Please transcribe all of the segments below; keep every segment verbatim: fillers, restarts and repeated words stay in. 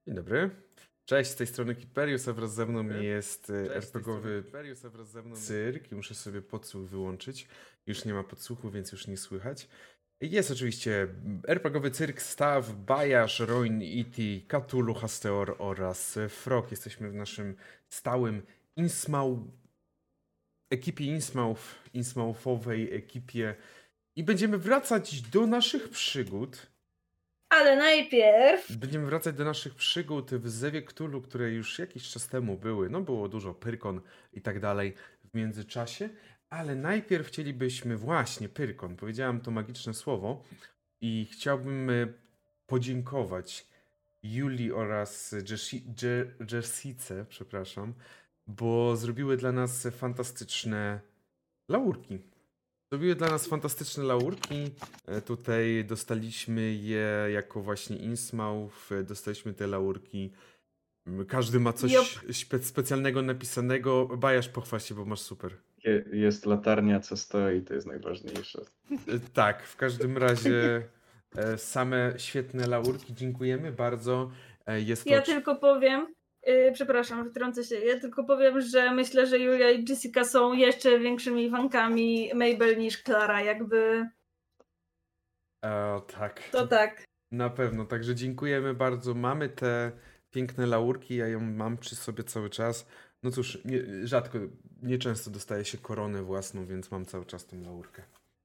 Dzień dobry. Cześć, z tej strony Kiperius, a wraz ze mną jest Cześć, er pe gie owy Kiperius, a wraz ze mną cyrk i muszę sobie podsłuch wyłączyć. Już nie ma podsłuchu, więc już nie słychać. Jest oczywiście er pe gie owy cyrk, Staw, Bajasz, Roin, Iti, Cthulhu, Hasteor oraz Frog. Jesteśmy w naszym stałym Innsmouth, ekipie Innsmouth, Innsmouthowej ekipie i będziemy wracać do naszych przygód. Ale najpierw... Będziemy wracać do naszych przygód w Zewie Cthulhu, które już jakiś czas temu były. No było dużo Pyrkon i tak dalej w międzyczasie. Ale najpierw chcielibyśmy właśnie Pyrkon. Powiedziałem to magiczne słowo i chciałbym e, podziękować Julii oraz Jersice, przepraszam, bo zrobiły dla nas fantastyczne laurki. Zrobiły dla nas fantastyczne laurki. E, Tutaj dostaliśmy je jako właśnie Innsmouth. e, Dostaliśmy te laurki. M, Każdy ma coś Jop. śpe specjalnego napisanego. Bajasz, pochwal się, bo masz super. Je- Jest latarnia, co stoi, to jest najważniejsze. E, Tak, w każdym razie e, same świetne laurki. Dziękujemy bardzo. E, Jest to... Ja tylko powiem, yy, przepraszam, wtrącę się, ja tylko powiem, że myślę, że Julia i Jessica są jeszcze większymi fankami Mabel niż Klara, jakby E, tak. to tak. Na pewno, także dziękujemy bardzo. Mamy te piękne laurki, ja ją mam przy sobie cały czas. No cóż, nie, rzadko, nieczęsto dostaje się koronę własną, więc mam cały czas tą laurkę.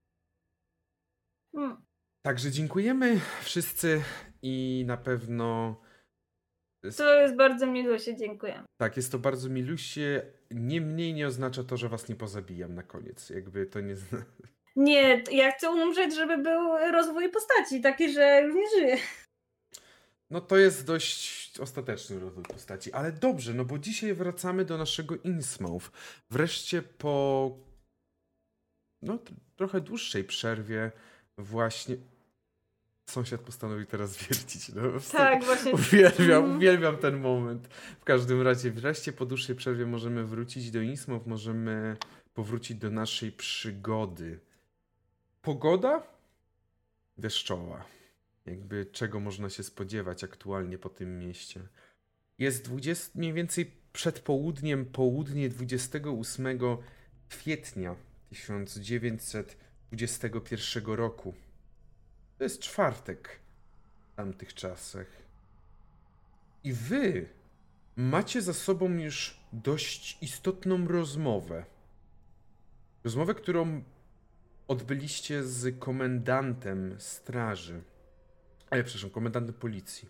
Hmm. Także dziękujemy wszyscy i na pewno... To jest bardzo milusie, dziękuję. Tak, jest to bardzo milusie. Niemniej nie oznacza to, że was nie pozabijam na koniec. Jakby to nie... zna- Nie, ja chcę umrzeć, żeby był rozwój postaci, taki, że już nie żyje. No to jest dość ostateczny rozwój postaci, ale dobrze, no bo dzisiaj wracamy do naszego Innsmouth. Wreszcie po no t- trochę dłuższej przerwie właśnie sąsiad postanowił teraz wiercić. No, Tak, właśnie. uwielbiam, Mhm. uwielbiam ten moment. W każdym razie wreszcie po dłuższej przerwie możemy wrócić do Innsmouth, możemy powrócić do naszej przygody. Pogoda? Deszczowa. Jakby czego można się spodziewać aktualnie po tym mieście. Jest dwudziestego mniej więcej przed południem, południe dwudziestego ósmego kwietnia tysiąc dziewięćset dwudziestego pierwszego roku. To jest czwartek w tamtych czasach. I wy macie za sobą już dość istotną rozmowę. Rozmowę, którą odbyliście z komendantem straży. Ale przepraszam, komendantem policji.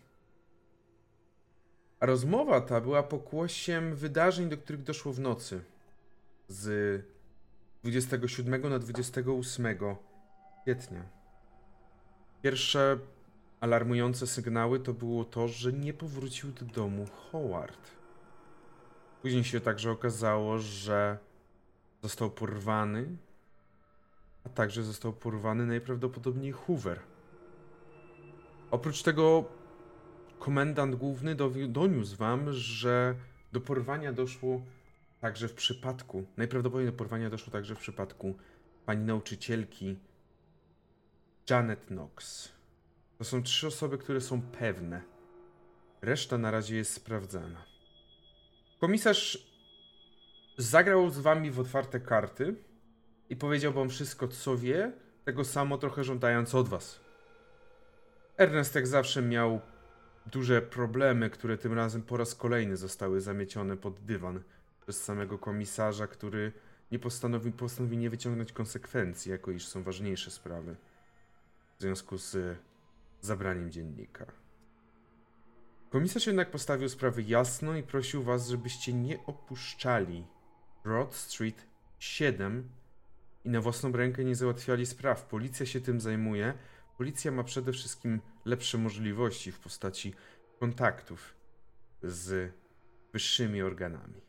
A rozmowa ta była pokłosiem wydarzeń, do których doszło w nocy. Z dwudziestego siódmego na dwudziestego ósmego kwietnia. Pierwsze alarmujące sygnały to było to, że nie powrócił do domu Howard. Później się także okazało, że został porwany, a także został porwany najprawdopodobniej Hoover. Oprócz tego komendant główny dowi- doniósł wam, że do porwania doszło także w przypadku, najprawdopodobniej do porwania doszło także w przypadku pani nauczycielki Janet Knox. To są trzy osoby, które są pewne. Reszta na razie jest sprawdzana. Komisarz zagrał z wami w otwarte karty i powiedział wam wszystko, co wie, tego samo trochę żądając od was. Ernest jak zawsze miał duże problemy, które tym razem po raz kolejny zostały zamiecione pod dywan przez samego komisarza, który nie postanowił, postanowił nie wyciągnąć konsekwencji, jako iż są ważniejsze sprawy w związku z zabraniem dziennika. Komisarz jednak postawił sprawy jasno i prosił was, żebyście nie opuszczali Broad Street siedem i na własną rękę nie załatwiali spraw. Policja się tym zajmuje. Policja ma przede wszystkim lepsze możliwości w postaci kontaktów z wyższymi organami.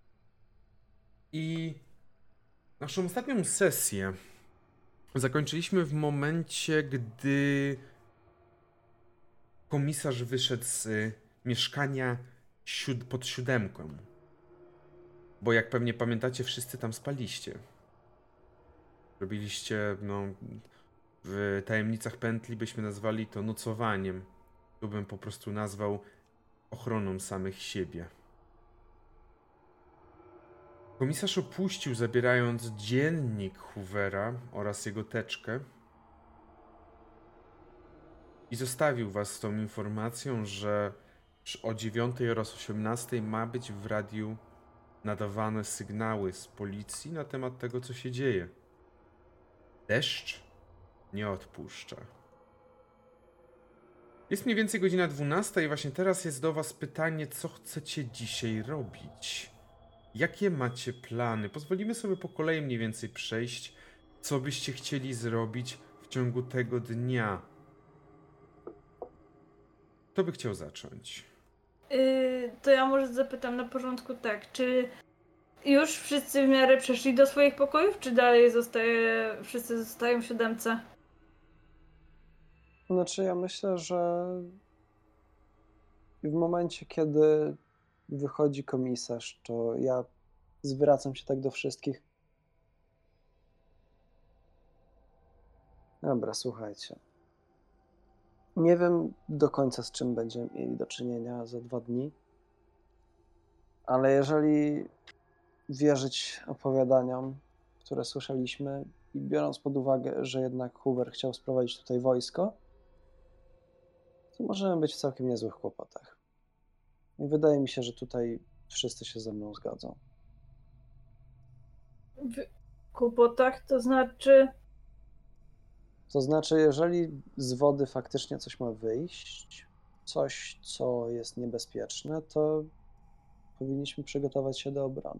I naszą ostatnią sesję zakończyliśmy w momencie, gdy komisarz wyszedł z mieszkania siód- pod siódemką. Bo jak pewnie pamiętacie, wszyscy tam spaliście. Robiliście, no, w tajemnicach pętli byśmy nazwali to nocowaniem. Tu bym po prostu nazwał ochroną samych siebie. Komisarz opuścił, zabierając dziennik Hoovera oraz jego teczkę i zostawił was z tą informacją, że o dziewiątej oraz osiemnastej ma być w radiu nadawane sygnały z policji na temat tego, co się dzieje. Deszcz nie odpuszcza. Jest mniej więcej godzina dwunasta i właśnie teraz jest do was pytanie, co chcecie dzisiaj robić? Jakie macie plany? Pozwolimy sobie po kolei mniej więcej przejść, co byście chcieli zrobić w ciągu tego dnia. Kto by chciał zacząć? Yy, to ja może zapytam na porządku tak, czy już wszyscy w miarę przeszli do swoich pokojów, czy dalej zostaje, wszyscy zostają w siódemce? Znaczy ja myślę, że w momencie, kiedy wychodzi komisarz, to ja zwracam się tak do wszystkich. Dobra, słuchajcie. Nie wiem do końca, z czym będziemy mieli do czynienia za dwa dni, ale jeżeli wierzyć opowiadaniom, które słyszeliśmy i biorąc pod uwagę, że jednak Hoover chciał sprowadzić tutaj wojsko, to możemy być w całkiem niezłych kłopotach. I wydaje mi się, że tutaj wszyscy się ze mną zgodzą. W kłopotach, to znaczy... To znaczy, jeżeli z wody faktycznie coś ma wyjść, coś, co jest niebezpieczne, to powinniśmy przygotować się do obrony.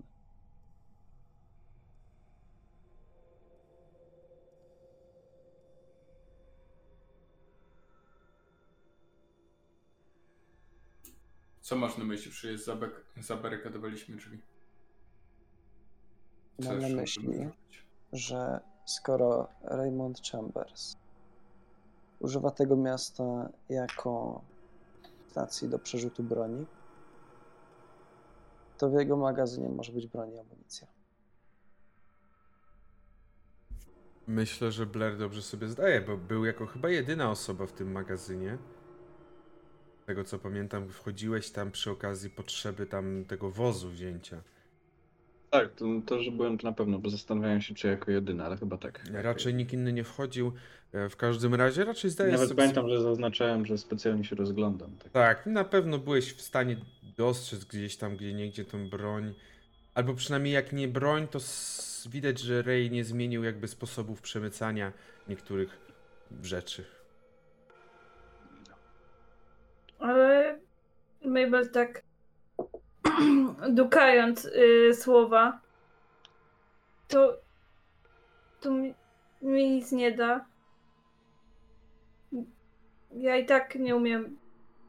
Co masz na myśli? Przecież zabek- zabarykadowaliśmy drzwi. Co Mam na jeszcze myśli, możemy zrobić? że skoro Raymond Chambers używa tego miasta jako stacji do przerzutu broni, to w jego magazynie może być broń i amunicja. Myślę, że Blair dobrze sobie zdaje, bo był jako chyba jedyna osoba w tym magazynie. Z tego co pamiętam, wchodziłeś tam przy okazji potrzeby tam tego wozu wzięcia. Tak, to, to że byłem to na pewno, bo zastanawiałem się, czy jako jedyny, ale chyba tak. Raczej nikt inny nie wchodził. W każdym razie raczej zdaję Nawet sobie... pamiętam, że zaznaczałem, że specjalnie się rozglądam. Tak. Tak, na pewno byłeś w stanie dostrzec gdzieś tam, gdzie niegdzie tą broń. Albo przynajmniej jak nie broń, to s- widać, że Ray nie zmienił jakby sposobów przemycania niektórych rzeczy. Ale Mabel tak dukając y, słowa, to to mi, mi nic nie da. Ja i tak nie umiem.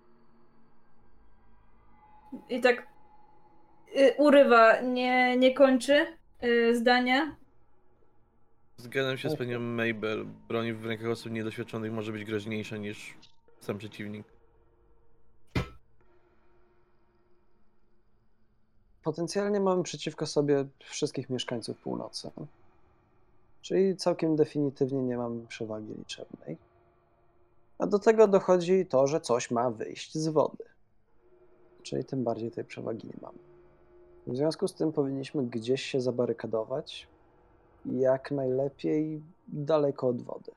I tak y, urywa, nie, nie kończy y, zdania. Zgadzam się z panią Mabel. Broń w rękach osób niedoświadczonych może być groźniejsza niż sam przeciwnik. Potencjalnie mamy przeciwko sobie wszystkich mieszkańców północy. Czyli całkiem definitywnie nie mamy przewagi liczebnej. A do tego dochodzi to, że coś ma wyjść z wody. Czyli tym bardziej tej przewagi nie mamy. W związku z tym powinniśmy gdzieś się zabarykadować, jak najlepiej daleko od wody.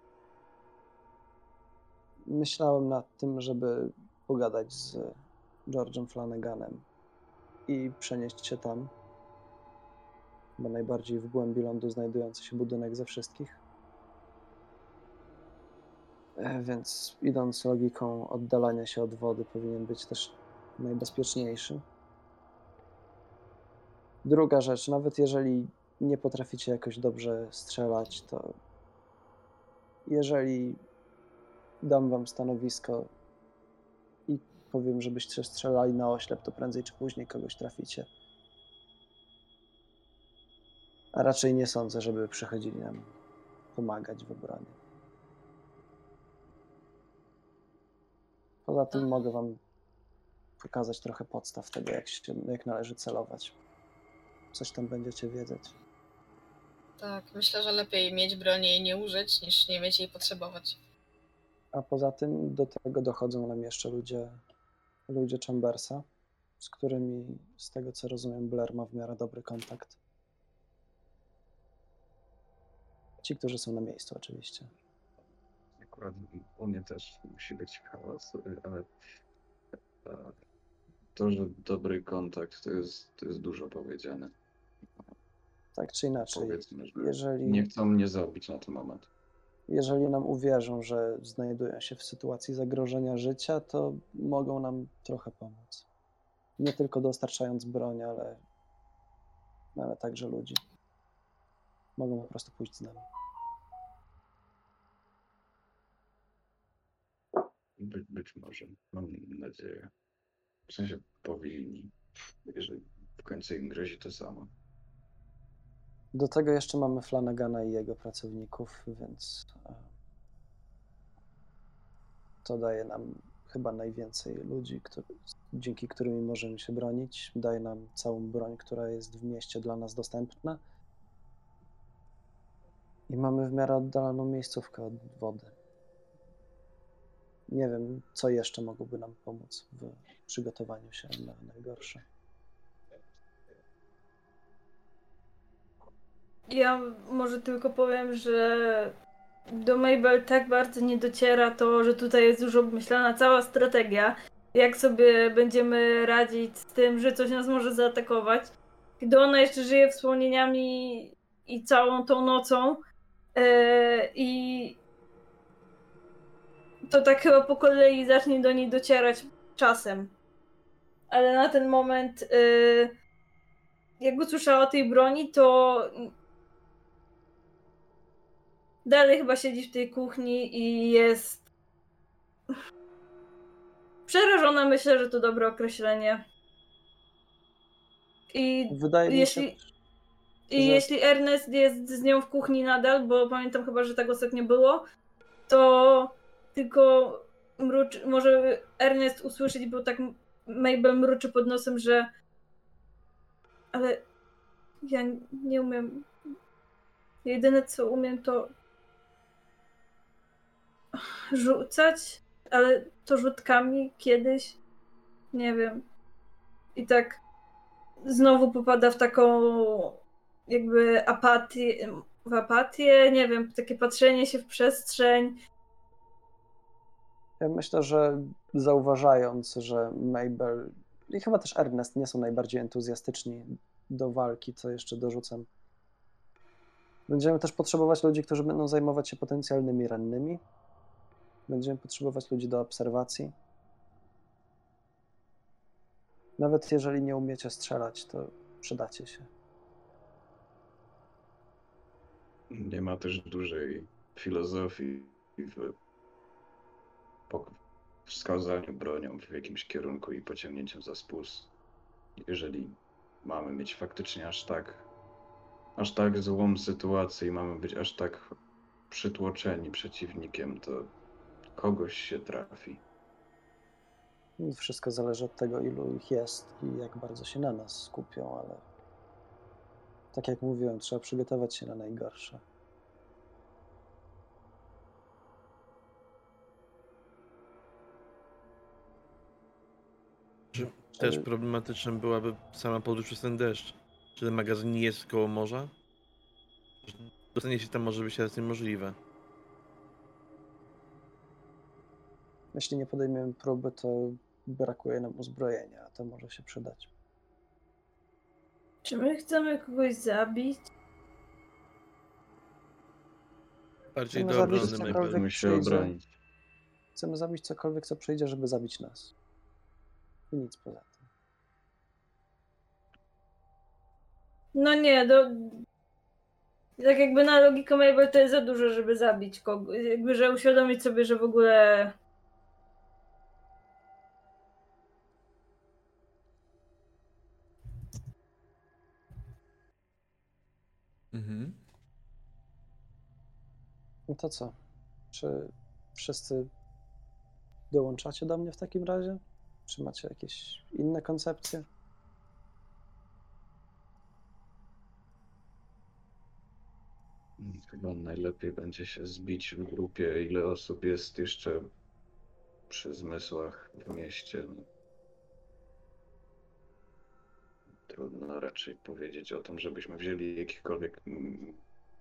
Myślałem nad tym, żeby pogadać z George'em Flanaganem i przenieść się tam, bo najbardziej w głębi lądu znajdujący się budynek ze wszystkich. E, Więc idąc logiką oddalania się od wody powinien być też najbezpieczniejszy. Druga rzecz, nawet jeżeli nie potraficie jakoś dobrze strzelać, to jeżeli dam wam stanowisko i powiem, żebyście strzelali na oślep, to prędzej czy później kogoś traficie. A raczej nie sądzę, żeby przychodzili nam pomagać w obronie. Poza tym mogę wam pokazać trochę podstaw tego, jak, się, jak należy celować. Coś tam będziecie wiedzieć. Tak, myślę, że lepiej mieć bronię i nie użyć, niż nie mieć jej potrzebować. A poza tym do tego dochodzą nam jeszcze ludzie ludzie Chambersa, z którymi, z tego co rozumiem, Blair ma w miarę dobry kontakt. Ci, którzy są na miejscu oczywiście. Akurat u mnie też musi być chaos, ale e, to, że dobry kontakt to jest, to jest dużo powiedziane. Tak czy inaczej, Powiedzmy, że jeżeli, nie chcą mnie zabić na ten moment. jeżeli nam uwierzą, że znajdują się w sytuacji zagrożenia życia, to mogą nam trochę pomóc. Nie tylko dostarczając broń, ale, ale także ludzi. Mogą po prostu pójść z nami. By, być może, mam nadzieję. W sensie powinni, jeżeli w końcu im grozi to samo. Do tego jeszcze mamy Flanagana i jego pracowników, więc e, to daje nam chyba najwięcej ludzi, który, dzięki którymi możemy się bronić. Daje nam całą broń, która jest w mieście dla nas dostępna. I mamy w miarę oddaloną miejscówkę od wody. Nie wiem, co jeszcze mogłoby nam pomóc w przygotowaniu się na najgorsze. Ja może tylko powiem, że do Mabel tak bardzo nie dociera to, że tutaj jest już obmyślana cała strategia, jak sobie będziemy radzić z tym, że coś nas może zaatakować. Gdy ona jeszcze żyje wspomnieniami i całą tą nocą yy, i to tak chyba po kolei zacznie do niej docierać czasem. Ale na ten moment yy, jak usłyszała o tej broni, to dalej chyba siedzi w tej kuchni i jest przerażona, myślę, że to dobre określenie. I Wydaje jeśli, mi się, i że... jeśli Ernest jest z nią w kuchni nadal, bo pamiętam chyba, że tak ostatnio było, to tylko mruczy, może Ernest usłyszeć, bo tak Mabel mruczy pod nosem, że ale ja nie umiem. Jedyne co umiem to rzucać, ale to rzutkami kiedyś. Nie wiem. I tak znowu popada w taką jakby apatię, w apatię, nie wiem, takie patrzenie się w przestrzeń. Ja myślę, że zauważając, że Mabel i chyba też Ernest nie są najbardziej entuzjastyczni do walki, co jeszcze dorzucam. Będziemy też potrzebować ludzi, którzy będą zajmować się potencjalnymi rannymi. Będziemy potrzebować ludzi do obserwacji. Nawet jeżeli nie umiecie strzelać, to przydacie się. Nie ma też dużej filozofii w wskazaniu bronią w jakimś kierunku i pociągnięciu za spust. Jeżeli mamy mieć faktycznie aż tak, aż tak złą sytuację i mamy być aż tak przytłoczeni przeciwnikiem, to kogoś się trafi. Wszystko zależy od tego, ilu ich jest i jak bardzo się na nas skupią, ale tak jak mówiłem, trzeba przygotować się na najgorsze. Też problematyczna byłaby sama podróż przez ten deszcz. Czy ten magazyn nie jest koło morza? Dostanie się tam może być teraz niemożliwe. Jeśli nie podejmiemy próby, to brakuje nam uzbrojenia, a to może się przydać. Czy my chcemy kogoś zabić? Bardziej Chcemy do zabić obrony cokolwiek. Mabel. Musimy się przyjdzie. obronić. Chcemy zabić cokolwiek, co przyjdzie, żeby zabić nas. I nic poza tym. No nie, do... tak jakby na logikę Mabel to jest za dużo, żeby zabić kogoś. Jakby, że uświadomić sobie, że w ogóle... Mhm. No to co? Czy wszyscy dołączacie do mnie w takim razie? Czy macie jakieś inne koncepcje? Chyba najlepiej będzie się zbić w grupie, ile osób jest jeszcze przy zmysłach w mieście. trudno raczej powiedzieć o tym, żebyśmy wzięli jakichkolwiek mm,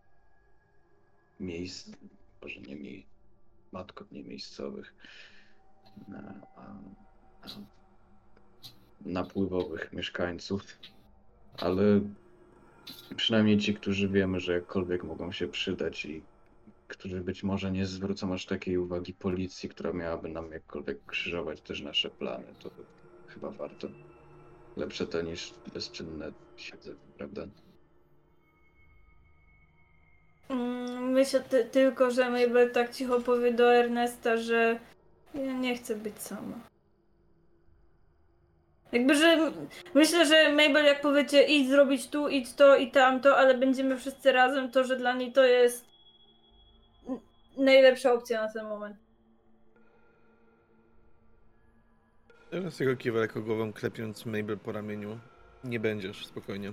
miejsc, może nie mi, matko, nie miejscowych, na, a, a, napływowych mieszkańców, ale przynajmniej ci, którzy wiemy, że jakkolwiek mogą się przydać i którzy być może nie zwrócą aż takiej uwagi policji, która miałaby nam jakkolwiek krzyżować też nasze plany, to chyba warto. Lepsze to niż bezczynne siedzenie, prawda? Mm, Myślę ty, tylko, że Mabel tak cicho powie do Ernesta, że ja nie chcę być sama. Jakby, że myślę, że Mabel jak powiecie idź zrobić tu, idź to i tamto, ale będziemy wszyscy razem, to że dla niej to jest n- najlepsza opcja na ten moment. Teraz jego kiwa lekko głową, klepiąc Mabel po ramieniu. Nie będziesz, spokojnie.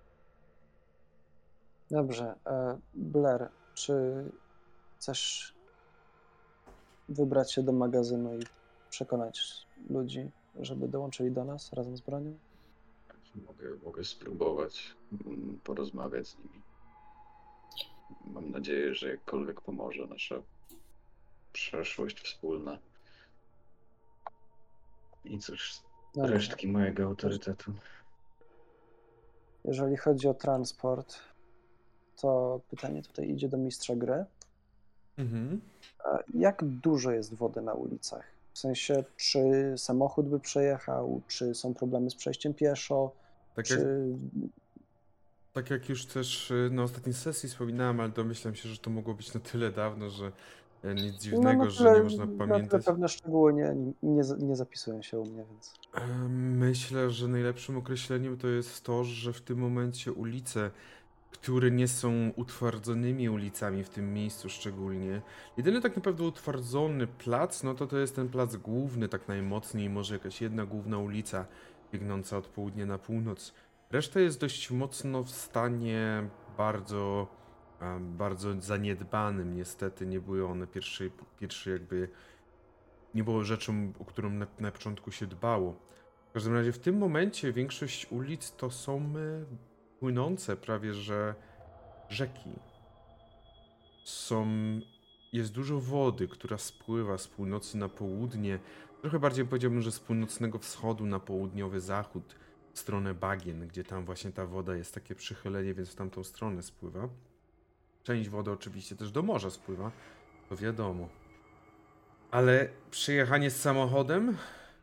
Dobrze. E, Blair, czy chcesz wybrać się do magazynu i przekonać ludzi, żeby dołączyli do nas razem z bronią? Mogę, mogę spróbować mm, porozmawiać z nimi. Mam nadzieję, że jakkolwiek pomoże nasza przeszłość wspólna. I cóż, Dobrze. resztki mojego autorytetu. Jeżeli chodzi o transport, to pytanie tutaj idzie do mistrza gry. Mhm. A jak dużo jest wody na ulicach? W sensie, czy samochód by przejechał, czy są problemy z przejściem pieszo, Tak czy... jak, tak jak już też y, na ostatniej sesji wspominałem, ale domyślam się, że to mogło być na tyle dawno, że e, nic dziwnego, no, na że tyle, nie można na tyle pamiętać. pewne szczegóły nie, nie, nie zapisują się u mnie, więc... E, Myślę, że najlepszym określeniem to jest to, że w tym momencie ulice, które nie są utwardzonymi ulicami w tym miejscu szczególnie. Jedyny tak naprawdę utwardzony plac, no to to jest ten plac główny, tak najmocniej, może jakaś jedna główna ulica biegnąca od południa na północ. Reszta jest dość mocno w stanie bardzo, a, bardzo zaniedbanym. Niestety nie były one pierwszej, pierwszej jakby, nie było rzeczą, o którą na, na początku się dbało. W każdym razie w tym momencie większość ulic to są e, płynące prawie że rzeki. Są, jest dużo wody, która spływa z północy na południe. Trochę bardziej powiedziałbym, że z północnego wschodu na południowy zachód, w stronę bagien, gdzie tam właśnie ta woda jest takie przychylenie, więc w tamtą stronę spływa. Część wody oczywiście też do morza spływa, to wiadomo. Ale przejechanie z samochodem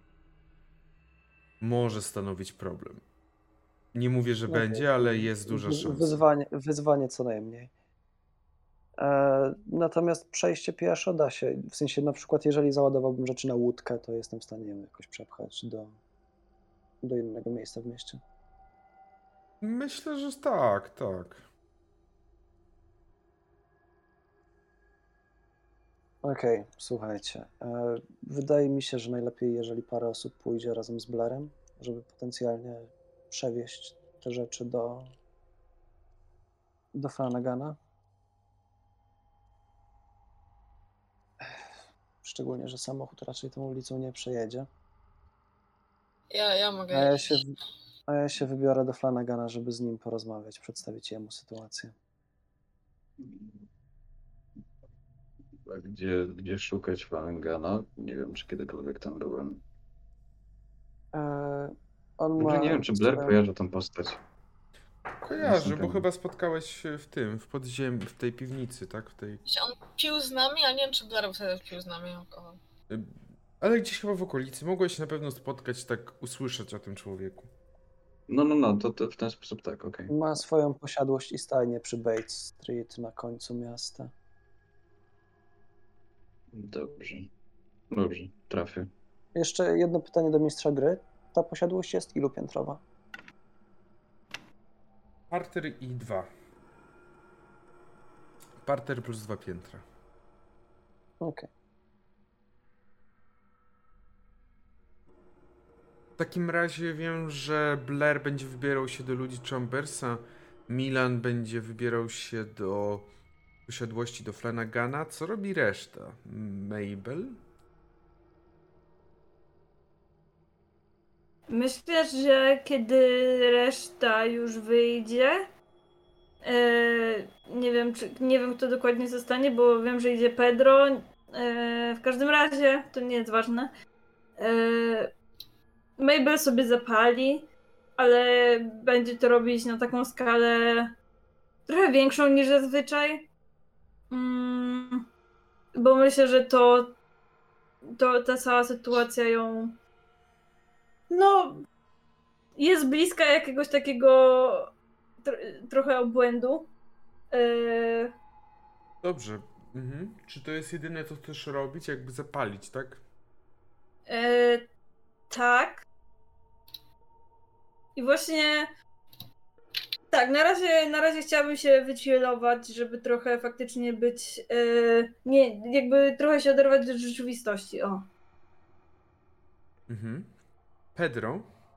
może stanowić problem. Nie mówię, że No będzie, to ale jest duża wy- szansa. Wyzwanie, wyzwanie co najmniej. E, natomiast przejście pieszo da się. W sensie na przykład jeżeli załadowałbym rzeczy na łódkę, to jestem w stanie ją jakoś przepchać do, do innego miejsca w mieście. Myślę, że tak, tak. Okej, słuchajcie. E, wydaje mi się, że najlepiej, jeżeli parę osób pójdzie razem z Blairem, żeby potencjalnie przewieźć te rzeczy do, do Flanagana. Szczególnie, że samochód raczej tą ulicą nie przejedzie. Ja, ja A mogę ja iść. się, a ja się wybiorę do Flanagana, żeby z nim porozmawiać, przedstawić jemu sytuację. A gdzie, gdzie szukać Flanagana? Nie wiem, czy kiedykolwiek tam byłem. E, on Może ma nie wiem, czy Blair swoją- kojarzy tą postać. Kojarzę, Jestem bo pewien. chyba spotkałeś się w tym, w podziemi, w tej piwnicy, tak? W tej... On pił z nami, a nie wiem, czy Blair wtedy pił z nami alkohol. y, Ale gdzieś chyba w okolicy. Mogłeś na pewno spotkać, tak usłyszeć o tym człowieku. No, no, no, to, to w ten sposób tak, okej. Ma swoją posiadłość i stajnię przy Bates Street na końcu miasta. Dobrze. Dobrze, trafię. Jeszcze jedno pytanie do mistrza gry. Ta posiadłość jest ilu piętrowa? Parter i dwa. Parter plus dwa piętra. Okej. W takim razie wiem, że Blair będzie wybierał się do ludzi Chambersa, Milan będzie wybierał się do posiadłości do Flanagana. Co robi reszta? Mabel? Myślę, że kiedy reszta już wyjdzie, e, nie wiem, czy, nie wiem kto dokładnie zostanie, bo wiem, że idzie Pedro. E, w każdym razie, to nie jest ważne. E, Mabel sobie zapali, ale będzie to robić na taką skalę trochę większą niż zazwyczaj. Mm, bo myślę, że to, to ta cała sytuacja ją no jest bliska jakiegoś takiego tr- trochę obłędu. Yy, Dobrze. Mhm. Czy to jest jedyne, co chcesz robić? Jakby zapalić, tak? yy, tak. I właśnie tak, na razie, na razie chciałabym się wychillować, żeby trochę faktycznie być yy, nie, jakby trochę się oderwać od rzeczywistości, o. Mhm. Pedro?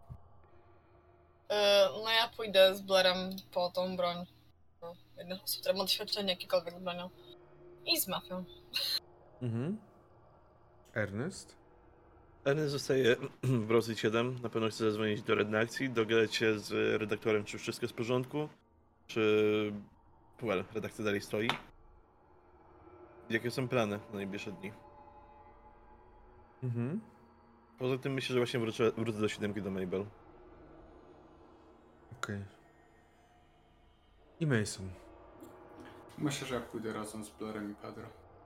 E, No ja pójdę z Blairem po tą broń. No, jednych osób, które ma doświadczenie jakiekolwiek z bronią. I z mafią. Mhm. Ernest? Ernest zostaje w Rosji siedem. Na pewno chce zadzwonić do redakcji, dogadać się z redaktorem, czy wszystko jest w porządku, czy... Well, redakcja dalej stoi. Jakie są plany na najbliższe dni? Mhm. Poza tym myślę, że właśnie wrócę, wrócę do siódemki do Mabel. Okej. I Mason. Myślę, że ja pójdę razem z Blairem i Pedro.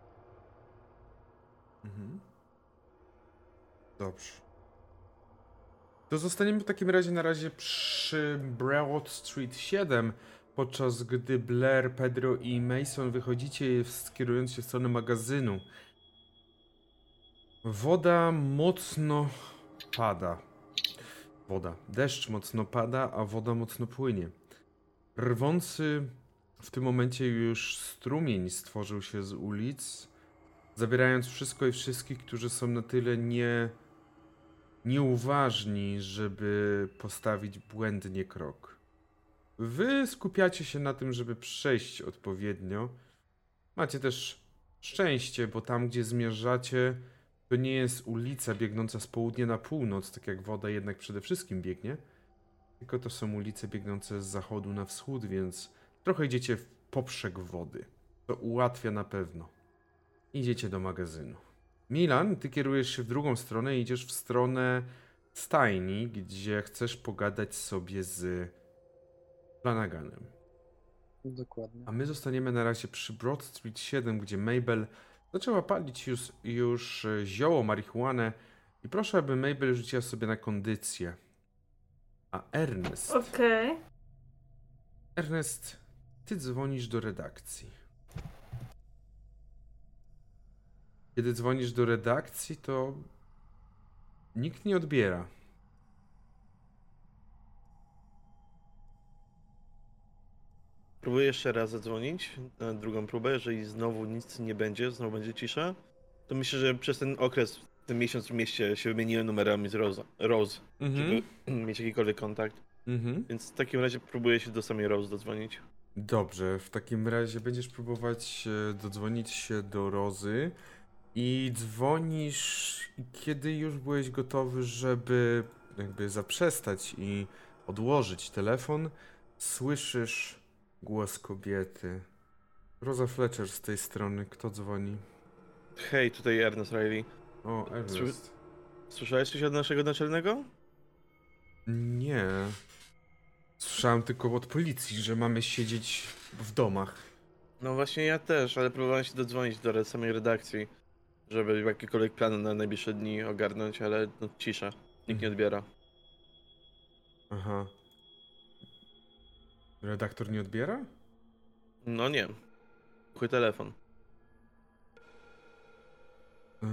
Mhm. Dobrze. To zostaniemy w takim razie na razie przy Broad Street siedem, podczas gdy Blair, Pedro i Mason wychodzicie skierując się w stronę magazynu. Woda mocno pada. Woda. Deszcz mocno pada, a woda mocno płynie. Rwący w tym momencie już strumień stworzył się z ulic, zabierając wszystko i wszystkich, którzy są na tyle nie... nieuważni, żeby postawić błędnie krok. Wy skupiacie się na tym, żeby przejść odpowiednio. Macie też szczęście, bo tam, gdzie zmierzacie, to nie jest ulica biegnąca z południa na północ, tak jak woda jednak przede wszystkim biegnie, tylko to są ulice biegnące z zachodu na wschód, więc trochę idziecie w poprzek wody. To ułatwia na pewno. Idziecie do magazynu. Milan, ty kierujesz się w drugą stronę i idziesz w stronę stajni, gdzie chcesz pogadać sobie z Flanaganem. Dokładnie. A my zostaniemy na razie przy Broad Street siedem, gdzie Mabel zaczęła palić już, już zioło, marihuanę i proszę, aby Mabel rzuciła sobie na kondycję. A Ernest... Okej. Okay. Ernest, ty dzwonisz do redakcji. Kiedy dzwonisz do redakcji, to nikt nie odbiera. Próbuję jeszcze raz zadzwonić na drugą próbę. Jeżeli znowu nic nie będzie, znowu będzie cisza, to myślę, że przez ten okres, ten miesiąc w mieście się wymieniłem numerami z Rose, Rose Mhm. żeby mieć jakikolwiek kontakt. Mhm. Więc w takim razie próbuję się do samej Rose dodzwonić. Dobrze, w takim razie będziesz próbować e, dodzwonić się do Rozy i dzwonisz, kiedy już byłeś gotowy, żeby jakby zaprzestać i odłożyć telefon, słyszysz głos kobiety. Rosa Fletcher z tej strony, kto dzwoni? Hej, tutaj Ernest Riley. O, Ernest. Słyszałeś coś od naszego naczelnego? Nie. Słyszałem tylko od policji, że mamy siedzieć w domach. No właśnie ja też, ale próbowałem się dodzwonić do samej redakcji, żeby jakiekolwiek plany na najbliższe dni ogarnąć, ale no cisza. Nikt nie odbiera. Aha. Redaktor nie odbiera? No nie. Chuj telefon. Yy...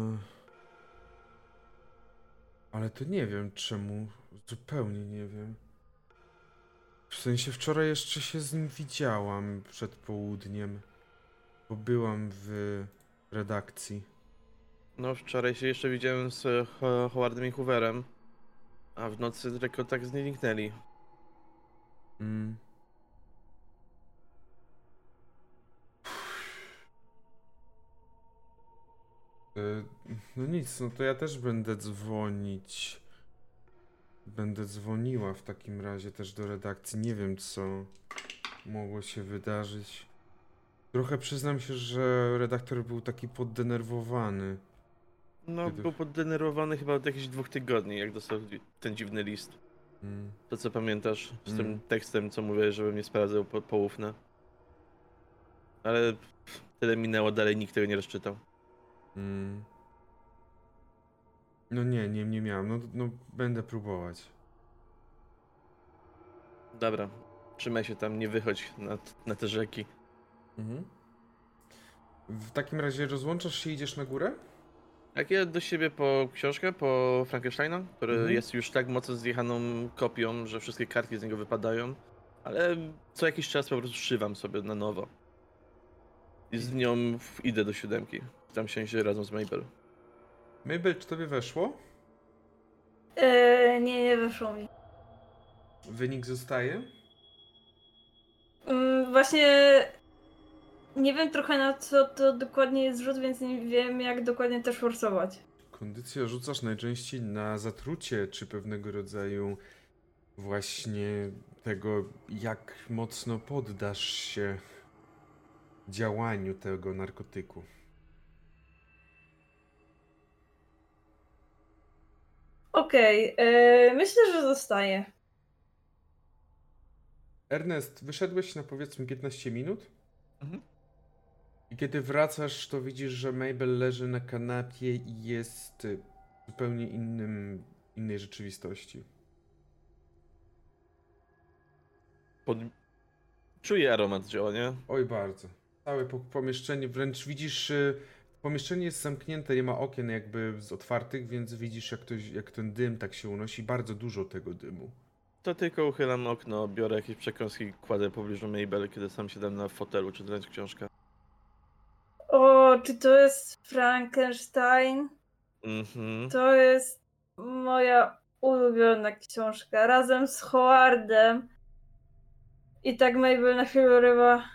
Ale to nie wiem czemu. Zupełnie nie wiem. W sensie wczoraj jeszcze się z nim widziałam przed południem. Bo byłam w redakcji. No wczoraj się jeszcze widziałem z Ho- Howardem i Hooverem, a w nocy tylko tak zniknęli. Mm. Yy, No nic, no to ja też będę dzwonić. Będę dzwoniła w takim razie też do redakcji. Nie wiem, co mogło się wydarzyć. Trochę przyznam się, że redaktor był taki poddenerwowany. No, Kiedy- był poddenerwowany chyba od jakichś dwóch tygodni, jak dostał ten dziwny list. Mm. To co pamiętasz z Mm. tym tekstem, co mówię, żebym nie sprawdzał po, poufne. Ale pff, tyle minęło, dalej nikt tego nie rozczytał. Mm. No nie, nie, nie miałem. No, no będę próbować. Dobra, trzymaj się tam, nie wychodź na, na te rzeki. Mhm. W takim razie rozłączasz się i idziesz na górę? Jak ja do siebie po książkę, po Frankensteina, który Mhm. jest już tak mocno zjechaną kopią, że wszystkie kartki z niego wypadają, ale co jakiś czas po prostu szywam sobie na nowo. I z nią w- idę do siódemki. Tam się razem z Mabel. Mabel, czy tobie weszło? E, nie, nie wyszło mi. Wynik zostaje? Mm, właśnie nie wiem trochę na co to dokładnie jest rzut, więc nie wiem jak dokładnie też forsować. Kondycję rzucasz najczęściej na zatrucie, czy pewnego rodzaju właśnie tego, jak mocno poddasz się działaniu tego narkotyku. Okej, e, myślę, że zostaje. Ernest, wyszedłeś na powiedzmy piętnaście minut Mhm. i kiedy wracasz, to widzisz, że Mabel leży na kanapie i jest y, w zupełnie innym, innej rzeczywistości. Pod... Czuję aromat zioła, nie? Oj, bardzo. Całe po- pomieszczenie, wręcz widzisz, y, pomieszczenie jest zamknięte, nie ma okien jakby z otwartych, więc widzisz jak, to, jak ten dym tak się unosi, bardzo dużo tego dymu. To tylko uchylam okno, biorę jakieś przekąski, kładę w pobliżu Mabel, kiedy sam siadam na fotelu czytając książkę. O, czy to jest Frankenstein? Mhm. To jest moja ulubiona książka, razem z Howardem. I tak Mabel na chwilę urywa.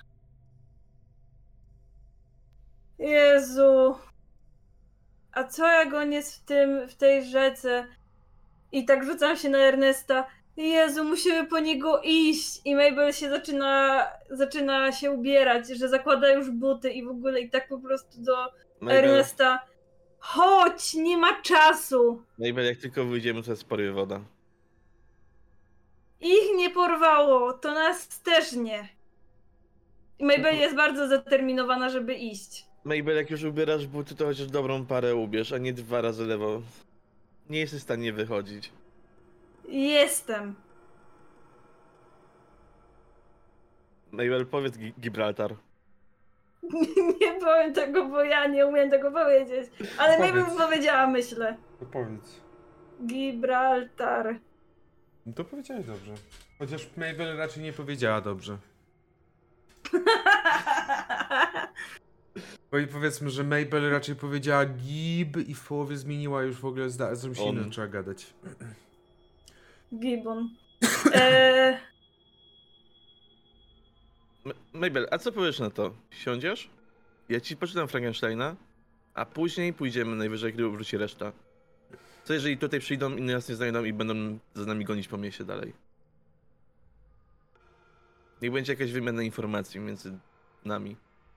Jezu. A co jak on jest w tym, w tej rzece? I tak rzucam się na Ernesta. Jezu, musimy po niego iść. I Mabel się zaczyna, zaczyna się ubierać, że zakłada już buty i w ogóle i tak po prostu do Mabel, Ernesta. Chodź, nie ma czasu. Mabel, jak tylko wyjdziemy, to jest porywa woda. Ich nie porwało, to nas też nie. I Mabel jest bardzo zaterminowana, żeby iść. Mabel, jak już ubierasz buty, to chociaż dobrą parę ubierz, a nie dwa razy lewo. Nie jesteś w stanie wychodzić. Jestem. Mabel, powiedz Gi- Gibraltar. Nie powiem tego, bo ja nie umiem tego powiedzieć. Ale Mabel Powiedz. powiedziała, myślę. To powiedz. Gibraltar. No to powiedziałeś dobrze. Chociaż Mabel raczej nie powiedziała dobrze. Bo i powiedzmy, że Mabel raczej powiedziała gib i w połowie zmieniła już w ogóle zda- z czymś On. innym trzeba gadać. Gibbon. Eee, M- Mabel, a co powiesz na to? Siądziesz? Ja ci poczytam Frankensteina, a później pójdziemy najwyżej, gdy wróci reszta. Co jeżeli tutaj przyjdą i nas nie znajdą i będą za nami gonić po mieście dalej? Niech będzie jakaś wymiana informacji między nami.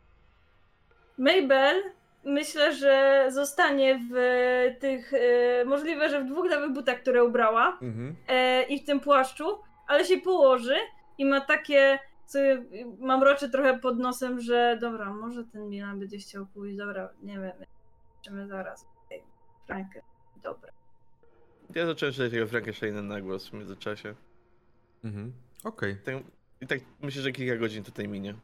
Mabel myślę, że zostanie w tych, e, możliwe, że w dwóch nowych butach, które ubrała Mhm. e, i w tym płaszczu, ale się położy i ma takie, co mam roczy trochę pod nosem, że dobra, może ten Milan będzie chciał pójść, dobra, nie wiem, zobaczymy zaraz. Ej, Frankę, dobra. Ja zacząłem czytać tego Frankensteina na głos w międzyczasie. Mhm. Okej. Tak, I tak myślę, że kilka godzin tutaj minie.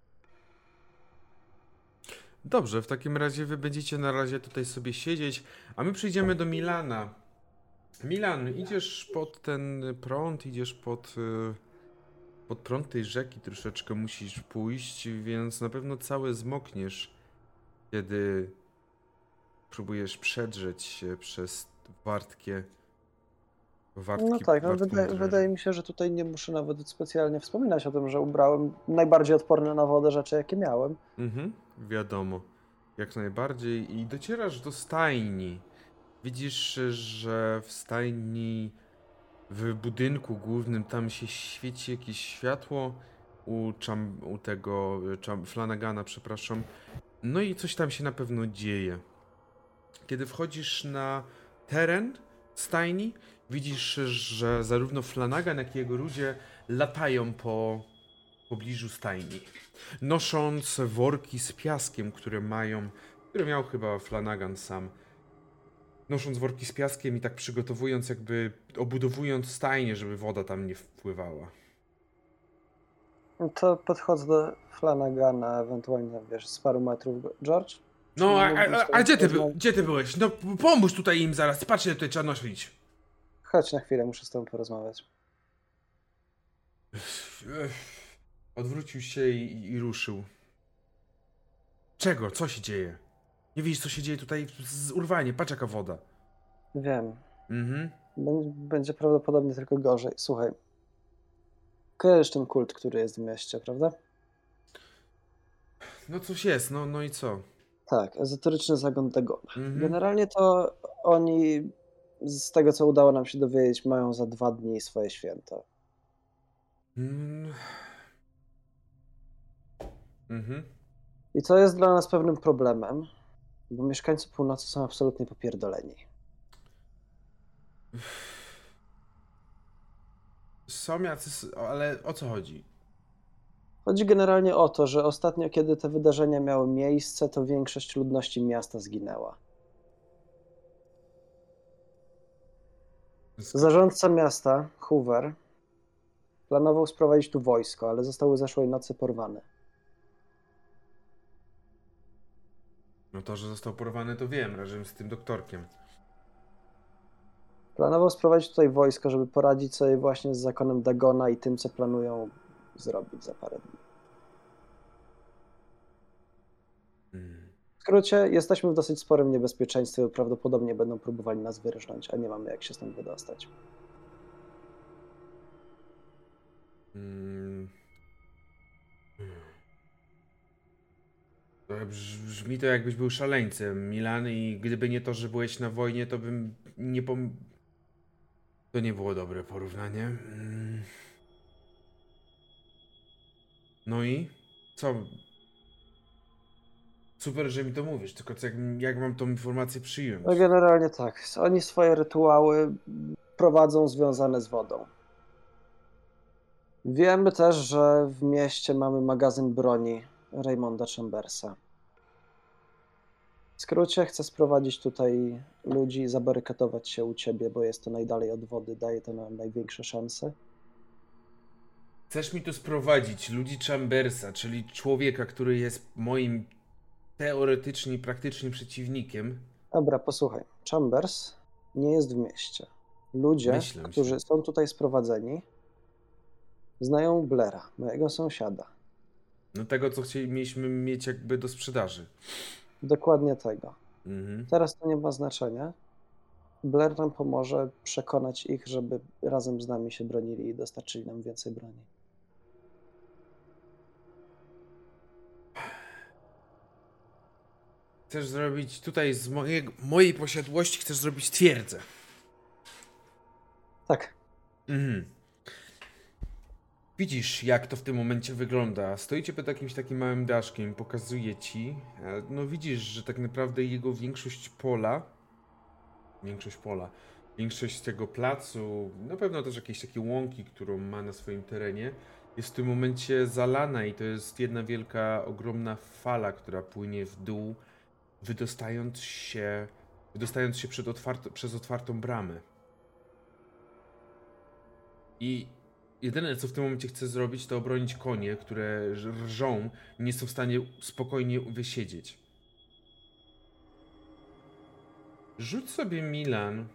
Dobrze, w takim razie wy będziecie na razie tutaj sobie siedzieć, a my przyjdziemy do Milana. Milan, idziesz pod ten prąd, idziesz pod, y, pod prąd tej rzeki, troszeczkę musisz pójść, więc na pewno cały zmokniesz, kiedy próbujesz przedrzeć się przez wartkie, wartki, No tak, no wartką wydaje, drzewo. wydaje mi się, że tutaj nie muszę nawet specjalnie wspominać o tym, że ubrałem najbardziej odporne na wodę rzeczy, jakie miałem. Mhm, wiadomo, jak najbardziej. I docierasz do stajni. Widzisz, że w stajni w budynku głównym tam się świeci jakieś światło u, Cham, u tego Cham, Flanagana, przepraszam. No i coś tam się na pewno dzieje. Kiedy wchodzisz na teren stajni, widzisz, że zarówno Flanagan, jak i jego ludzie latają po pobliżu stajni, nosząc worki z piaskiem, które mają, które miał chyba Flanagan sam. Nosząc worki z piaskiem i tak przygotowując, jakby obudowując stajnię, żeby woda tam nie wpływała. No to podchodzę do Flanagana, ewentualnie, wiesz, z paru metrów. George? Czy No, a, mógłbyś a, tam a gdzie, ty, by, porozmawiać? gdzie ty byłeś? No, pomóż tutaj im zaraz, patrz, ile tutaj trzeba nosić. Chodź na chwilę, muszę z tobą porozmawiać. Odwrócił się i, i ruszył. Czego? Co się dzieje? Nie widzisz, co się dzieje tutaj z urwaniem? Patrz, jaka woda. Wiem. Mhm. Będzie, będzie prawdopodobnie tylko gorzej. Słuchaj. Kojarzysz ten kult, który jest w mieście, prawda? No coś jest, no, no i co? Tak, ezoteryczny zagon Dagona. Mhm. Generalnie to oni, z tego co udało nam się dowiedzieć, mają za dwa dni swoje święto. Mm. Mhm. I to jest dla nas pewnym problemem, bo mieszkańcy północy są absolutnie popierdoleni. Są jacyś, ale o co chodzi? Chodzi generalnie o to, że ostatnio, kiedy te wydarzenia miały miejsce, to większość ludności miasta zginęła. Zarządca miasta, Hoover, planował sprowadzić tu wojsko, ale zostały zeszłej nocy porwane. No to, że został porwany, to wiem, razem z tym doktorkiem. Planował sprowadzić tutaj wojsko, żeby poradzić sobie właśnie z zakonem Dagona i tym, co planują zrobić za parę dni. Mm. W skrócie, jesteśmy w dosyć sporym niebezpieczeństwie, bo prawdopodobnie będą próbowali nas wyrżnąć, a nie mamy jak się stąd wydostać. Mm. To brz- brzmi to, jakbyś był szaleńcem, Milan, i gdyby nie to, że byłeś na wojnie, to bym nie pom... To nie było dobre porównanie. Mm. No i? Co? Super, że mi to mówisz, tylko co, jak, jak mam tą informację przyjąć? No generalnie tak. Oni swoje rytuały prowadzą związane z wodą. Wiemy też, że w mieście mamy magazyn broni Raymonda Chambersa. W skrócie chcę sprowadzić tutaj ludzi i zabarykadować się u ciebie, bo jest to najdalej od wody, daje to nam największe szanse. Chcesz mi tu sprowadzić ludzi Chambersa, czyli człowieka, który jest moim teoretycznie i praktycznie przeciwnikiem? Dobra, posłuchaj. Chambers nie jest w mieście. Ludzie, Myślę, którzy myślę. są tutaj sprowadzeni, znają Blaira, mojego sąsiada. No tego, co chcieliśmy mieć jakby do sprzedaży. Dokładnie tego. Mhm. Teraz to nie ma znaczenia. Blair nam pomoże przekonać ich, żeby razem z nami się bronili i dostarczyli nam więcej broni. Chcesz zrobić tutaj z mojej, mojej posiadłości, chcesz zrobić twierdzę. Tak. Mhm. Widzisz, jak to w tym momencie wygląda. Stoicie pod jakimś takim małym daszkiem, pokazuje ci. e, No widzisz, że tak naprawdę jego większość pola, większość pola, większość tego placu, na pewno też jakieś takie łąki, którą ma na swoim terenie, jest w tym momencie zalana i to jest jedna wielka, ogromna fala, która płynie w dół, wydostając się, wydostając się przed otwarto, przez otwartą bramę. I jedyne, co w tym momencie chcę zrobić, to obronić konie, które rżą, nie są w stanie spokojnie wysiedzieć. Rzuć sobie, Milan.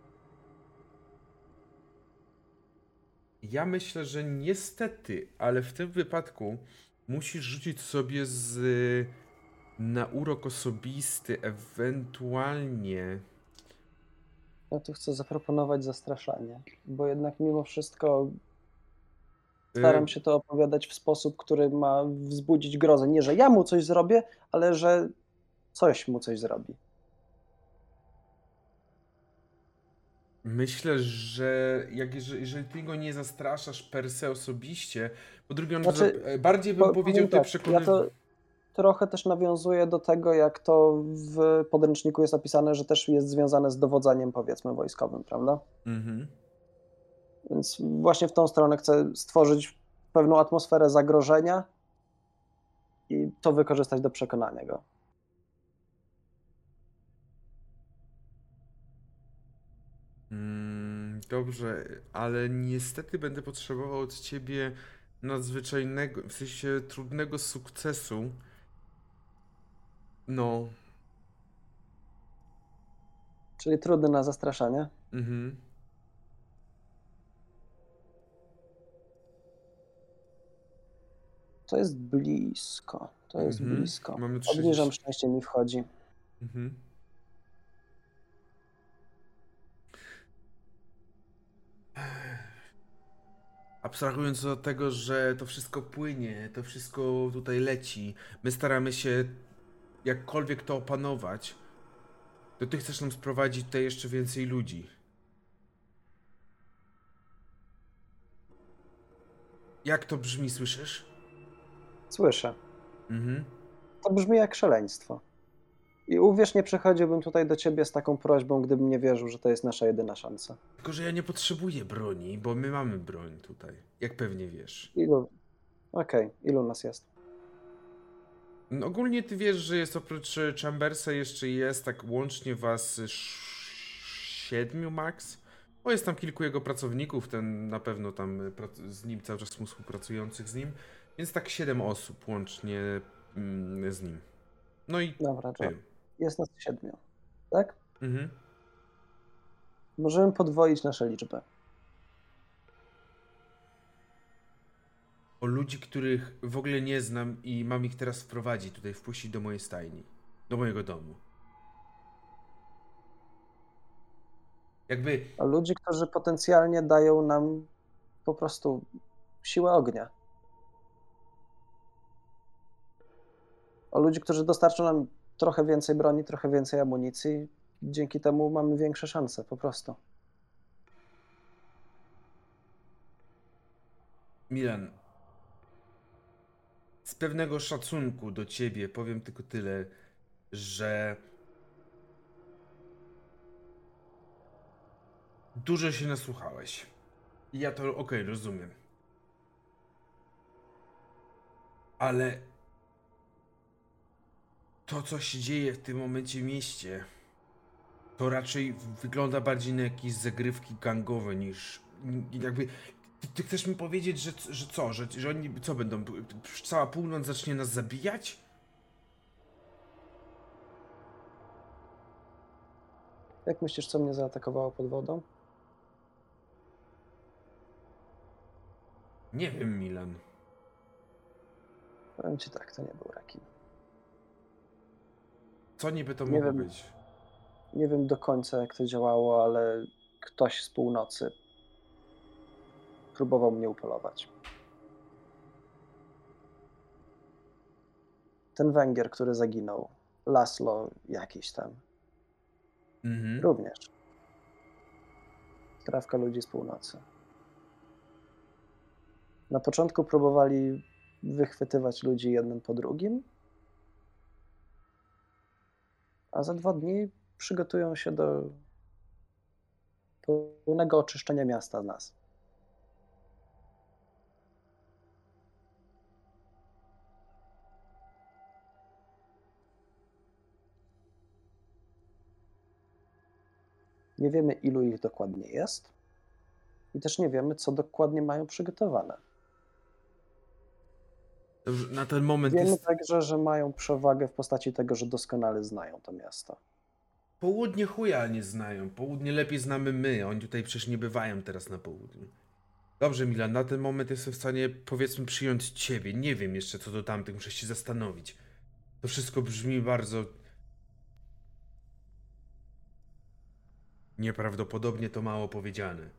Ja myślę, że niestety, ale w tym wypadku musisz rzucić sobie z na urok osobisty, ewentualnie. Ja tu chcę zaproponować zastraszanie, bo jednak mimo wszystko staram y, się to opowiadać w sposób, który ma wzbudzić grozę. Nie, że ja mu coś zrobię, ale że coś mu coś zrobi. Myślę, że jak, jeżeli, jeżeli ty go nie zastraszasz per se osobiście, po drugie on Znaczy, za- bardziej bym Po- powiedział powiem te tak, ja to trochę też nawiązuję do tego, jak to w podręczniku jest opisane, że też jest związane z dowodzeniem, powiedzmy, wojskowym, prawda? Mhm. Więc właśnie w tą stronę chcę stworzyć pewną atmosferę zagrożenia i to wykorzystać do przekonania go. Mm, dobrze, ale niestety będę potrzebował od ciebie nadzwyczajnego, w sensie trudnego sukcesu. No. Czyli trudny na zastraszanie. Mhm. To jest blisko. To jest Mhm. blisko. Mamy Obniżam trzydzieści. szczęście, mi wchodzi. Mhm. Abstrahując od tego, że to wszystko płynie, to wszystko tutaj leci, my staramy się jakkolwiek to opanować, to ty chcesz nam sprowadzić tutaj jeszcze więcej ludzi. Jak to brzmi, słyszysz? Słyszę. Mhm. To brzmi jak szaleństwo. I uwierz, nie przychodziłbym tutaj do ciebie z taką prośbą, gdybym nie wierzył, że to jest nasza jedyna szansa. Tylko, że ja nie potrzebuję broni, bo my mamy broń tutaj, jak pewnie wiesz. Ilu? Okej, ilu nas jest? No, ogólnie ty wiesz, że jest oprócz e, Chambersa jeszcze jest tak łącznie was sz- siedmiu max. Bo jest tam kilku jego pracowników, ten na pewno tam e, prac- z nim cały czas współpracujących z nim. Więc tak siedem osób łącznie mm, z nim. No i Dobra, John. ty. Jest nas siedmiu. Tak? Mhm. Możemy podwoić nasze liczby. O ludzi, których w ogóle nie znam i mam ich teraz wprowadzić tutaj, wpuścić do mojej stajni. Do mojego domu. Jakby A ludzi, którzy potencjalnie dają nam po prostu siłę ognia. O ludzi, którzy dostarczą nam trochę więcej broni, trochę więcej amunicji. Dzięki temu mamy większe szanse, po prostu. Milan, z pewnego szacunku do ciebie powiem tylko tyle, że dużo się nasłuchałeś. I ja to okej, rozumiem. Ale to, co się dzieje w tym momencie w mieście, to raczej wygląda bardziej na jakieś zagrywki gangowe niż jakby. Ty, ty chcesz mi powiedzieć, że, że co, że, że oni co będą? Cała północ zacznie nas zabijać? Jak myślisz, co mnie zaatakowało pod wodą? Nie wiem, Milan. Powiem ci tak, to nie był rekin. Co niby to Nie mogło wiem. być? Nie wiem do końca, jak to działało, ale ktoś z północy próbował mnie upolować. Ten Węgier, który zaginął, Laszlo jakiś tam, Mhm. również. Trawka ludzi z północy. Na początku próbowali wychwytywać ludzi jeden po drugim, a za dwa dni przygotują się do pełnego oczyszczenia miasta z nas. Nie wiemy, ilu ich dokładnie jest i też nie wiemy, co dokładnie mają przygotowane. Dobrze, na ten moment Wiemy jest także, że mają przewagę w postaci tego, że doskonale znają to miasto. południe chuja nie znają. Południe lepiej znamy my. Oni tutaj przecież nie bywają teraz na południu. Dobrze, Milan, na ten moment jestem w stanie, powiedzmy, przyjąć ciebie. Nie wiem jeszcze co do tamtych, muszę się zastanowić. To wszystko brzmi bardzo nieprawdopodobnie, to mało powiedziane.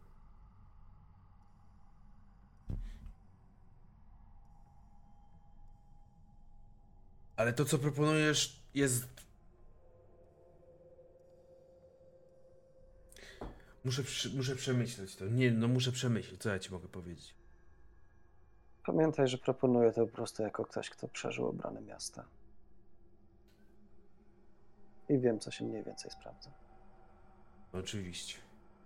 Ale to, co proponujesz, jest... Muszę, przy, muszę przemyśleć to. Nie, no muszę przemyśleć, co ja ci mogę powiedzieć. Pamiętaj, że proponuję to po prostu jako ktoś, kto przeżył obrany miasta. I wiem, co się mniej więcej sprawdza. Oczywiście.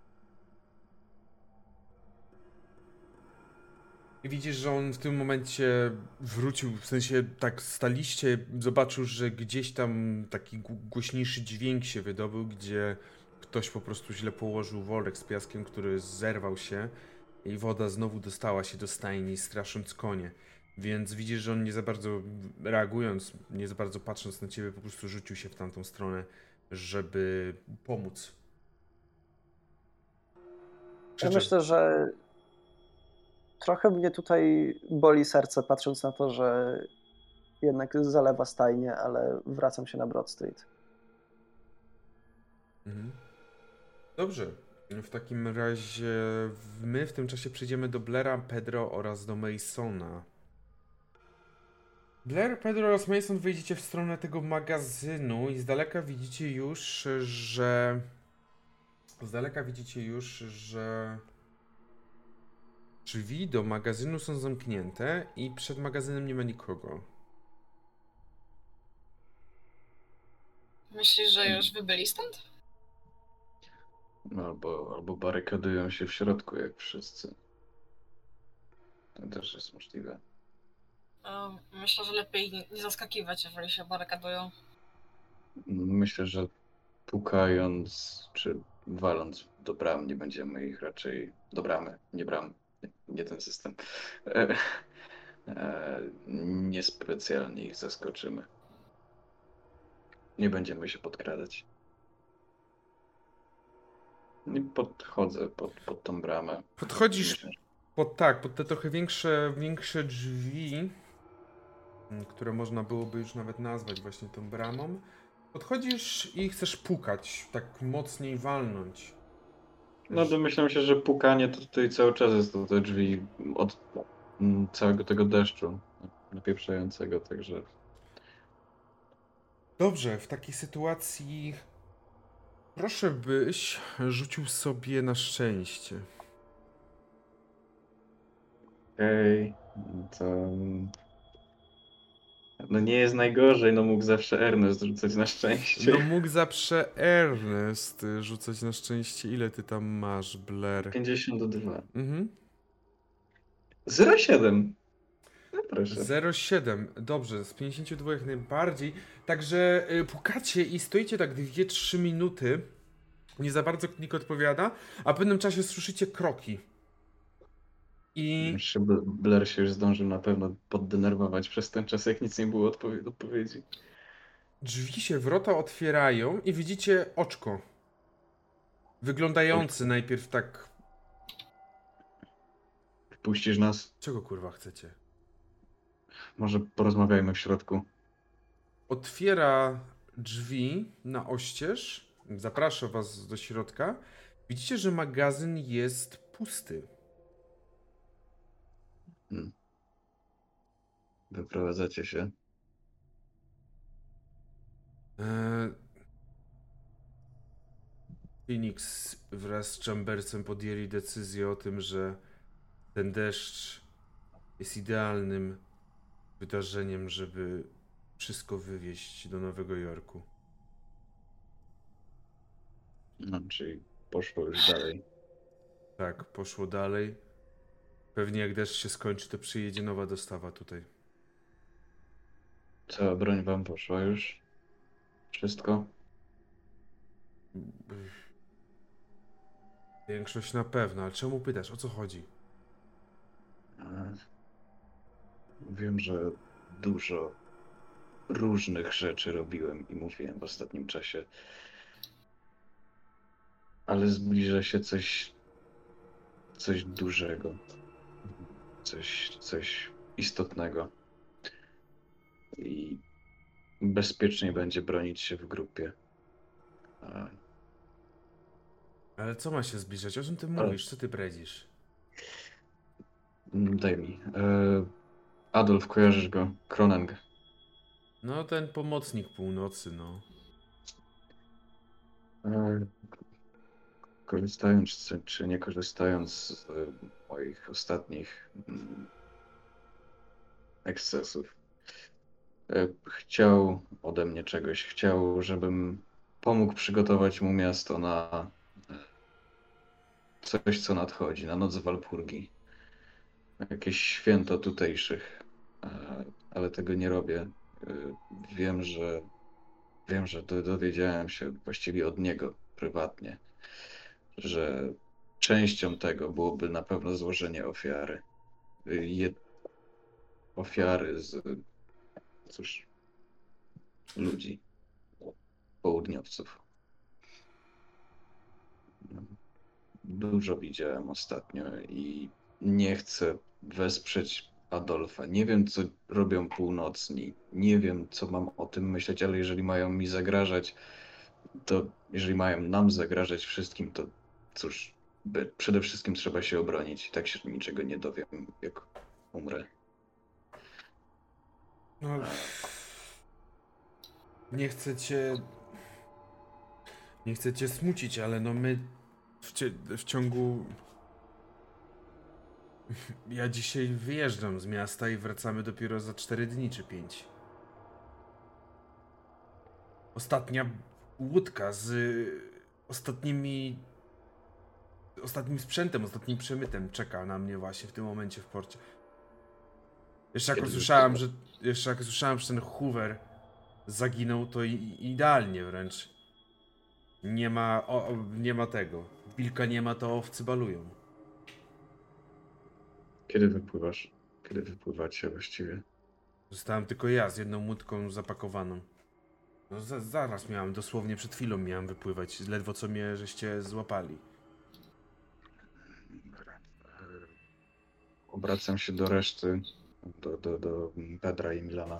I widzisz, że on w tym momencie wrócił, w sensie tak staliście, zobaczył, że gdzieś tam taki głośniejszy dźwięk się wydobył, gdzie ktoś po prostu źle położył worek z piaskiem, który zerwał się i woda znowu dostała się do stajni, strasząc konie. Więc widzisz, że on nie za bardzo reagując, nie za bardzo patrząc na ciebie, po prostu rzucił się w tamtą stronę, żeby pomóc. Ja Krzyczę, myślę, że trochę mnie tutaj boli serce, patrząc na to, że jednak zalewa stajnię, ale wracam się na Broad Street. Mhm. Dobrze. W takim razie my w tym czasie przejdziemy do Blaira, Pedro oraz do Masona. Blair, Pedro oraz Mason wyjdziecie w stronę tego magazynu i z daleka widzicie już, że... Z daleka widzicie już, że... Drzwi do magazynu są zamknięte i przed magazynem nie ma nikogo. Myślisz, że już wybyli stąd? No, albo, albo barykadują się w środku, jak wszyscy. To też jest możliwe. Um, Myślę, że lepiej nie- nie zaskakiwać, jeżeli się barykadują. Myślę, że pukając czy waląc do bram nie będziemy ich raczej... Do bramy, nie bram, nie, nie ten system. E, e, niespecjalnie ich zaskoczymy. Nie będziemy się podkradać. I podchodzę pod, pod tą bramę. Podchodzisz Myślę, że pod, tak, pod te trochę większe, większe drzwi, m, które można byłoby już nawet nazwać właśnie tą bramą. Podchodzisz i chcesz pukać, tak mocniej walnąć. No domyślam się, że pukanie to tutaj cały czas jest do te drzwi od mm, całego tego deszczu napieprzającego, także Dobrze, w takiej sytuacji proszę byś rzucił sobie na szczęście. okej, to no nie jest najgorzej, no mógł zawsze Ernest rzucać na szczęście. No mógł zawsze Ernest rzucać na szczęście. Ile ty tam masz, Blair? pięćdziesiąt dwa. Mhm. zero siedem. No proszę. zero siedem. Dobrze, z pięćdziesięciu dwóch jak najbardziej. Także y, pukacie i stoicie tak dwie trzy minuty. Nie za bardzo nikt odpowiada, a w pewnym czasie słyszycie kroki. I Jeszcze Bl- Blair się już zdążył na pewno poddenerwować przez ten czas, jak nic nie było odpowie- odpowiedzi. drzwi się, wrota otwierają i widzicie oczko. Wyglądający najpierw tak... Wpuścisz nas? Czego kurwa chcecie? Może porozmawiajmy w środku. Otwiera drzwi na oścież, zaprasza was do środka. Widzicie, że magazyn jest pusty. Hmm. Wyprowadzacie się. Eee... Phoenix wraz z Chambersem podjęli decyzję o tym, że ten deszcz jest idealnym wydarzeniem, żeby wszystko wywieźć do Nowego Jorku. No, czyli poszło już dalej. Tak, poszło dalej. Pewnie jak deszcz się skończy, to przyjedzie nowa dostawa tutaj. Cała broń wam poszła już? Wszystko? Większość na pewno, ale czemu pytasz? O co chodzi? E, Wiem, że dużo różnych rzeczy robiłem i mówiłem w ostatnim czasie. Ale zbliża się coś, coś dużego. Coś, coś istotnego. I bezpieczniej będzie bronić się w grupie. E, Ale co ma się zbliżać? O czym ty Ale- mówisz? Co ty bredzisz? mm, Daj mi. E, Adolf, kojarzysz go? Kroneng. No, ten pomocnik północy, no. E, korzystając czy, czy nie korzystając z e, moich ostatnich mm, ekscesów, e, chciał ode mnie czegoś. Chciał, żebym pomógł przygotować mu miasto na e, coś, co nadchodzi, na noc Walpurgi. Na jakieś święto tutejszych. E, ale tego nie robię. E, wiem, że wiem, że do- dowiedziałem się właściwie od niego prywatnie, że częścią tego byłoby na pewno złożenie ofiary. Y, Je, ofiary z, cóż, ludzi, południowców. Dużo widziałem ostatnio i nie chcę wesprzeć Adolfa. Nie wiem, co robią północni. Nie wiem, co mam o tym myśleć, ale jeżeli mają mi zagrażać, to jeżeli mają nam zagrażać wszystkim, to cóż, by- przede wszystkim trzeba się obronić. I tak się niczego nie dowiem, jak umrę. No, nie chcę cię... Nie chcę cię smucić, ale no my w, cie, w ciągu... Ja dzisiaj wyjeżdżam z miasta i wracamy dopiero za cztery dni czy pięć. Ostatnia łódka z ostatnimi... Ostatnim sprzętem, ostatnim przemytem czeka na mnie właśnie w tym momencie w porcie. Jeszcze jak Kiedy usłyszałem, że... Jeszcze jak usłyszałem, że ten Hoover zaginął, to i, idealnie wręcz. Nie ma... O, nie ma tego. Wilka nie ma, to owcy balują. Kiedy wypływasz? Kiedy wypływacie właściwie? Zostałem tylko ja z jedną łódką zapakowaną. No za, zaraz miałem, dosłownie przed chwilą miałem wypływać. Ledwo co mnie żeście złapali. Obracam się do reszty, do, do, do Pedra i Milana.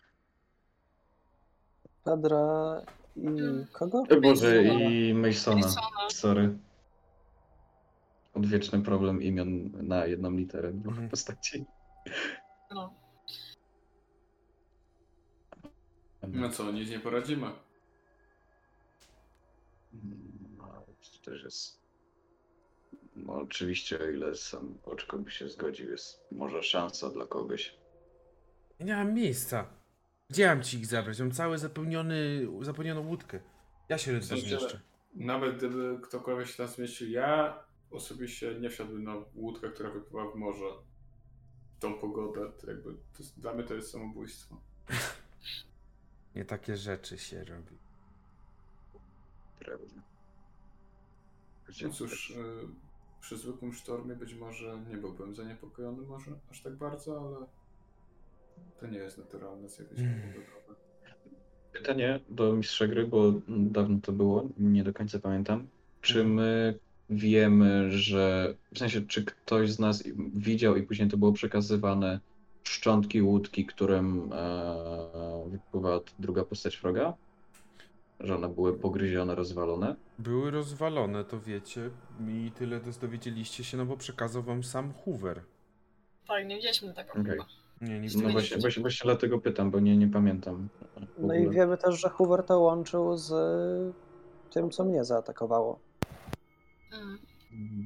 Pedra i kogo? E, Boże, i Masona. Masona. Sorry. Odwieczny problem imion na jedną literę w Mhm. postaci. No. No co, nic nie poradzimy. No, to też jest... No, oczywiście, o ile sam oczko by się zgodził, jest może szansa dla kogoś. Ja nie mam miejsca. Gdzie mam ci ich zabrać? Mam cały zapełniony, zapełnioną łódkę. Ja się ledwo sensie- zmieszczę. Nawet gdyby ktokolwiek się tam zmieścił, ja osobiście nie wsiadłbym na łódkę, która wypływa w morze. W tą pogodę, to jakby, to jest, dla mnie to jest samobójstwo. Nie takie rzeczy się robi. Prawda. No cóż, y, przy zwykłym sztormie być może nie byłbym zaniepokojony może aż tak bardzo, ale to nie jest naturalne zjawisko Mm. pogodowe. Pytanie do mistrza gry, bo dawno to było, nie do końca pamiętam. Czy my wiemy, że... W sensie, czy ktoś z nas widział i później to było przekazywane szczątki łódki, którym e, wypływa druga postać wroga? Że one były pogryzione, rozwalone? Były rozwalone, to wiecie. I tyle też dowiedzieliście się, no bo przekazał wam sam Hoover. Tak, nie widzieliśmy tego Okej. chyba. Nie, nic No nie właśnie, wiecie. właśnie, właśnie dlatego pytam, bo nie, nie pamiętam. w No i ogóle. wiemy też, że Hoover to łączył z y, tym, co mnie zaatakowało. Mm, Mhm.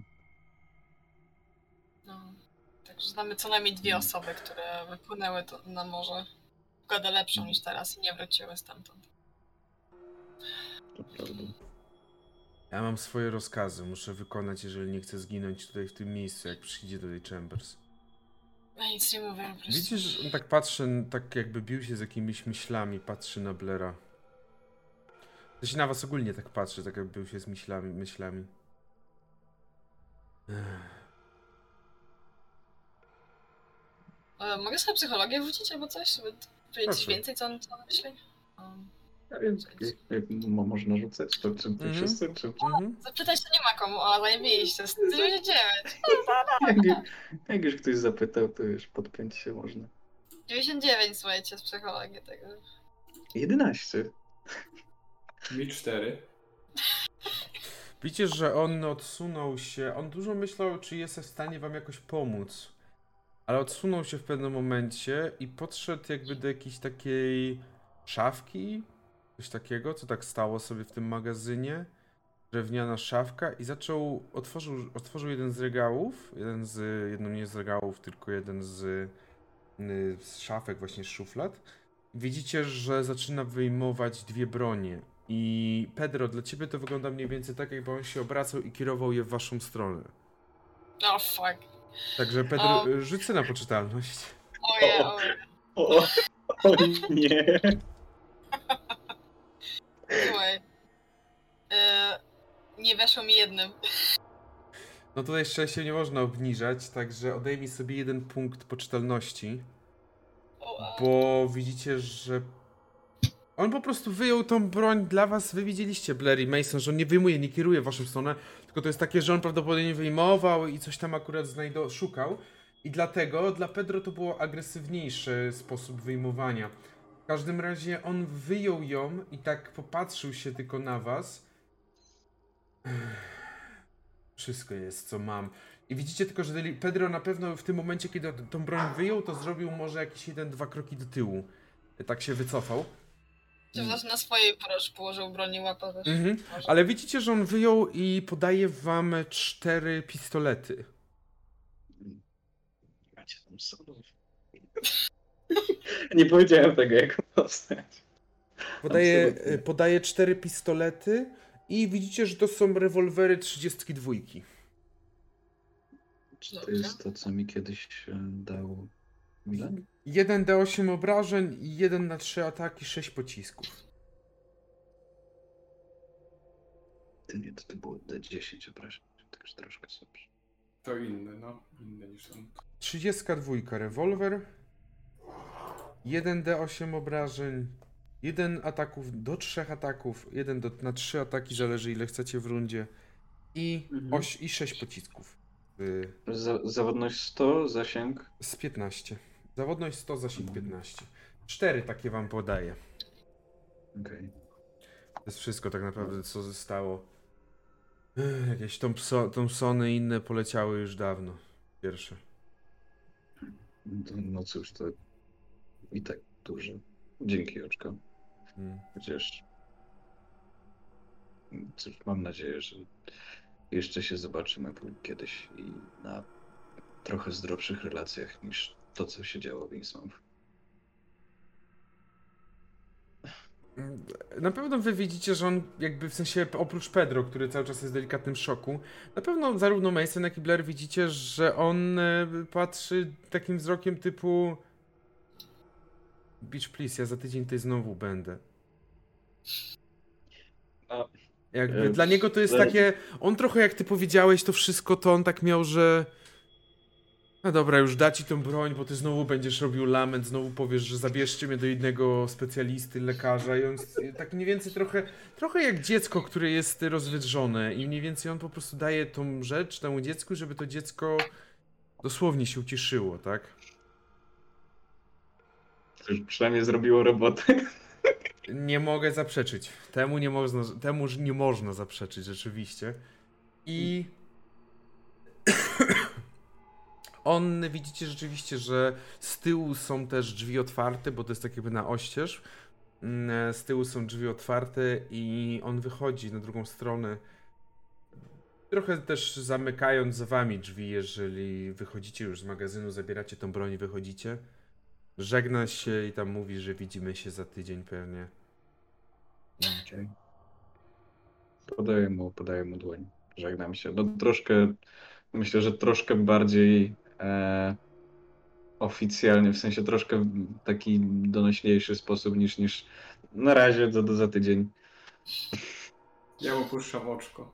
no. Także znamy co najmniej dwie osoby, które wypłynęły do, na morze. Pogodę lepszą niż teraz i nie wróciły stamtąd. To prawda. Ja mam swoje rozkazy, muszę wykonać, jeżeli nie chcę zginąć tutaj w tym miejscu, jak przyjdzie tutaj Chambers. Ja nic nie mówię, po prostu. Widzisz, on tak patrzy, tak jakby bił się z jakimiś myślami, patrzy na Blaira. To się na was ogólnie tak patrzy, tak jakby bił się z myślami. myślami. Ech. E, mogę sobie psychologię wrzucić albo coś, żeby powiedzieć coś Proszę. więcej, co on, co on myśli? Um, Ja wiem, jak, jak mo- można rzucać, to czy, czy Mhm. wszyscy, czy... Mhm. zapytać to nie ma komu, a zajebiście, to jest dziewięćdziesiąt dziewięć. Jak, jak już ktoś zapytał, to już podpiąć się można. dziewięćdziesiąt dziewięć, słuchajcie, z psychologii tego. jedenaście. Mi cztery. Widzicie, że on odsunął się, on dużo myślał, czy jest w stanie wam jakoś pomóc. Ale odsunął się w pewnym momencie i podszedł jakby do jakiejś takiej szafki, coś takiego, co tak stało sobie w tym magazynie. drewniana szafka i zaczął, otworzył, otworzył jeden z regałów, jeden z, jedno nie z regałów, tylko jeden z, y, z szafek, właśnie z szuflad. Widzicie, że zaczyna wyjmować dwie bronie. I Pedro, dla ciebie to wygląda mniej więcej tak, jakby on się obracał i kierował je w waszą stronę. Oh fuck. Także Pedro, O. y, rzuć sobie na poczytalność. Oje, oje. O, o nie. Słuchaj. E, nie weszło mi jednym. No tutaj szczęście nie można obniżać, także odejmij sobie jeden punkt poczytalności. O, Bo widzicie, że on po prostu wyjął tą broń dla was. Wy widzieliście, Blair i Mason, że on nie wyjmuje, nie kieruje w waszą stronę, tylko to jest takie, że on prawdopodobnie wyjmował i coś tam akurat znajdo- szukał. I dlatego dla Pedro to było agresywniejszy sposób wyjmowania. W każdym razie on wyjął ją i tak popatrzył się tylko na was. Wszystko jest, co mam. I widzicie tylko, że Pedro na pewno w tym momencie, kiedy tą broń wyjął, to zrobił może jakieś jeden, dwa kroki do tyłu. Tak się wycofał. czy też na swojej prosz położył broni łapę też. Mhm. Może. Ale widzicie, że on wyjął i podaje wam cztery pistolety. Macie tam sodów. Nie powiedziałem tego jako postać. Podaje, Absolutnie. podaje cztery pistolety i widzicie, że to są rewolwery trzydziestki dwójki. Czy to jest to, co mi kiedyś e, dał Milan? jeden D osiem obrażeń, jeden na trzy ataki, sześć pocisków. Ty nie, to, to było D dziesięć obrażeń. Także troszkę słabsze. To inne, no. Inne niż on. trzydziestka dwójka rewolwer, jeden D osiem obrażeń, jeden ataków do trzech ataków, jeden do, na trzy ataki, zależy ile chcecie w rundzie i, Mhm. oś, i sześć pocisków. Y, Za, zawodność sto, zasięg. z piętnaście. Zawodność sto, zasięg piętnaście. cztery takie wam podaję. Okej. To jest wszystko tak naprawdę, co zostało. Ech, Jakieś Thompso- Thompsony i inne poleciały już dawno. Pierwsze. No, no cóż, to i tak dużo. Dzięki, oczko. Mm. Chociaż cóż, mam nadzieję, że jeszcze się zobaczymy kiedyś i na trochę zdrowszych relacjach niż to, co się działo w Innsmouth. Na pewno wy widzicie, że on jakby w sensie oprócz Pedro, który cały czas jest w delikatnym szoku, na pewno zarówno Mason, jak i Blair widzicie, że on e, patrzy takim wzrokiem typu Bitch please, ja za tydzień tutaj znowu będę. No, Jakby e, dla niego to jest ale- takie, on trochę jak ty powiedziałeś to wszystko, to on tak miał, że no dobra, już da ci tą broń, bo ty znowu będziesz robił lament, znowu powiesz, że zabierzcie mnie do innego specjalisty, lekarza i on jest tak mniej więcej trochę, trochę jak dziecko, które jest rozwydrzone i mniej więcej on po prostu daje tą rzecz temu dziecku, żeby to dziecko dosłownie się uciszyło, tak? to już przynajmniej zrobiło robotę. Nie mogę zaprzeczyć. Temu nie można, temu nie można zaprzeczyć rzeczywiście. I on, widzicie rzeczywiście, że z tyłu są też drzwi otwarte, bo to jest tak jakby na oścież. Mm, Z tyłu są drzwi otwarte i on wychodzi na drugą stronę. Trochę też zamykając za wami drzwi, jeżeli wychodzicie już z magazynu, zabieracie tą broń i wychodzicie. Żegna się i tam mówi, że widzimy się za tydzień pewnie. Okay. Podaję mu, podaję mu dłoń. Żegnam się. No troszkę, myślę, że troszkę bardziej e, oficjalnie, w sensie troszkę w taki donośniejszy sposób niż, niż na razie, do, do za tydzień. Ja mu puszczam oczko.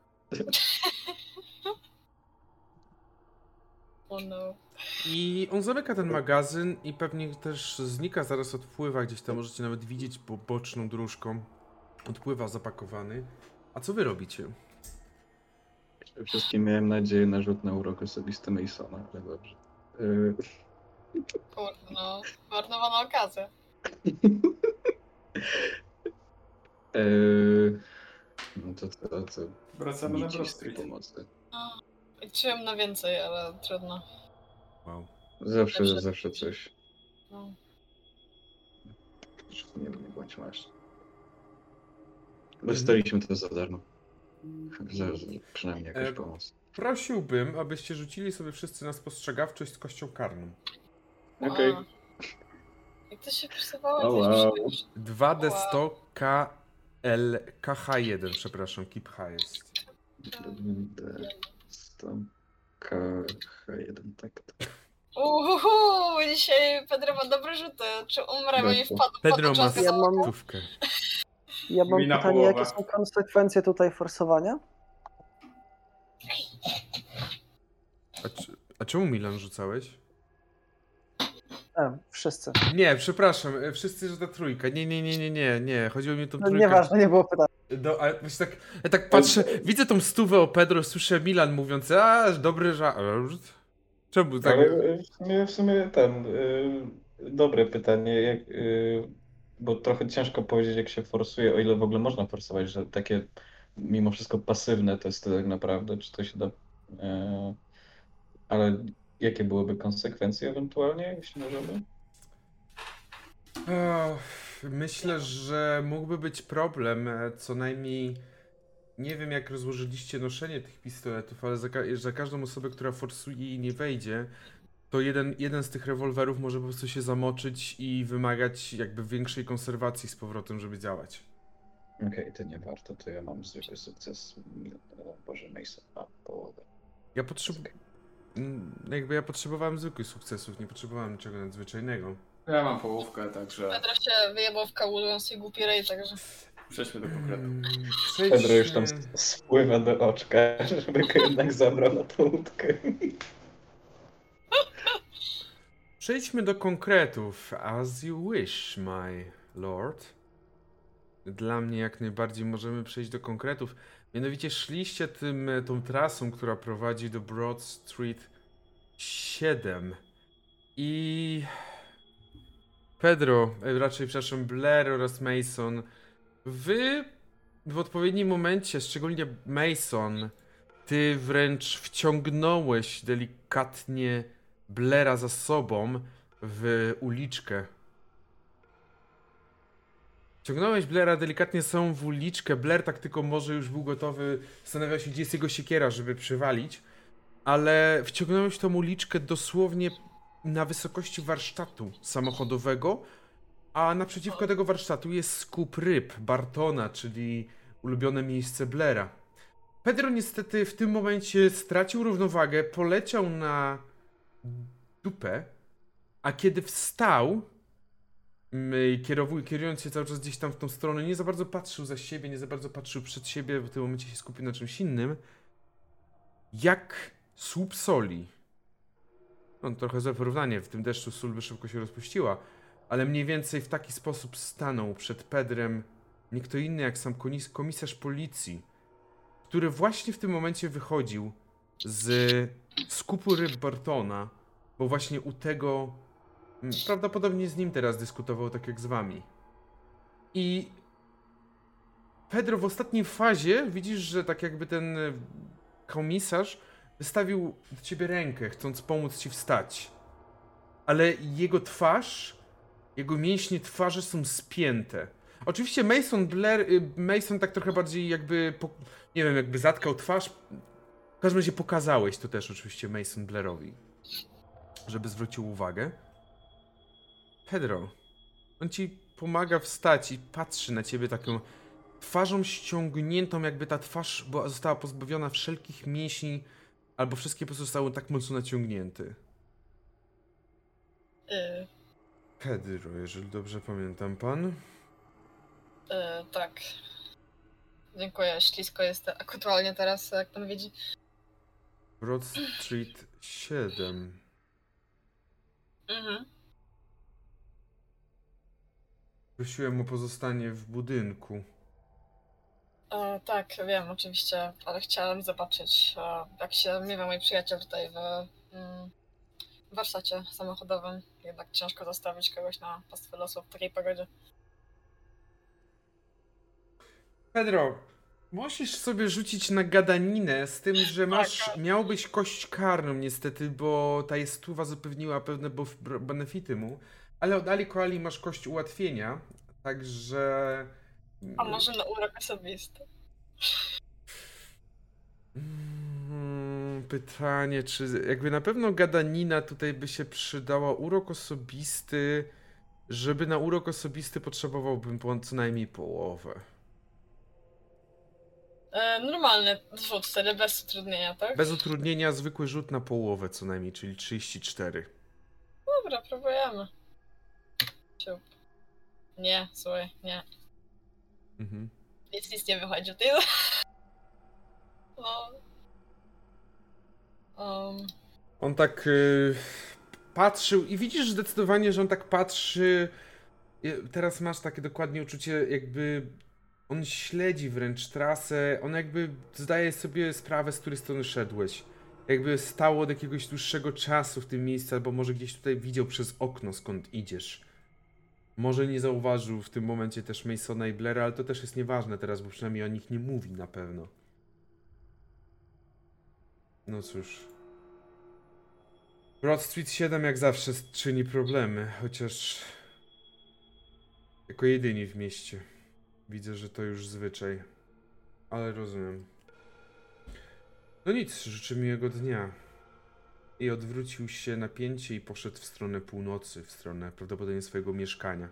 Oh no. I on zamyka ten magazyn i pewnie też znika, zaraz odpływa gdzieś tam, możecie nawet widzieć po boczną dróżką. Odpływa zapakowany. A co wy robicie? Przede wszystkim miałem nadzieję na rzut na urok osobisty Masona, ale dobrze. Y, Kurde, no. Marnowana okazja. y, no to co, co? Wracamy na Nic Broad z tej Street. pomocy. Liczyłem na więcej, ale trudno. Wow. Zawsze, Lepsze. zawsze coś. No. Nie, nie bądź masz. Dostaliśmy to za darmo. Za- za- Przynajmniej jakaś E, pomoc. Prosiłbym, abyście rzucili sobie wszyscy na spostrzegawczość z kością karną. Okej. A. Jak to się pisało? O, wow. dwa d sto K L K H jeden, przepraszam, keep highest. sto K H jeden, tak. tak. Uhuhu, dzisiaj Pedro ma dobre rzuty. Czy umrę, bo nie Brawo. wpadł Pedro pod ma oczonkę Ja za mam- stówkę. Ja mam Mi na pytanie, jakie połowę. są konsekwencje tutaj forsowania? A, czy, a czemu Milan rzucałeś? E, wszyscy. Nie, przepraszam, e, wszyscy, że ta trójka. Nie, nie, nie, nie, nie, nie. Chodziło mi o tą No trójkę. nieważne, nie było pytania. No, ale właśnie tak, ja tak patrzę, widzę tą stówę o Pedro, słyszę Milan mówiąc, a dobry żart. Czemu tak? Ale y, w sumie, w sumie ten, y, dobre pytanie, jak, y, bo trochę ciężko powiedzieć, jak się forsuje, o ile w ogóle można forsować, że takie mimo wszystko pasywne testy tak naprawdę, czy to się da, y, ale jakie byłyby konsekwencje ewentualnie, jeśli możemy? O, myślę, że mógłby być problem, e, co najmniej nie wiem jak rozłożyliście noszenie tych pistoletów, ale za, ka za każdą osobę, która forsuje i nie wejdzie, to jeden, jeden z tych rewolwerów może po prostu się zamoczyć i wymagać jakby większej konserwacji z powrotem, żeby działać. Okej, to nie warto, to ja mam zwykły sukces, o Boże, Mason ma połowę. Ja potrzebuję... Jakby ja potrzebowałem zwykłych sukcesów, nie potrzebowałem niczego nadzwyczajnego. Ja mam połówkę, także Pedro się wyjebał w kałużę z głupi rej, także... przejdźmy do konkretu. Mm, Pedro już tam przejdźmy- spływa do oczka, żeby go jednak zabrał na tą łódkę. Przejdźmy do konkretów. As you wish, my lord. Dla mnie jak najbardziej możemy przejść do konkretów. Mianowicie szliście tym, tą trasą, która prowadzi do Broad Street siedem. I... Pedro, e, raczej przepraszam, Blair oraz Mason. Wy w odpowiednim momencie, szczególnie Mason, ty wręcz wciągnąłeś delikatnie Blaira za sobą w uliczkę. Wciągnąłeś Blaira delikatnie za sobą w uliczkę. Blair tak tylko może już był gotowy, zastanawiał się, gdzie jest jego siekiera, żeby przywalić. Ale wciągnąłeś tą uliczkę dosłownie na wysokości warsztatu samochodowego, a naprzeciwko tego warsztatu jest skup ryb Bartona, czyli ulubione miejsce Blaira. Pedro niestety w tym momencie stracił równowagę, poleciał na dupę, a kiedy wstał, mm, kierowuj, kierując się cały czas gdzieś tam w tą stronę, nie za bardzo patrzył za siebie, nie za bardzo patrzył przed siebie, w tym momencie się skupił na czymś innym, jak słup soli. No trochę za porównanie, w tym deszczu sól by szybko się rozpuściła, ale mniej więcej w taki sposób stanął przed Pedrem nie kto inny jak sam konis- komisarz policji, który właśnie w tym momencie wychodził z skupu ryb Bartona, bo właśnie u tego mm, prawdopodobnie z nim teraz dyskutował, tak jak z wami. I Pedro w ostatniej fazie widzisz, że tak jakby ten e, komisarz wystawił do ciebie rękę, chcąc pomóc ci wstać. Ale jego twarz, jego mięśnie twarzy są spięte. Oczywiście Mason Blair, y, Mason tak trochę bardziej jakby, po, nie wiem, jakby zatkał twarz. W każdym razie pokazałeś to też oczywiście Mason Blairowi, żeby zwrócił uwagę. Pedro, on ci pomaga wstać i patrzy na ciebie taką twarzą ściągniętą, jakby ta twarz była, została pozbawiona wszelkich mięśni, albo wszystkie po prostu zostały tak mocno naciągnięte. Yy, Pedro, jeżeli dobrze pamiętam pan. yy, tak. Dziękuję, ślisko jest aktualnie teraz, jak pan widzi. Broad Street siedem. Mhm. Prosiłem o pozostanie w budynku. E, tak, wiem, oczywiście, ale chciałem zobaczyć, e, jak się miewa mój przyjaciel tutaj w mm, warsztacie samochodowym. Jednak ciężko zostawić kogoś na pastwę losu w takiej pogodzie. Pedro, musisz sobie rzucić na gadaninę z tym, że masz, miałbyś kość karną niestety, bo ta jestuwa zapewniła pewne bof- benefity mu, ale od Ali Koali masz kość ułatwienia, także... A może na urok osobisty? pytanie, czy jakby na pewno gadanina tutaj by się przydała, urok osobisty, żeby na urok osobisty potrzebowałbym po- co najmniej połowę. E, normalny rzut wtedy, bez utrudnienia, tak? Bez utrudnienia zwykły rzut na połowę co najmniej, czyli trzydzieści cztery. Dobra, próbujemy. Siup. Nie, słuchaj, nie. Mhm. Nic, nic nie wychodzi. Ty... No. Um, On tak y, patrzył i widzisz zdecydowanie, że on tak patrzy. y, Teraz masz takie dokładnie uczucie, jakby on śledzi wręcz trasę, on jakby zdaje sobie sprawę, z której strony szedłeś. Jakby stał od jakiegoś dłuższego czasu w tym miejscu, albo może gdzieś tutaj widział przez okno, skąd idziesz. Może nie zauważył w tym momencie też Masona i Blaira, ale to też jest nieważne teraz, bo przynajmniej o nich nie mówi na pewno. No cóż. Broad Street siedem jak zawsze czyni problemy, chociaż jako jedyni w mieście. Widzę, że to już zwyczaj, ale rozumiem. No nic, życzę miłego dnia. I odwrócił się napięcie i poszedł w stronę północy, w stronę prawdopodobnie swojego mieszkania.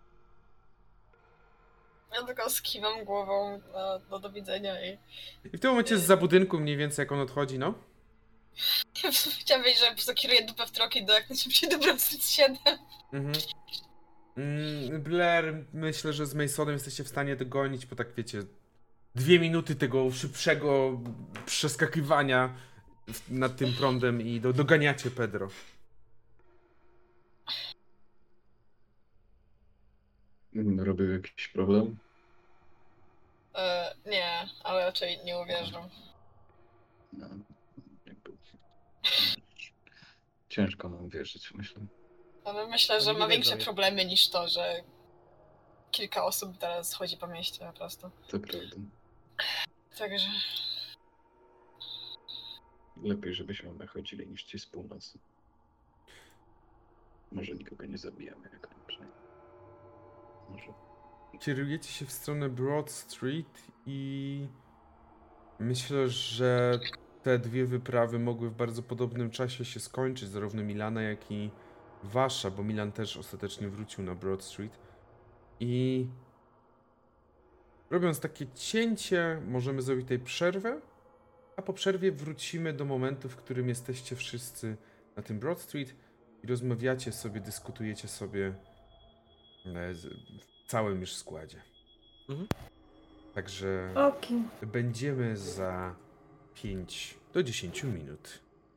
ja tylko skiwam głową no, no, do widzenia i... I w tym momencie zza budynku mniej więcej jak on odchodzi, no? Chciałam wiedzieć, że po prostu kieruję dupę w troki do jak najszybciej do Broad Street siedem. Mhm. Mm, Blair, myślę, że z Masonem jesteście w stanie dogonić, bo tak wiecie, dwie minuty tego szybszego przeskakiwania w- nad tym prądem i do, doganiacie Pedro. Robił jakiś problem? E, nie, ale raczej nie uwierzę. No, jakby... Ciężko nam wierzyć, myślę. Ale myślę, że Nie ma wiedzą, większe jak- problemy niż to, że kilka osób teraz chodzi po mieście po prostu. To prawda. Także... Lepiej, żebyśmy my chodzili niż ci z północy. Może nikogo nie zabijamy, jak najprzynajmniej. Może. Kierujecie się w stronę Broad Street i myślę, że te dwie wyprawy mogły w bardzo podobnym czasie się skończyć, zarówno Milana, jak i wasza, bo Milan też ostatecznie wrócił na Broad Street. I robiąc takie cięcie, możemy zrobić tutaj przerwę, a po przerwie wrócimy do momentu, w którym jesteście wszyscy na tym Broad Street i rozmawiacie sobie, dyskutujecie sobie e, z- w całym już składzie. Mhm. Także Okej. będziemy za pięć do dziesięciu minut.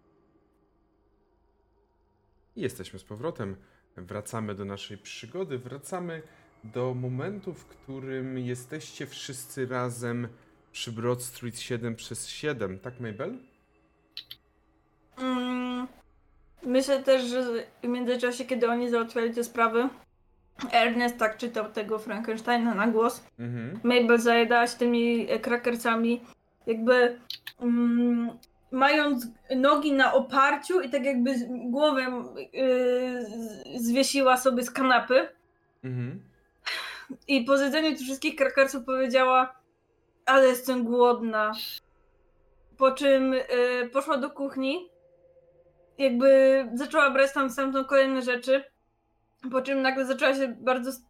I jesteśmy z powrotem. Wracamy do naszej przygody. Wracamy do momentu, w którym jesteście wszyscy razem przy Broad Street siedem przez siedem. Tak, Mabel? Mm, myślę też, że w międzyczasie, kiedy oni załatwiali te sprawy, Ernest tak czytał tego Frankensteina na głos. Mhm. Mabel zajadała się tymi e, krakersami, jakby mm, mając nogi na oparciu i tak jakby z- głowę yy, z- zwiesiła sobie z kanapy Mhm. i po zjedzeniu tych wszystkich krakersów powiedziała: ale jestem głodna. Po czym yy, poszła do kuchni, jakby zaczęła brać tam stamtąd kolejne rzeczy, po czym nagle zaczęła się bardzo s-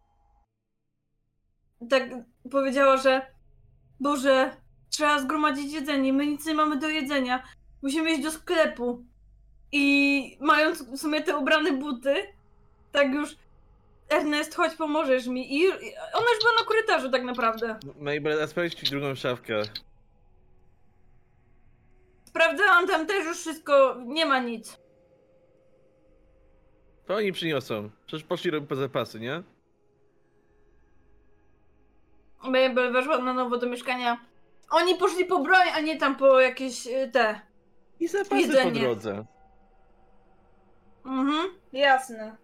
tak powiedziała, że Boże, trzeba zgromadzić jedzenie, my nic nie mamy do jedzenia, musimy iść do sklepu. I mając w sumie te ubrane buty, tak już Ernest, chodź, pomożesz mi. I ona już była na korytarzu tak naprawdę. Mabel, a sprawdź ci drugą szafkę. Sprawdzałam tam też już wszystko, nie ma nic. To oni przyniosą. Przecież poszli robić po zapasy, nie? Mabel weszła na nowo do mieszkania. Oni poszli po broń, a nie tam po jakieś y, te. I zapasy Jedzenie. po drodze. Mhm, jasne.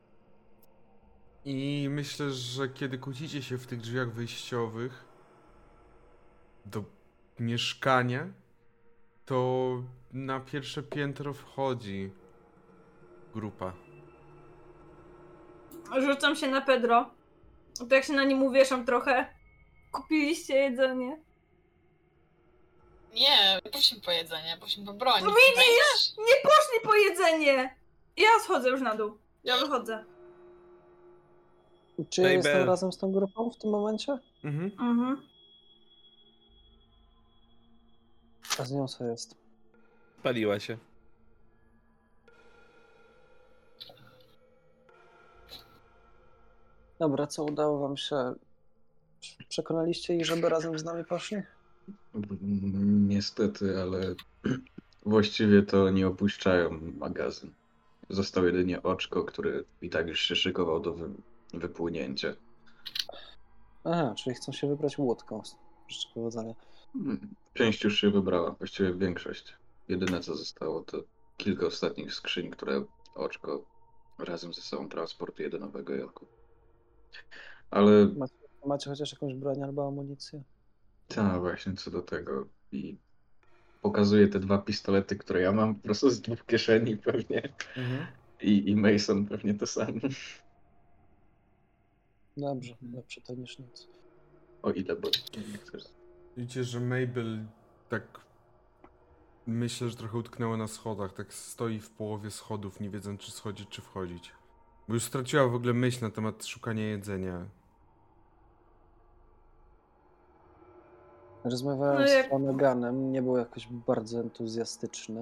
I myślę, że kiedy kłócicie się w tych drzwiach wyjściowych do mieszkania, to na pierwsze piętro wchodzi grupa. Rzucam się na Pedro. To jak się na nim uwieszam trochę. Kupiliście jedzenie? Nie, prosimy po jedzenie, prosimy po broń. No widzisz? Nie poszli po jedzenie! Ja schodzę już na dół. Ja wychodzę. Czy ja Mabel. jestem razem z tą grupą w tym momencie? Mhm. Mhm. A z nią co jest? Paliła się. Dobra, co udało wam się? Przekonaliście ich, żeby razem z nami poszli? Niestety, ale właściwie to nie opuszczają magazyn. Został jedynie oczko, który i tak już się szykował do wy wypłynięcia. Aha, czyli chcą się wybrać łódką. Życzę powodzenia. Hmm, Część już się wybrała, właściwie większość. Jedyne co zostało to kilka ostatnich skrzyń, które oczko razem ze sobą transportuje do Nowego Jorku. Ale Macie, macie chociaż jakąś broń albo amunicję? tak, właśnie co do tego. I pokazuję te dwa pistolety, które ja mam po prostu z dwóch kieszeni pewnie. Mhm. I, i Mason pewnie to samo. Dobrze, lepsze to niż nic. O ile, bo nie chcesz. Widzicie, że Mabel tak myślę, że trochę utknęła na schodach, tak stoi w połowie schodów, nie wiedząc czy schodzić, czy wchodzić. Bo już straciła w ogóle myśl na temat szukania jedzenia. Rozmawiałem No z jak- Flanaгаnem, nie był jakoś bardzo entuzjastyczny.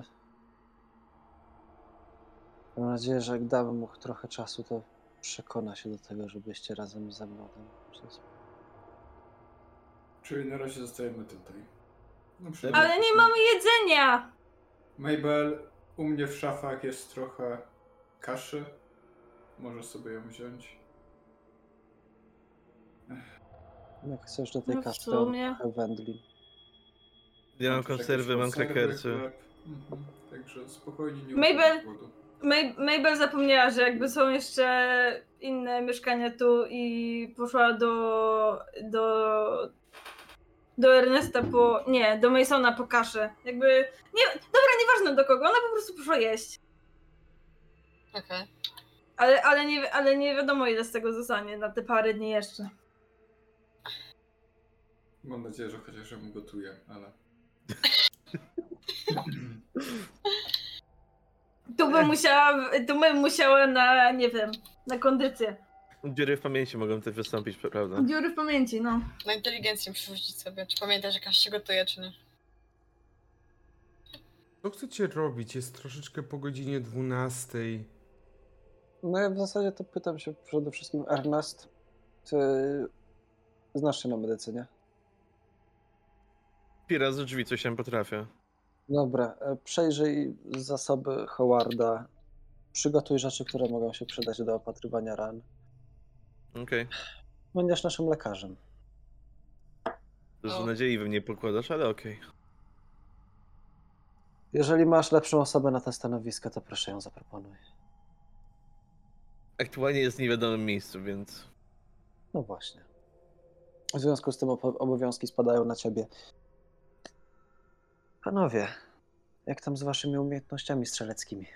Mam nadzieję, że jak damy mu trochę czasu, to przekona się do tego, żebyście razem ze mną tam przez... Czyli na razie zostajemy tutaj. No, Ale nie mamy jedzenia! Mabel, u mnie w szafach jest trochę kaszy. Możesz sobie ją wziąć. Jak chcesz do tej No w kaszy, to sumie. trochę wędlin. Ja mam Jakieś konserwy, mam konserwy, krakersy. chleb. Mhm. Także spokojnie, nie Mabel! umrę z głodu. Ma- Mabel zapomniała, że jakby są jeszcze inne mieszkania tu i poszła do... do... do Ernesta po... nie, do Masona po kaszę. Jakby... nie, dobra, nieważne do kogo, ona po prostu poszła jeść. Okej. Ale, ale, nie, ale nie wiadomo ile z tego zostanie na te parę dni jeszcze. Mam nadzieję, że chociaż ją gotuję, ale... Tu bym musiała, tu bym musiała na, nie wiem, na kondycję. Dziury w pamięci mogą też wystąpić, prawda? Dziury w pamięci, no. Na inteligencję przerzucić sobie. Czy pamiętasz, jak aż się gotuje, czy nie? Co chcecie robić? Jest troszeczkę po godzinie dwunastej. No ja w zasadzie to pytam się przede wszystkim, Ernest, ty znasz się na medycynie? Pira z drzwi, coś tam potrafię. Dobra, e, przejrzyj zasoby Howarda, przygotuj rzeczy, które mogą się przydać do opatrywania ran. Okej. Będziesz naszym lekarzem. Dużo O. nadziei we mnie pokładasz, ale okej. Jeżeli masz lepszą osobę na te stanowiska, to proszę ją zaproponuj. Aktualnie jest w niewiadomym miejscu, więc... No właśnie. W związku z tym opo- obowiązki spadają na ciebie. Panowie, jak tam z waszymi umiejętnościami strzeleckimi?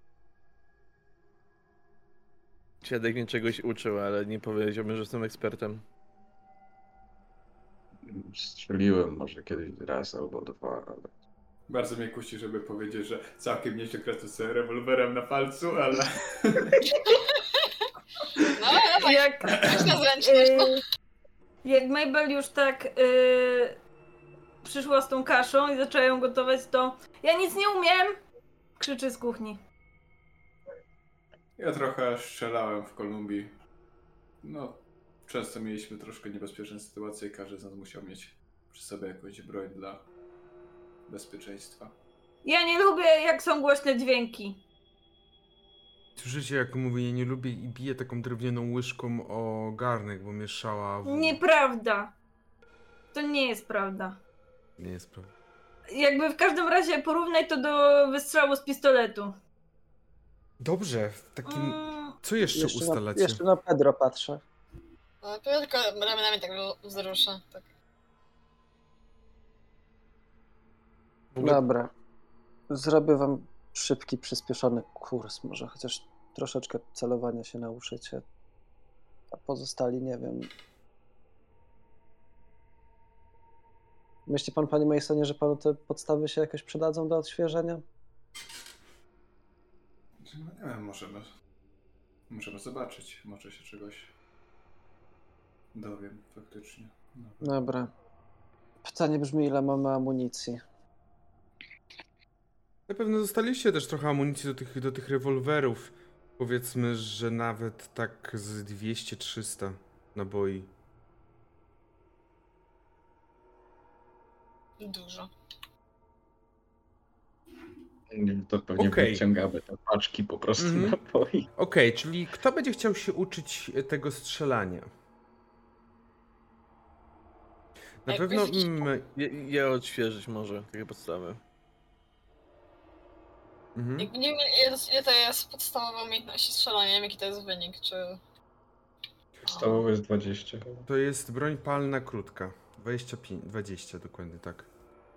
Świadek mnie czegoś uczył, ale nie powiedziałbym, że jestem ekspertem. Strzeliłem może kiedyś raz albo dwa, ale Bardzo mnie kusi, żeby powiedzieć, że całkiem nieźle kręcę sobie rewolwerem na palcu, ale... No, no tak. Jak, Już na zręczność, no. yy, jak Mabel już tak yy, przyszła z tą kaszą i zaczęła ją gotować, to ja nic nie umiem! Krzyczy z kuchni. Ja trochę strzelałem w Kolumbii. No, często mieliśmy troszkę niebezpieczne sytuacje i każdy z nas musiał mieć przy sobie jakąś broń dla bezpieczeństwa. Ja nie lubię, jak są głośne dźwięki. Słyszycie, jak mówi, ja nie lubię i bije taką drewnianą łyżką o garnek, bo mieszała w... Nieprawda. To nie jest prawda. Nie jest prawda. Jakby w każdym razie porównaj to do wystrzału z pistoletu. Dobrze, w takim... Mm, Co jeszcze, Jeszcze na, ustalacie? jeszcze na Pedro patrzę. No, to ja tylko ramionami tak wzruszę. Tak. W ogóle Dobra. Zrobię wam szybki, przyspieszony kurs. Może chociaż troszeczkę celowania się nauczycie. A pozostali, nie wiem. Myśli pan, panie Masonie, że panu te podstawy się jakoś przydadzą do odświeżenia? No nie wiem, możemy, możemy zobaczyć. Może się czegoś dowiem faktycznie. Nawet. Dobra. Pytanie brzmi, ile mamy amunicji? Na pewno dostaliście też trochę amunicji do tych, do tych rewolwerów. Powiedzmy, że nawet tak z dwieście trzysta naboi. Dużo. To pewnie Okej. wyciągamy te paczki po prostu Mhm. naboi. Okej, czyli kto będzie chciał się uczyć tego strzelania? Na Ej, pewno... jakiś- Mm, Je, je odświeżyć może, takie podstawy. mhm. Nie, nie wiem, ile, ile to jest podstawowa umiejętności strzelania, nie wiem jaki to jest wynik, czy... Podstawowe jest dwadzieścia chyba. To jest broń palna krótka. dwadzieścia pięć, dwadzieścia dokładnie tak.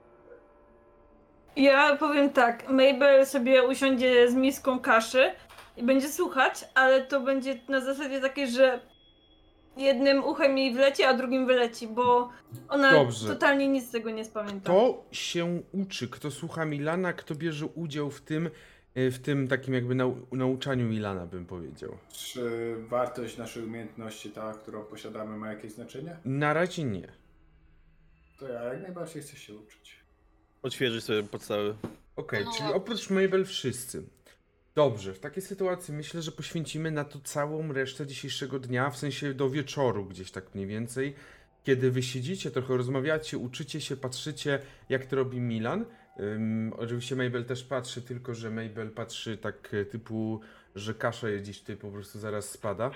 Ja powiem tak, Mabel sobie usiądzie z miską kaszy i będzie słuchać, ale to będzie na zasadzie takiej, że jednym uchem jej wleci, a drugim wyleci, bo ona Dobrze. totalnie nic z tego nie spamięta. Kto się uczy, kto słucha Milana, kto bierze udział w tym, e, w tym takim jakby nau nauczaniu Milana, bym powiedział. Czy wartość naszej umiejętności, ta, którą posiadamy, ma jakieś znaczenie? Na razie nie. To ja jak najbardziej chcę się uczyć. Odświeżyć sobie podstawy. Okej, No. czyli oprócz Mabel wszyscy. Dobrze, w takiej sytuacji myślę, że poświęcimy na to całą resztę dzisiejszego dnia, w sensie do wieczoru gdzieś tak mniej więcej, kiedy wy siedzicie, trochę rozmawiacie, uczycie się, patrzycie, jak to robi Milan. Ym, oczywiście Mabel też patrzy, tylko że Mabel patrzy tak e, typu, że kasza jest gdzieś tutaj po prostu zaraz spada.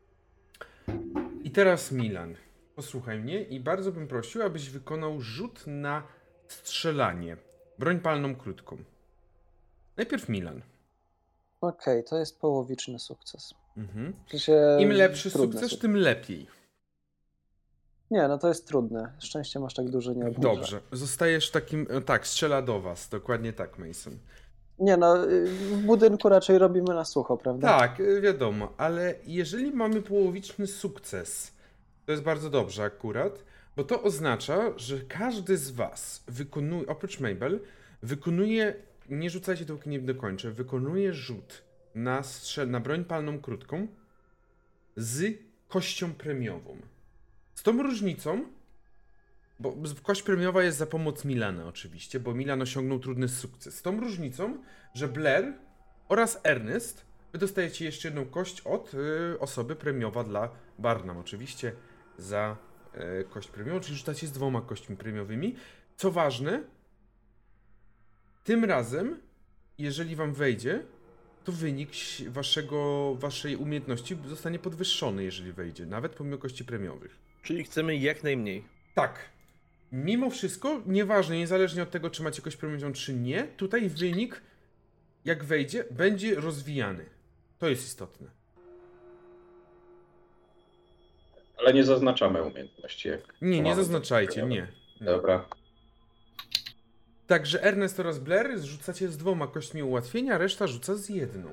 I teraz Milan, posłuchaj mnie i bardzo bym prosił, abyś wykonał rzut na strzelanie. Broń palną krótką. Najpierw Milan. Okej, to jest połowiczny sukces. Mhm. W sensie Im lepszy trudny sukces, tym lepiej. Nie, no to jest trudne. Szczęście masz tak duże, nie obniża. Dobrze. Zostajesz takim... e, Tak, strzela do was. Dokładnie tak, Mason. Nie no, y, w budynku raczej robimy na sucho, prawda? Tak, e, wiadomo, ale jeżeli mamy połowiczny sukces, to jest bardzo dobrze akurat, bo to oznacza, że każdy z was wykonuje, oprócz Mabel, wykonuje, nie rzucajcie dopóki nie dokończę, wykonuje rzut na, strzel, na broń palną krótką z kością premiową. Z tą różnicą, bo kość premiowa jest za pomoc Milana oczywiście, bo Milan osiągnął trudny sukces. Z tą różnicą, że Blair oraz Ernest, wy dostajecie jeszcze jedną kość od y, osoby premiowa dla Barnum oczywiście za y, kość premiową, czyli rzucacie z dwoma kośćmi premiowymi. Co ważne, tym razem, jeżeli wam wejdzie, to wynik ś- waszego, waszej umiejętności zostanie podwyższony, jeżeli wejdzie, nawet pomimo kości premiowych. Czyli chcemy jak najmniej. Tak. Mimo wszystko, nieważne, niezależnie od tego, czy macie kość premiową, czy nie, tutaj wynik, jak wejdzie, będzie rozwijany. To jest istotne. Ale nie zaznaczamy umiejętności. Jak Nie, nie mamy zaznaczajcie, to nie. nie. Dobra. Także Ernest oraz Blair rzucacie z dwoma kośćmi ułatwienia, reszta rzuca z jedną.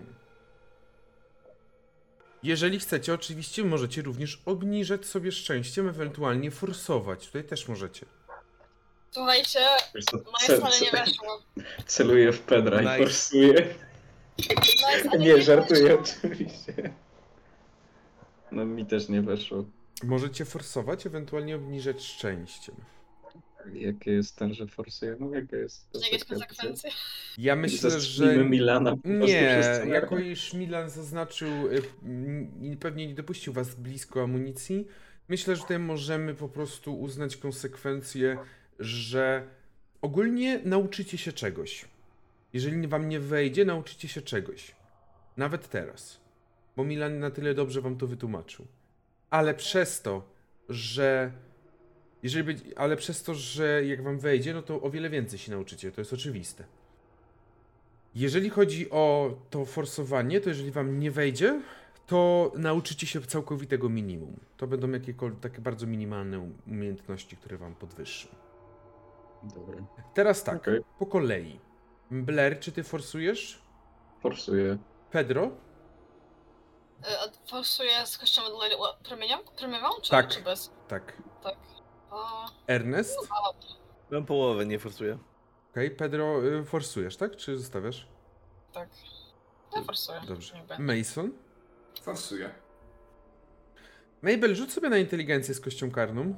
Jeżeli chcecie, oczywiście możecie również obniżać sobie szczęściem, ewentualnie forsować. Tutaj też możecie. Słuchajcie, Wiesz co, moje ce- wcale nie ce- weszło. Celuję w Pedra Nice. i forsuję. Moje wcale Nie, żartuję weszło. oczywiście. No mi też nie weszło. Możecie forsować, ewentualnie obniżać szczęściem. Jakie jest ten, że forsuję? No jaka jest Jakieś konsekwencja? konsekwencje? Ja myślę, że... Zastrzelimy Milana po prostu Nie, przez scenariusz. jako iż Milan zaznaczył, y, m, pewnie nie dopuścił was blisko amunicji, myślę, że tutaj możemy po prostu uznać konsekwencję, że ogólnie nauczycie się czegoś. Jeżeli wam nie wejdzie, nauczycie się czegoś. Nawet teraz. Bo Milan na tyle dobrze wam to wytłumaczył. Ale przez to, że... Jeżeli będzie, ale przez to, że jak wam wejdzie, no to o wiele więcej się nauczycie, to jest oczywiste. Jeżeli chodzi o to forsowanie, to jeżeli wam nie wejdzie, to nauczycie się całkowitego minimum. To będą jakiekolwiek takie bardzo minimalne umiejętności, które wam podwyższą. Dobra. Teraz tak, Okej. po kolei. Blair, czy ty forsujesz? Forsuję. Pedro? Y, a Forsuję z kością premiową? Premiową? Czy, Tak. czy bez? Tak. Tak. O, Ernest? o, Mam połowę, nie forsuję. Okej, okay, Pedro, y, forsujesz, tak? Czy zostawiasz? Tak. Ja forsuję. Dobrze. Nie będzie. Mason? Forsuję. Mabel, rzuć sobie na inteligencję z kością karną.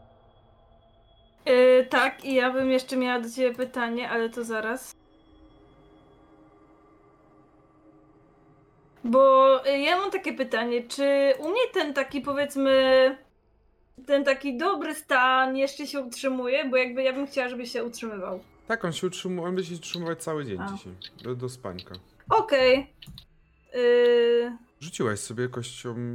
Yy, tak, i ja bym jeszcze miała do ciebie pytanie, ale to zaraz. Bo y, ja mam takie pytanie, czy u mnie ten taki, powiedzmy, ten taki dobry stan jeszcze się utrzymuje? Bo jakby ja bym chciała, żeby się utrzymywał. Tak, on się utrzymuje, on będzie się utrzymywać cały dzień A. dzisiaj. Do, do spańka. Okej. Okay. Yy... Rzuciłaś sobie kością...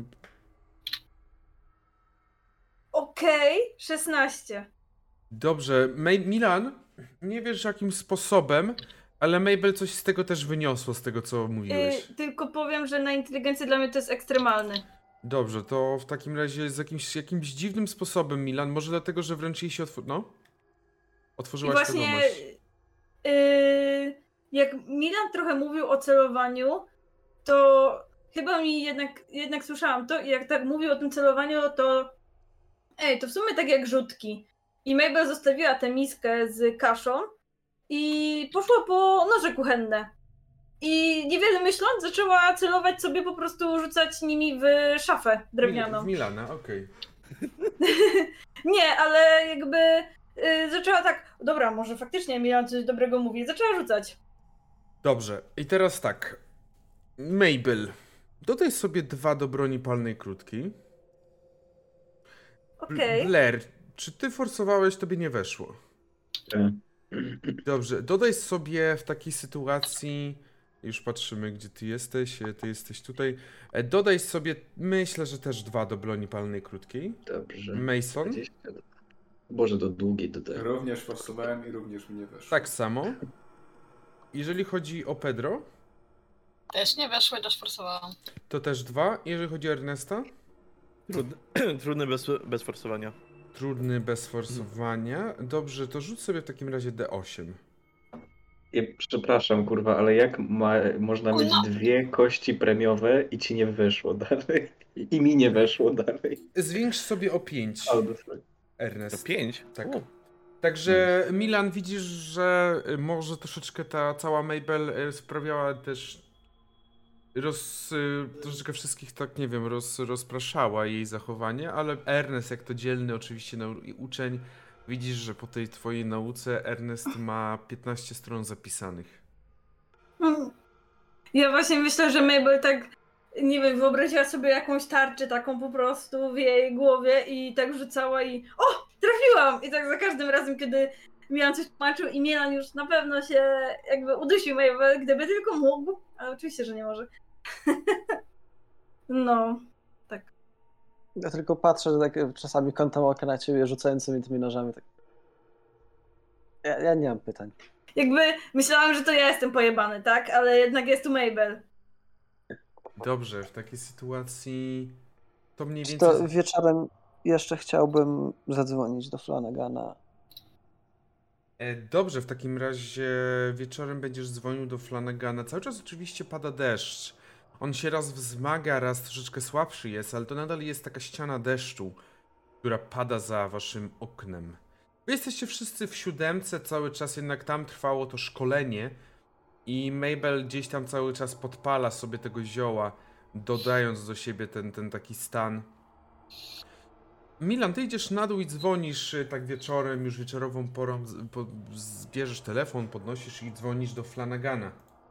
Okej, okay. szesnaście. Dobrze, May Milan, nie wiesz jakim sposobem, ale Mabel coś z tego też wyniosło, z tego co mówiłeś. Yy, tylko powiem, że na inteligencję dla mnie to jest ekstremalny. Dobrze, to w takim razie z jakimś, jakimś dziwnym sposobem, Milan, może dlatego, że wręcz jej się otworzyła, no? Otworzyłaś I właśnie, wiadomość. yy, jak Milan trochę mówił o celowaniu, to chyba mi jednak, jednak słyszałam to i jak tak mówił o tym celowaniu, to ej, to w sumie tak jak rzutki. I Mabel zostawiła tę miskę z kaszą i poszła po noże kuchenne. I niewiele myśląc, zaczęła celować sobie, po prostu rzucać nimi w szafę drewnianą. W Milana, okej. Okay. Nie, ale jakby yy, zaczęła tak, dobra, może faktycznie Milan coś dobrego mówi, zaczęła rzucać. Dobrze, i teraz tak. Mabel, dodaj sobie dwa do broni palnej krótkiej. Okej. Okay. Blair, czy ty forsowałeś, tobie nie weszło? Tak. Dobrze, dodaj sobie w takiej sytuacji, już patrzymy gdzie ty jesteś, ty jesteś tutaj, dodaj sobie, myślę, że też dwa do broni palnej krótkiej. Dobrze. Mason? dwadzieścia. Boże, do długiej dodaję. Również forsowałem i również mi nie weszło. Tak samo. Jeżeli chodzi o Pedro, Też nie weszły, też forsowałam. to też dwa. Jeżeli chodzi o Ernesta? Trudny, trudny bez, bez forsowania. Trudny bez forsowania. Dobrze, to rzuć sobie w takim razie D osiem. Ja, przepraszam, kurwa, ale jak ma, można mieć No. dwie kości premiowe i ci nie weszło dalej? I mi nie weszło dalej. Zwiększ sobie o pięć, O, dostałem. Ernest. To pięć? Tak. U. Także Milan, widzisz, że może troszeczkę ta cała Mabel e, sprawiała też roz, e, troszeczkę wszystkich tak, nie wiem, roz, rozpraszała jej zachowanie, ale Ernest, jak to dzielny oczywiście nau- uczeń, widzisz, że po tej twojej nauce Ernest ma piętnaście stron zapisanych. Ja właśnie myślę, że Mabel tak, nie wiem, wyobraziła sobie jakąś tarczę taką po prostu w jej głowie i tak rzucała i o, trafiłam! I tak za każdym razem, kiedy Milan coś tłumaczył i Milan już na pewno się jakby udusił Mabel, gdyby tylko mógł, ale oczywiście, że nie może. No, tak. Ja tylko patrzę, że tak czasami kątem oka na ciebie rzucającymi tymi nożami. Tak. Ja, ja nie mam pytań. Jakby myślałam, że to ja jestem pojebany, tak? Ale jednak jest tu Mabel. Dobrze, w takiej sytuacji to mniej Czy więcej... to wieczorem jeszcze chciałbym zadzwonić do Flanagana. E, Dobrze, w takim razie wieczorem będziesz dzwonił do Flanagana. Cały czas oczywiście pada deszcz. On się raz wzmaga, raz troszeczkę słabszy jest, ale to nadal jest taka ściana deszczu, która pada za waszym oknem. Wy jesteście wszyscy w siódemce, cały czas jednak tam trwało to szkolenie i Mabel gdzieś tam cały czas podpala sobie tego zioła, dodając do siebie ten, ten taki stan. Milan, ty idziesz na dół i dzwonisz y, tak wieczorem, już wieczorową porą, z- po, zbierzesz telefon, podnosisz i dzwonisz do Flanagana.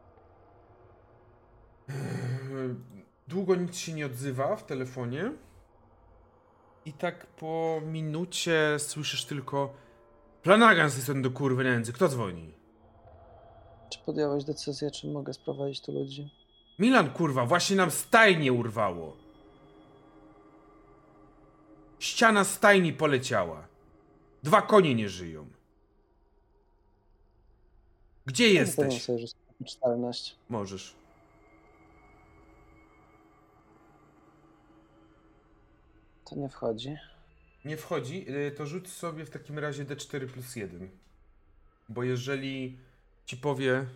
Eee, Długo nic się nie odzywa w telefonie. I tak po minucie słyszysz tylko: Flanagan z tej strony do kurwy nędzy, kto dzwoni? Czy podjąłeś decyzję, czy mogę sprowadzić tu ludzi? Milan, kurwa, właśnie nam stajnie urwało. Ściana stajni poleciała. Dwa konie nie żyją. Gdzie Powiem jesteś? sobie, że czternaście. Możesz. To nie wchodzi. Nie wchodzi, y, to rzuć sobie w takim razie D cztery plus jeden. Bo jeżeli ci powie...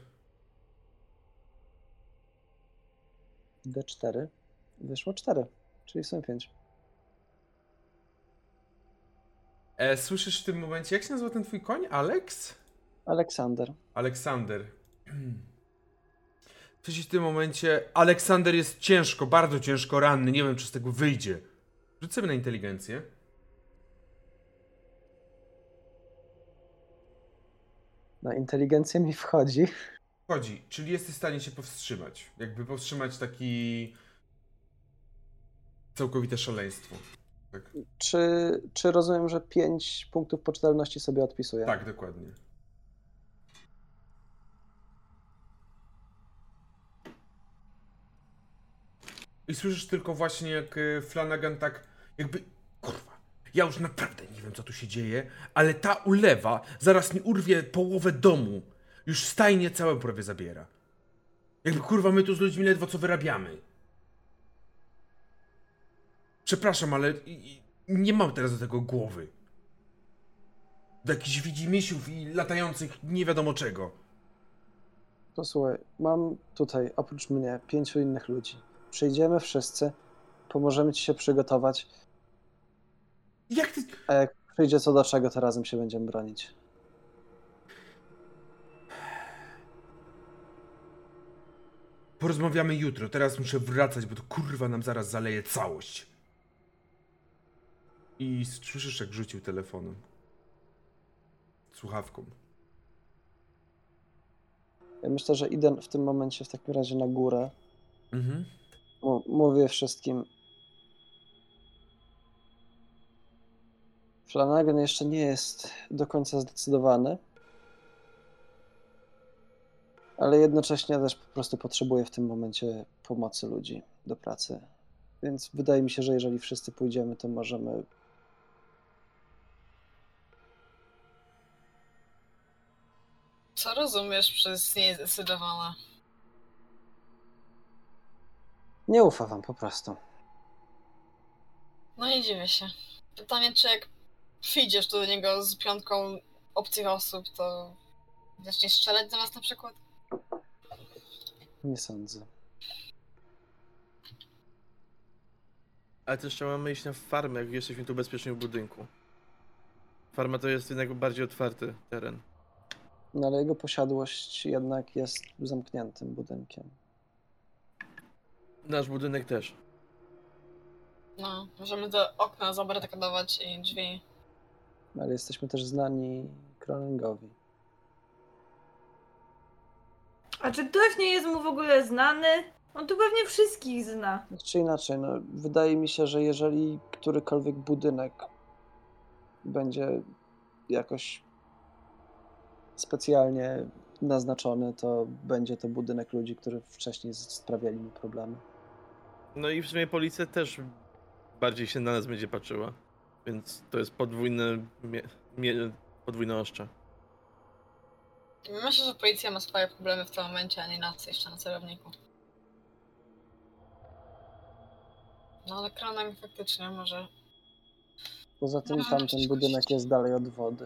D cztery. Wyszło cztery, czyli są pięć. E, słyszysz w tym momencie, jak się nazywa ten twój koń? Alex? Aleksander. Aleksander. Słyszysz w tym momencie, Aleksander jest ciężko, bardzo ciężko ranny, nie wiem czy z tego wyjdzie. Rzuć sobie na inteligencję. Na inteligencję mi wchodzi. Wchodzi, czyli jesteś w stanie się powstrzymać. Jakby powstrzymać taki... całkowite szaleństwo. Tak, Czy, czy rozumiem, że pięć punktów poczytalności sobie odpisuję? tak dokładnie. I słyszysz tylko właśnie jak y, Flanagan tak jakby... Kurwa, ja już naprawdę nie wiem co tu się dzieje, ale ta ulewa zaraz mi urwie połowę domu. Już stajnie całe prawie zabiera. Jakby kurwa my tu z ludźmi ledwo co wyrabiamy. Przepraszam, ale i, i, nie mam teraz do tego głowy. Do jakichś widzimisiów i latających nie wiadomo czego. Posłuchaj, mam tutaj oprócz mnie pięciu innych ludzi. Przyjdziemy wszyscy, pomożemy ci się przygotować, Jak ty... a jak przyjdzie co do czego, to razem się będziemy bronić. Porozmawiamy jutro, teraz muszę wracać, bo to kurwa nam zaraz zaleje całość. I słyszysz jak rzucił telefonem. Słuchawką. Ja myślę, że idę w tym momencie w takim razie na górę. Mhm. M- mówię wszystkim. Flanagan jeszcze nie jest do końca zdecydowany, ale jednocześnie też po prostu potrzebuje w tym momencie pomocy ludzi do pracy. Więc wydaje mi się, że jeżeli wszyscy pójdziemy, to możemy... Co rozumiesz przez niezdecydowane? Nie ufa wam po prostu. No nie dziwię się. Pytanie, czy jak przyjdziesz tu do niego z piątką obcych osób, to zaczniesz strzelać zamiast na przykład? Nie sądzę. Ale też trzeba mamy iść na farmę, jak jesteśmy tu bezpiecznie w budynku. Farma to jest jednak bardziej otwarty teren. No ale jego posiadłość jednak jest zamkniętym budynkiem. Nasz budynek też. No, możemy do okna zabarykadować i drzwi. Ale jesteśmy też znani Croningowi. A czy ktoś nie jest mu w ogóle znany? On tu pewnie wszystkich zna. Tak czy inaczej, no, wydaje mi się, że jeżeli którykolwiek budynek będzie jakoś specjalnie naznaczony, to będzie to budynek ludzi, którzy wcześniej sprawiali mu problemy. No i w sumie policja też bardziej się na nas będzie patrzyła. Więc to jest podwójne, mie, mie, podwójne ostrze. Myślę, że policja ma swoje problemy w tym momencie, a nie nas jeszcze na celowniku. No ale Kronek faktycznie może... Poza tym No, tamten budynek jest dalej od wody.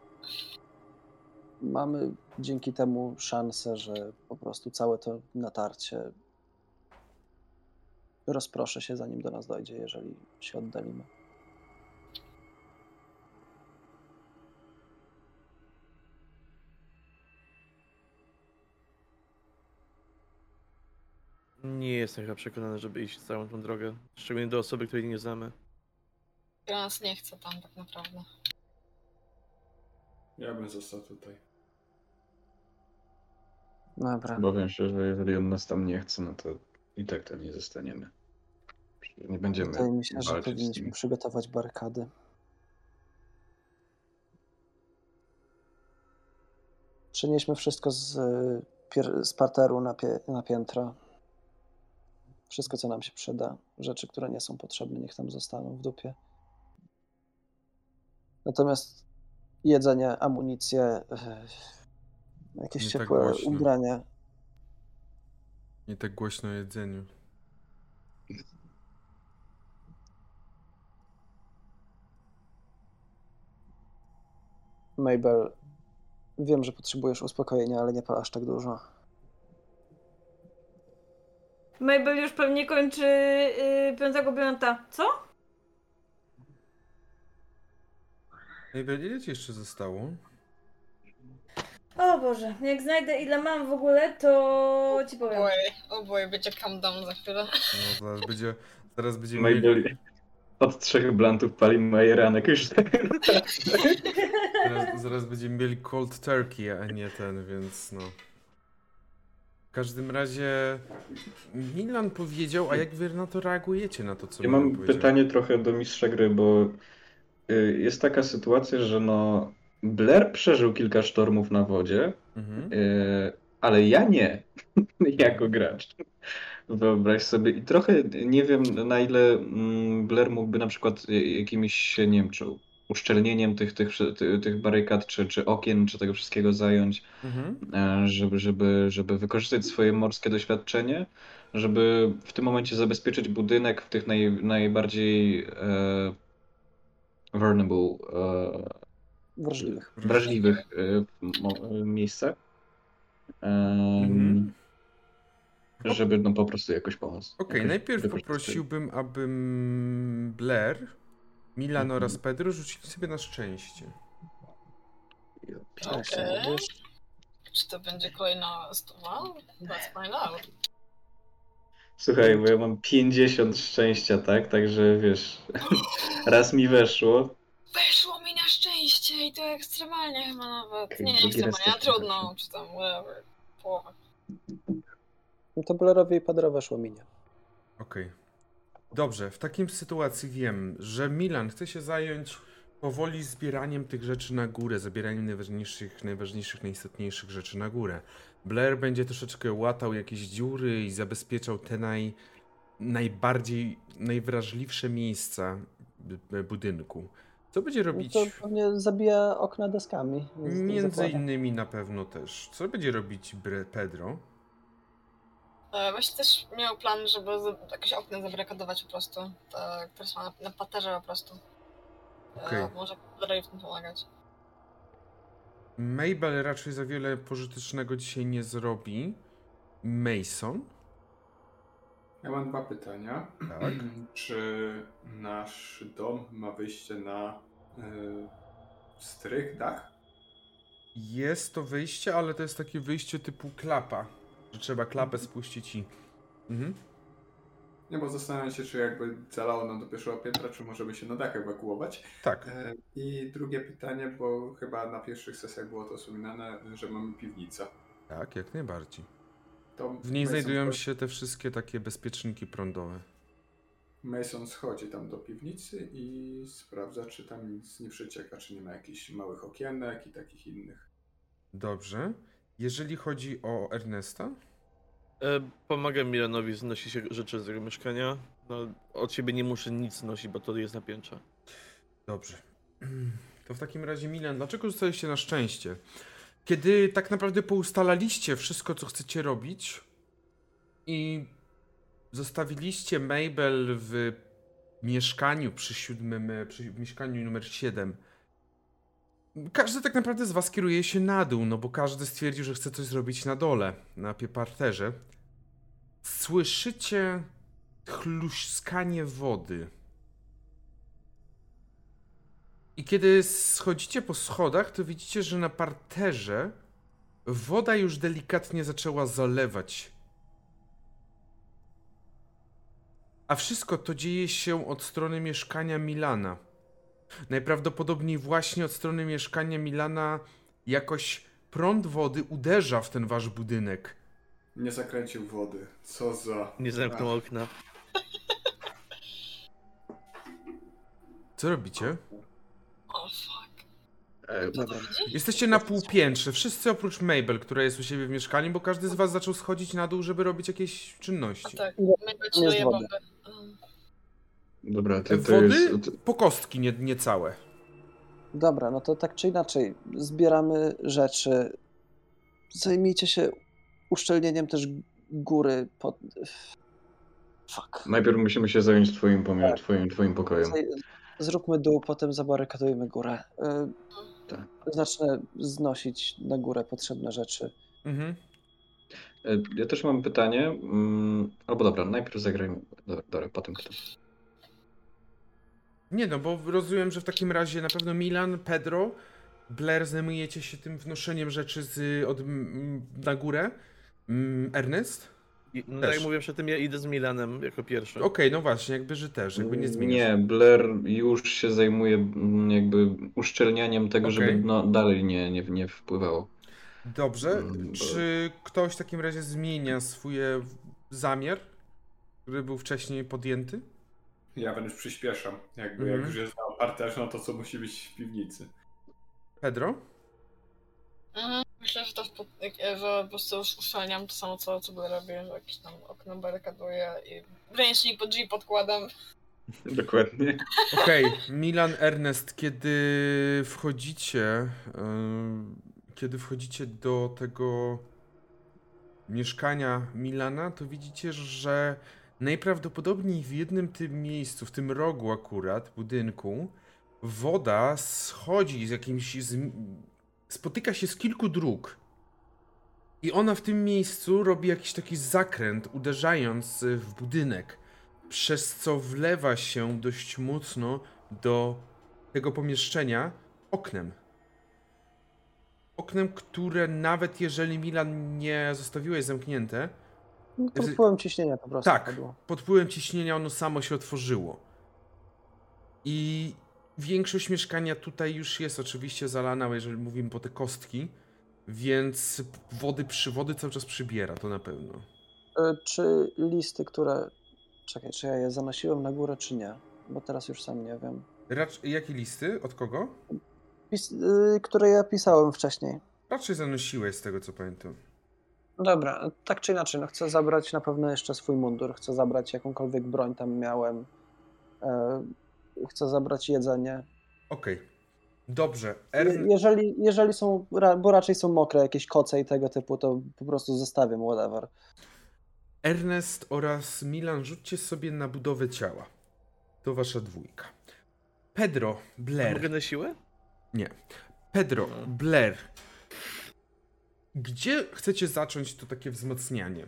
Mamy dzięki temu szansę, że po prostu całe to natarcie rozproszy się, zanim do nas dojdzie, jeżeli się oddalimy. Nie jestem chyba przekonany, żeby iść całą tą drogę. Szczególnie do osoby, której nie znamy. Ja nas nie chce tam tak naprawdę. Ja bym został tutaj. Dobra. Obawiam się, że jeżeli on nas tam nie chce, no to i tak tam nie zostaniemy. Nie będziemy Wydaje mi się, że walczyć z powinniśmy nim. przygotować barykady. Przenieśmy wszystko z, pier- z parteru na, pie- na piętro. Wszystko, co nam się przyda. Rzeczy, które nie są potrzebne, niech tam zostaną w dupie. Natomiast jedzenie, amunicję, e, jakieś Nie tak ciepłe głośno. ubrania. Nie tak głośno o jedzeniu. Mabel, wiem, że potrzebujesz uspokojenia, ale nie pa aż tak dużo. Mabel już pewnie kończy yy, piątego piąta. Co? Mabel, ile ci jeszcze zostało? O Boże, jak znajdę ile mam w ogóle, to ci powiem. Oj, o boy, będzie countdown za chwilę. No zaraz będzie, zaraz będziemy mieli... Mabel od trzech blantów pali majeranek już. Zaraz, zaraz będziemy mieli cold turkey, a nie ten, więc no. W każdym razie Milan powiedział, a jak wy na to reagujecie, na to, co Ja Milan mam powiedział? pytanie trochę do mistrza gry, bo y, jest taka sytuacja, że no Blair przeżył kilka sztormów na wodzie, Mhm. y, ale ja nie, jako gracz. Wyobraź sobie i trochę nie wiem, na ile mm, Blair mógłby na przykład y, jakimiś, nie wiem, czy uszczelnieniem tych, tych, tych, tych barykad, czy, czy okien, czy tego wszystkiego zająć, Mhm. e, żeby, żeby, żeby wykorzystać swoje morskie doświadczenie, żeby w tym momencie zabezpieczyć budynek w tych naj, najbardziej e, vulnerable, e, Wrażliwych. wrażliwych e, mo- miejscach, e, Mhm. żeby no po prostu jakoś pomóc. Okej, Jakoś najpierw wykorzystać. poprosiłbym, abym Blair, Milan Mhm. oraz Pedro rzucili sobie na szczęście. Cześć, Okej. wiesz? Czy to będzie kolejna stuwa? Let's find out. Słuchaj, bo ja mam pięćdziesiąt szczęścia, tak? Także wiesz, raz mi weszło. Weszło mi na szczęście i to ekstremalnie chyba nawet. Okej, Nie, nie drugi raz ekstremalnie, też a mi trudno, weszło. czy tam whatever. Połowa. No to Blairowi i Pedro weszło minie. Okej. Dobrze, w takim sytuacji wiem, że Milan chce się zająć powoli zbieraniem tych rzeczy na górę, zabieraniem najważniejszych, najważniejszych, najistotniejszych rzeczy na górę. Blair będzie troszeczkę łatał jakieś dziury i zabezpieczał te naj, najbardziej, najwrażliwsze miejsca b- budynku. Co będzie No robić? to pewnie zabija okna deskami. z- Między zakładam. innymi na pewno też. Co będzie robić Bre- Pedro? E, Właśnie też miał plan, żeby z- jakieś okno zabarykadować po prostu, te, które są na, na paterze po prostu. E, Okej. Może dalej w tym pomagać. Mabel raczej za wiele pożytecznego dzisiaj nie zrobi. Mason? Ja mam dwa pytania. Tak. Czy nasz dom ma wyjście na y, strych, dach? Jest to wyjście, ale to jest takie wyjście typu klapa, że trzeba klapę spuścić i... Mhm. Nie, bo zastanawiam się, czy jakby zalało nam do pierwszego piętra, czy możemy się na dach ewakuować. Tak. E, I drugie pytanie, bo chyba na pierwszych sesjach było to wspominane, że mamy piwnicę. Tak, jak najbardziej. To W niej Mason znajdują schodzi- się te wszystkie takie bezpieczniki prądowe. Mason schodzi tam do piwnicy i sprawdza, czy tam nic nie przecieka, czy nie ma jakichś małych okienek i takich innych. Dobrze. Jeżeli chodzi o Ernesta? E, pomagam Milanowi znosić rzeczy z jego mieszkania. No, od siebie nie muszę nic nosić, bo to jest na piętrze. Dobrze. To w takim razie, Milan, dlaczego zostaliście na szczęście? Kiedy tak naprawdę poustalaliście wszystko, co chcecie robić i zostawiliście Mabel w mieszkaniu przy siódmym, przy mieszkaniu numer siedem, każdy tak naprawdę z was kieruje się na dół, no bo każdy stwierdził, że chce coś zrobić na dole, na parterze. Słyszycie chluskanie wody. I kiedy schodzicie po schodach, to widzicie, że na parterze woda już delikatnie zaczęła zalewać. A wszystko to dzieje się od strony mieszkania Milana. Najprawdopodobniej właśnie od strony mieszkania Milana jakoś prąd wody uderza w ten wasz budynek. Nie zakręcił wody. Co za... Nie zamknął Ach, okna. Co robicie? O fuck. E, Dobra. Jesteście na półpiętrze, wszyscy oprócz Mabel, która jest u siebie w mieszkaniu, bo każdy z was zaczął schodzić na dół, żeby robić jakieś A czynności. tak, Ile Mabel tam ci jest daje wody? bombę. Um, Dobra, to, to Wody jest... po kostki, nie, nie całe. Dobra, no to tak czy inaczej, zbieramy rzeczy. Zajmijcie się uszczelnieniem też góry pod... Fuck. Najpierw musimy się zająć twoim, pomio- Tak. twoim, twoim pokojem. Zaj- Zróbmy dół, potem zabarykadujmy górę. Y, Tak. Zacznę znosić na górę potrzebne rzeczy. Mhm. E, Ja też mam pytanie. mm, Albo dobra, najpierw zagrajmy. Dobra, dobra potem kto. Nie no, bo rozumiem, że w takim razie na pewno Milan, Pedro, Blair zajmujecie się tym wnoszeniem rzeczy z, od, m, na górę. Mm, Ernest? I, no Też. tak jak mówię, że tym ja idę z Milanem jako pierwszy. Okej, no właśnie, jakby, że też, jakby nie zmieniasz. Nie, Blair już się zajmuje mm, jakby uszczelnianiem tego, Okej. żeby no, dalej nie, nie, nie wpływało. Dobrze, Mm, bo- czy ktoś w takim razie zmienia swój zamiar, który był wcześniej podjęty? Ja wręcz przyspieszam. Jakby Mhm. jak już jest na parterze, no to co musi być w piwnicy. Pedro? Mhm. Myślę, że to, w, że po prostu już uszczelniam to samo, co, co by robię, że jakieś tam okno barykaduję i ręcznik pod drzwi podkładam. Dokładnie. Okej, Milan, Ernest, kiedy wchodzicie, yy, kiedy wchodzicie do tego mieszkania Milana, to widzicie, że najprawdopodobniej w jednym tym miejscu, w tym rogu akurat, budynku, woda schodzi z jakimś, z, spotyka się z kilku dróg. I ona w tym miejscu robi jakiś taki zakręt, uderzając w budynek, przez co wlewa się dość mocno do tego pomieszczenia oknem. Oknem, które nawet jeżeli Milan nie zostawiłeś zamknięte, No, pod wpływem ciśnienia po prostu tak, padło. pod wpływem ciśnienia ono samo się otworzyło. I większość mieszkania tutaj już jest oczywiście zalana, jeżeli mówimy po te kostki, więc wody, przy, wody cały czas przybiera, to na pewno. E, Czy listy, które... Czekaj, czy ja je zanosiłem na górę, czy nie? Bo teraz już sam nie wiem. Racz, jakie listy? Od kogo? Pis... y, które ja pisałem wcześniej. Raczej zanosiłeś z tego, co pamiętam. Dobra, tak czy inaczej, no chcę zabrać na pewno jeszcze swój mundur, chcę zabrać jakąkolwiek broń tam miałem, e, chcę zabrać jedzenie. Okej. Dobrze. Je, Ern... jeżeli, jeżeli są, ra- bo raczej są mokre jakieś koce i tego typu, to po prostu zostawiam, whatever. Ernest oraz Milan, rzućcie sobie na budowę ciała. To wasza dwójka. Pedro, A Blair. mogę na siłę? Nie. Pedro, No. Blair. Gdzie chcecie zacząć to takie wzmacnianie?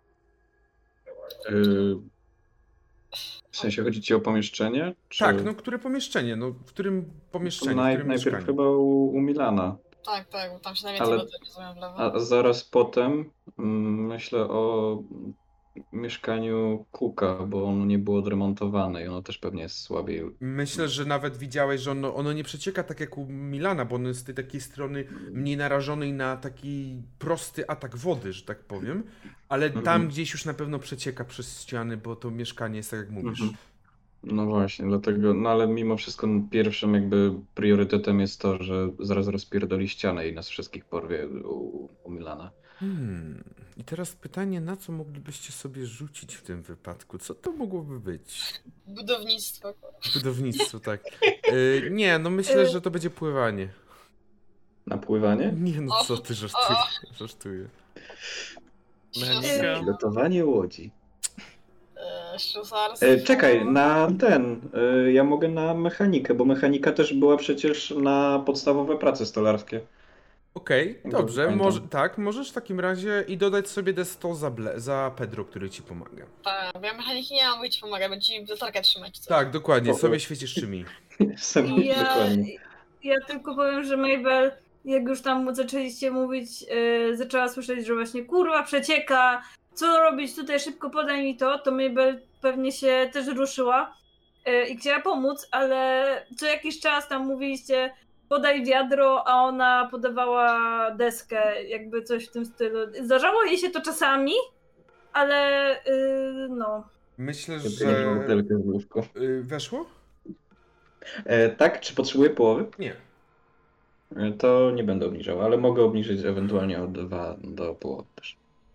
Yy, w sensie chodzi ci o pomieszczenie? Czy... Tak, no które pomieszczenie? No w którym pomieszczeniu, w Naj, którym najpierw mieszkaniu? chyba u, u Milana, Tak, tak, bo tam się najwięcej Ale- wody rozumiem w lewo. a zaraz potem mm, myślę o mieszkaniu Kuka, bo ono nie było odremontowane i ono też pewnie jest słabiej. Myślę, że nawet widziałeś, że ono, ono nie przecieka tak jak u Milana, bo ono jest z tej takiej strony mniej narażonej na taki prosty atak wody, że tak powiem, ale Mhm. tam gdzieś już na pewno przecieka przez ściany, bo to mieszkanie jest tak jak mówisz. Mhm. No właśnie, dlatego, no ale mimo wszystko pierwszym jakby priorytetem jest to, że zaraz rozpierdoli ścianę i nas wszystkich porwie u, u Milana. Hmm. I teraz pytanie, na co moglibyście sobie rzucić w tym wypadku? Co to mogłoby być? Budownictwo. Budownictwo, tak. Y, nie, no myślę, że to będzie pływanie. Na pływanie? Nie, no co ty, żartuję. żartuję. Mechanika. Pilotowanie łodzi. Yy, ślusarstwo. E, czekaj, na ten, e, ja mogę na mechanikę, bo mechanika też była przecież na podstawowe prace stolarskie. Okej, Go dobrze, pamiętam. może, tak, możesz w takim razie i dodać sobie D sto za, ble, za Pedro, który ci pomaga. Tak, ja mechaniki nie mam, ci pomagać, będzie ci latarkę trzymać. Co? Tak, dokładnie, O, sobie o. świecisz czymi. Sam, Ja, dokładnie. ja tylko powiem, że Mabel, jak już tam zaczęliście mówić, yy, zaczęła słyszeć, że właśnie kurwa przecieka, co robić tutaj, szybko podaj mi to, to Mabel pewnie się też ruszyła yy, i chciała pomóc, ale co jakiś czas tam mówiliście podaj wiadro, a ona podawała deskę, jakby coś w tym stylu. Zdarzało jej się to czasami, ale yy, no. Myślę, Ja że butelkę z główką. y, weszło? E, tak, czy potrzebuję połowy? Nie. E, to nie będę obniżał, ale mogę obniżyć ewentualnie o dwa do połowy też.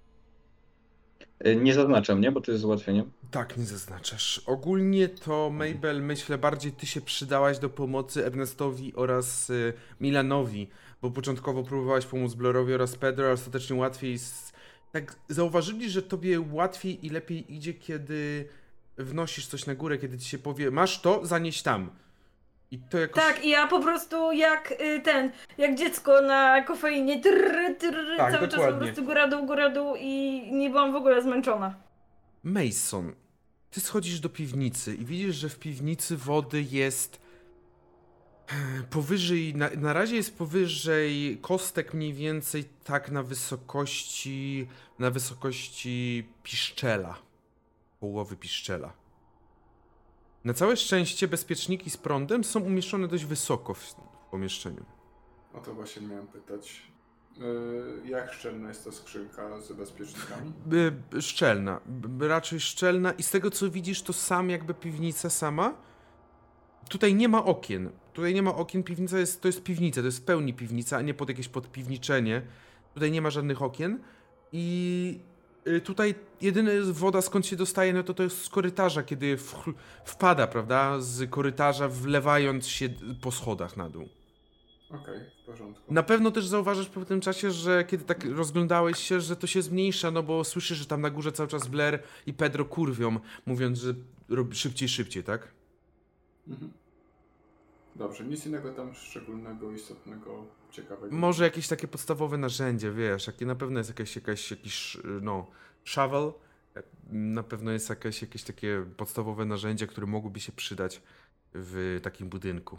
E, nie zaznaczam, nie? Bo to jest z ułatwieniem. Tak, nie zaznaczasz. Ogólnie to Mabel, myślę, bardziej ty się przydałaś do pomocy Ernestowi oraz y, Milanowi, bo początkowo próbowałaś pomóc Blairowi oraz Pedro, ale ostatecznie łatwiej... Z... Tak zauważyli, że tobie łatwiej i lepiej idzie, kiedy wnosisz coś na górę, kiedy ci się powie, masz to, zanieś tam. I to jakoś... Tak, i ja po prostu jak y, ten, jak dziecko na kofeinie, trrr, trrr, Tak, cały czas dokładnie. po prostu góra dół, góra dół i nie byłam w ogóle zmęczona. Mason, ty schodzisz do piwnicy i widzisz, że w piwnicy wody jest powyżej, na, na razie jest powyżej kostek mniej więcej tak na wysokości, na wysokości piszczela, połowy piszczela. Na całe szczęście bezpieczniki z prądem są umieszczone dość wysoko w, w pomieszczeniu. O to właśnie miałem pytać. Yy, jak szczelna jest ta skrzynka z bezpiecznikami? By, szczelna, by, raczej szczelna i z tego co widzisz to sam jakby piwnica sama. Tutaj nie ma okien, tutaj nie ma okien, piwnica jest, to jest piwnica, to jest w pełni piwnica, a nie pod jakieś podpiwniczenie. Tutaj nie ma żadnych okien i y, tutaj jedyna woda skąd się dostaje, no to to jest z korytarza, kiedy w, wpada, prawda, z korytarza wlewając się po schodach na dół. Okej, okay, w porządku. Na pewno też zauważysz po tym czasie, że kiedy tak rozglądałeś się, że to się zmniejsza, no bo słyszysz, że tam na górze cały czas Blair i Pedro kurwią, mówiąc, że robi szybciej, szybciej, tak? Mhm. Dobrze, nic innego tam szczególnego, istotnego, ciekawego. Może jakieś takie podstawowe narzędzie, wiesz, jakie na pewno jest jakaś, jakaś, jakiś, no, shovel, na pewno jest jakieś, jakieś takie podstawowe narzędzie, które mogłyby się przydać w takim budynku.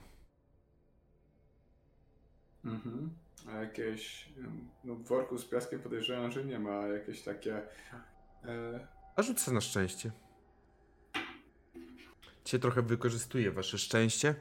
Mhm. A jakieś, no w worku z piaskiem podejrzewam, że nie ma, a jakieś takie... E... A rzuć sobie na szczęście. Cię trochę wykorzystuje wasze szczęście.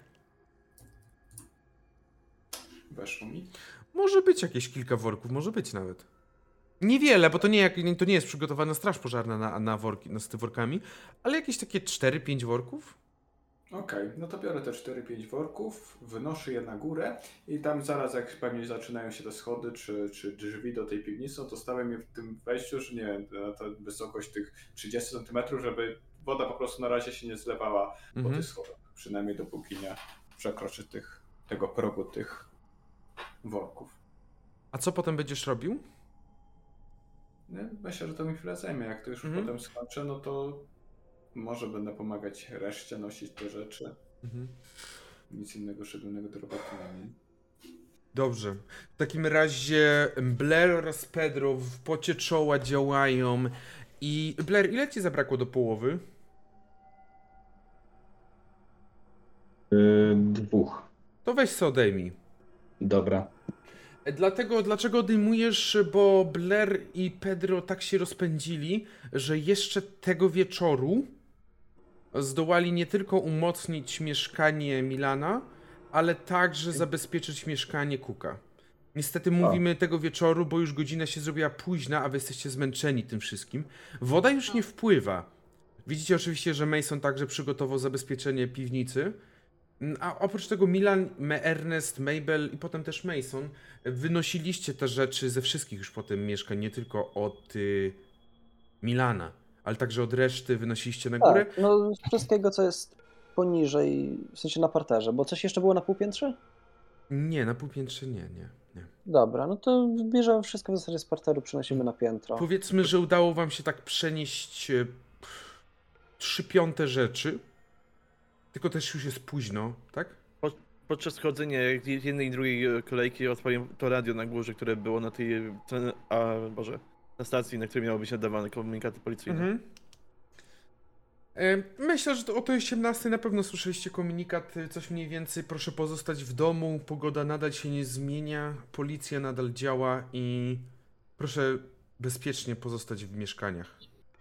Weszło mi? Może być jakieś kilka worków, może być nawet. Niewiele, bo to nie, jak, to nie jest przygotowana straż pożarna na, na worki, na, z tymi workami, ale jakieś takie cztery pięć worków. Okej, okay, no to biorę te cztery pięć worków, wynoszę je na górę i tam zaraz jak pewnie zaczynają się te schody czy, czy drzwi do tej piwnicy, no to stawiam je w tym wejściu, że nie wiem, na tę wysokość tych trzydzieści centymetrów, żeby woda po prostu na razie się nie zlewała mhm. po tych schodach. Przynajmniej dopóki nie przekroczy tych, tego progu tych worków. A co potem będziesz robił? Nie, myślę, że to mi chwilę zajmie. Jak to już mhm. potem skończę, no to może będę pomagać reszcie nosić te rzeczy. Mhm. Nic innego szczególnego do roboty nie mam. Dobrze. W takim razie Blair oraz Pedro w pocie czoła działają i... Blair, ile ci zabrakło do połowy? Yy, dwóch. To weź se odejmij. Dobra. Dlatego, dlaczego odejmujesz, bo Blair i Pedro tak się rozpędzili, że jeszcze tego wieczoru zdołali nie tylko umocnić mieszkanie Milana, ale także zabezpieczyć mieszkanie Cooka. Niestety mówimy a. tego wieczoru, bo już godzina się zrobiła późna, a wy jesteście zmęczeni tym wszystkim. Woda już nie wpływa. Widzicie oczywiście, że Mason także przygotował zabezpieczenie piwnicy. A oprócz tego Milan, Ernest, Mabel i potem też Mason wynosiliście te rzeczy ze wszystkich już potem mieszkań, nie tylko od y, Milana, ale także od reszty wynosiliście na górę. Tak, no z wszystkiego co jest poniżej, w sensie na parterze, bo coś jeszcze było na półpiętrze? Nie, na półpiętrze nie, nie, nie. Dobra, no to bierzemy wszystko w zasadzie z parteru, przenosimy na piętro. Powiedzmy, że udało wam się tak przenieść pff, trzy piąte rzeczy. Tylko też już jest późno, tak? Po, podczas chodzenia jednej i drugiej kolejki odpaliłem to radio na górze, które było na tej, a Boże, na stacji, na której miały być nadawane komunikaty policyjne. Mhm. Myślę, że o tej osiemnastej na pewno słyszeliście komunikat, coś mniej więcej, proszę pozostać w domu, pogoda nadal się nie zmienia, policja nadal działa i proszę bezpiecznie pozostać w mieszkaniach.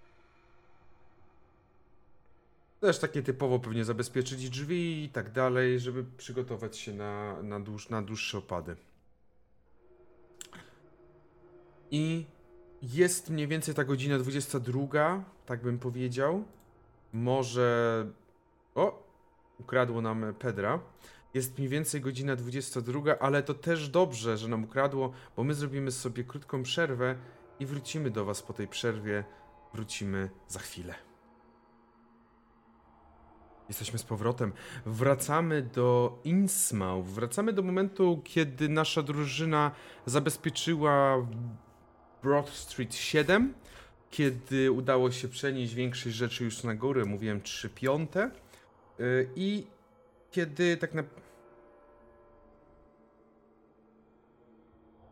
Też takie typowo pewnie zabezpieczyć drzwi i tak dalej, żeby przygotować się na, na, dłuż, na dłuższe opady. I jest mniej więcej ta godzina dwudziesta druga, tak bym powiedział. Może... O! Ukradło nam Pedra. Jest mniej więcej godzina dwudziesta druga, ale to też dobrze, że nam ukradło, bo my zrobimy sobie krótką przerwę i wrócimy do was po tej przerwie. Wrócimy za chwilę. Jesteśmy z powrotem. Wracamy do Innsmouth. Wracamy do momentu, kiedy nasza drużyna zabezpieczyła Broad Street siedem, kiedy udało się przenieść większość rzeczy już na górę, mówiłem trzy piąte. Yy, I kiedy tak na...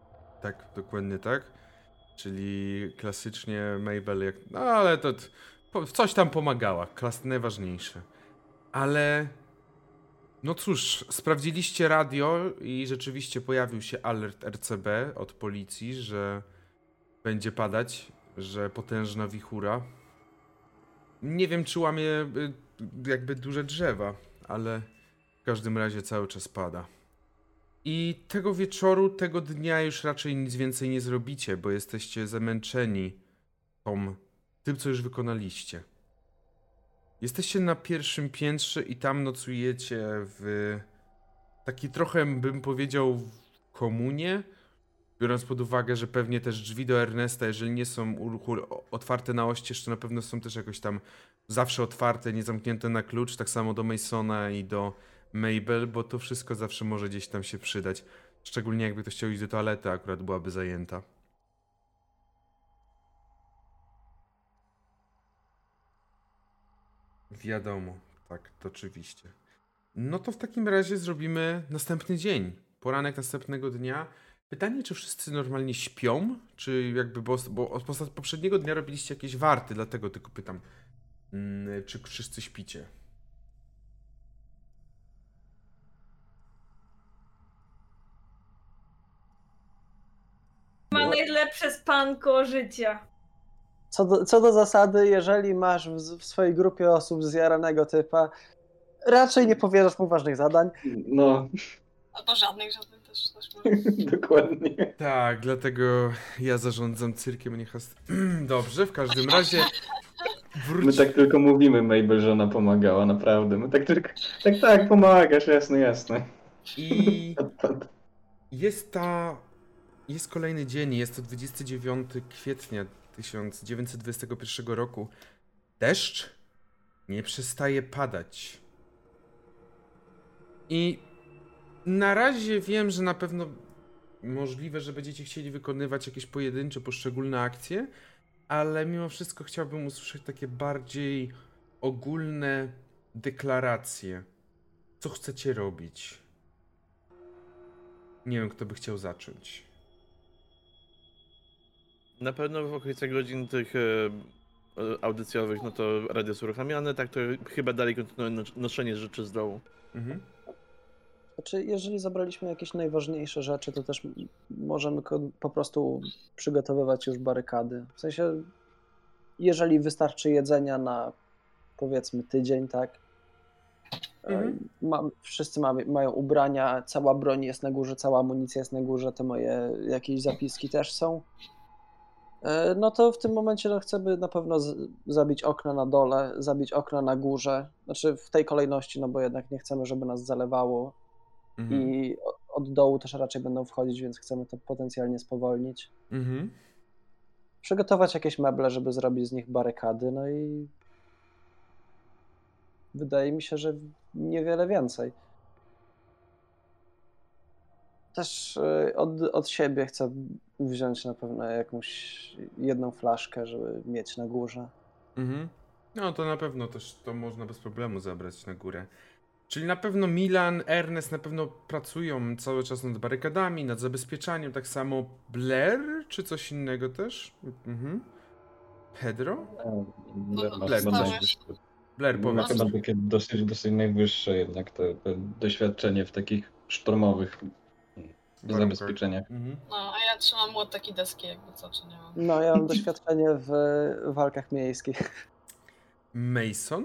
Tak, dokładnie tak. Czyli klasycznie Mabel jak... No ale to... po, w coś tam pomagała, klas najważniejsze. Ale no cóż, sprawdziliście radio i rzeczywiście pojawił się alert R C B od policji, że będzie padać, że potężna wichura. Nie wiem, czy łamie y, jakby duże drzewa, ale w każdym razie cały czas pada. I tego wieczoru, tego dnia już raczej nic więcej nie zrobicie, bo jesteście zamęczeni tą, tym, co już wykonaliście. Jesteście na pierwszym piętrze i tam nocujecie w taki trochę, bym powiedział, komunie, biorąc pod uwagę, że pewnie też drzwi do Ernesta, jeżeli nie są otwarte na oścież, to na pewno są też jakoś tam zawsze otwarte, nie zamknięte na klucz, tak samo do Masona i do Mabel, bo to wszystko zawsze może gdzieś tam się przydać. Szczególnie jakby ktoś chciał iść do toalety, akurat byłaby zajęta. Wiadomo, tak, to oczywiście. No to w takim razie zrobimy następny dzień. Poranek następnego dnia. Pytanie, czy wszyscy normalnie śpią? Czy jakby, bo, bo od poprzedniego dnia robiliście jakieś warty, dlatego tylko pytam, hmm, czy wszyscy śpicie? Ma najlepsze spanko życia. Co do, co do zasady, jeżeli masz w, w swojej grupie osób zjaranego typa, raczej nie powierzasz mu ważnych zadań. No, Albo żadnych, żadnych też, też może. dokładnie. Tak, dlatego ja zarządzam cyrkiem, a nie hast... Dobrze, w każdym razie wróć... My tak tylko mówimy, Mabel, że ona pomagała, naprawdę. My tak tylko, tak, tak, pomagasz, jasne, jasne. I jest ta... Jest kolejny dzień, jest to dwudziestego dziewiątego kwietnia tysiąc dziewięćset dwudziestego pierwszego roku. Deszcz nie przestaje padać. I na razie wiem, że na pewno możliwe, że będziecie chcieli wykonywać jakieś pojedyncze, poszczególne akcje, ale mimo wszystko chciałbym usłyszeć takie bardziej ogólne deklaracje. Co chcecie robić? Nie wiem, kto by chciał zacząć. Na pewno w okolicach godzin tych e, audycjowych, no to radio jest uruchamiane, tak to chyba dalej kontynuuje noszenie rzeczy z dołu. Mhm. Znaczy, jeżeli zabraliśmy jakieś najważniejsze rzeczy, to też możemy po prostu przygotowywać już barykady. W sensie, jeżeli wystarczy jedzenia na, powiedzmy, tydzień, tak? Mhm. Ma, wszyscy ma, mają ubrania, cała broń jest na górze, cała amunicja jest na górze, te moje jakieś zapiski też są. No to w tym momencie no, chcemy na pewno z, zabić okna na dole, zabić okna na górze. Znaczy w tej kolejności, no bo jednak nie chcemy, żeby nas zalewało. Mhm. I od dołu też raczej będą wchodzić, więc chcemy to potencjalnie spowolnić. Mhm. Przygotować jakieś meble, żeby zrobić z nich barykady, no i wydaje mi się, że niewiele więcej. Też od, od siebie chcę wziąć na pewno jakąś jedną flaszkę, żeby mieć na górze. Mhm. No to na pewno też to można bez problemu zabrać na górę. Czyli na pewno Milan, Ernest na pewno pracują cały czas nad barykadami, nad zabezpieczaniem, tak samo Blair, czy coś innego też? Mhm. Pedro? Blair ma Blair, chyba coś. najwyższe. Blair, Ma powiedz. chyba takie dosyć, dosyć najwyższe jednak to, to doświadczenie w takich sztormowych zabezpieczeniach. Mhm. No, a ja trzymam młotek i deski, jakby co, czy nie mam. No, ja mam doświadczenie w walkach miejskich. Mason?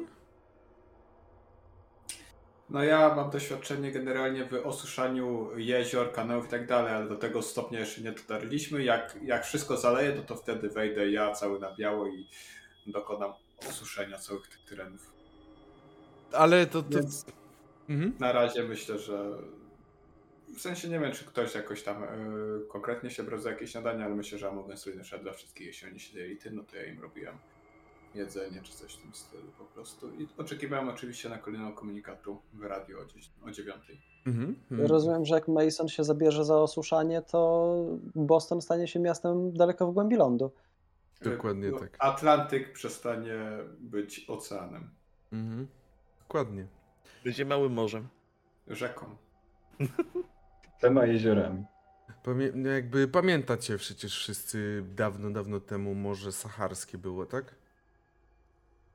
No ja mam doświadczenie generalnie w osuszaniu jezior, kanałów i tak dalej, ale do tego stopnia jeszcze nie dotarliśmy. Jak, jak wszystko zaleje, no to wtedy wejdę ja cały na biało i dokonam osuszenia całych tych terenów. Ale to... to... Więc mhm. na razie myślę, że w sensie nie wiem, czy ktoś jakoś tam yy, konkretnie się brał za jakieś śniadanie, ale myślę, że ja mogłem sobie na przykład dla wszystkich, jeśli oni siedzieli tym, no to ja im robiłem jedzenie czy coś w tym stylu po prostu. I oczekiwałem oczywiście na kolejną komunikatu w radiu o dziewiątej. Mhm. Rozumiem, że jak Mason się zabierze za osuszanie, to Boston stanie się miastem daleko w głębi lądu. Dokładnie tak. Atlantyk przestanie być oceanem. Mhm. Dokładnie. Będzie małym morzem. Rzeką. Tema jeziorami. Pamię- jakby pamiętacie przecież wszyscy dawno, dawno temu Morze Saharskie było, tak?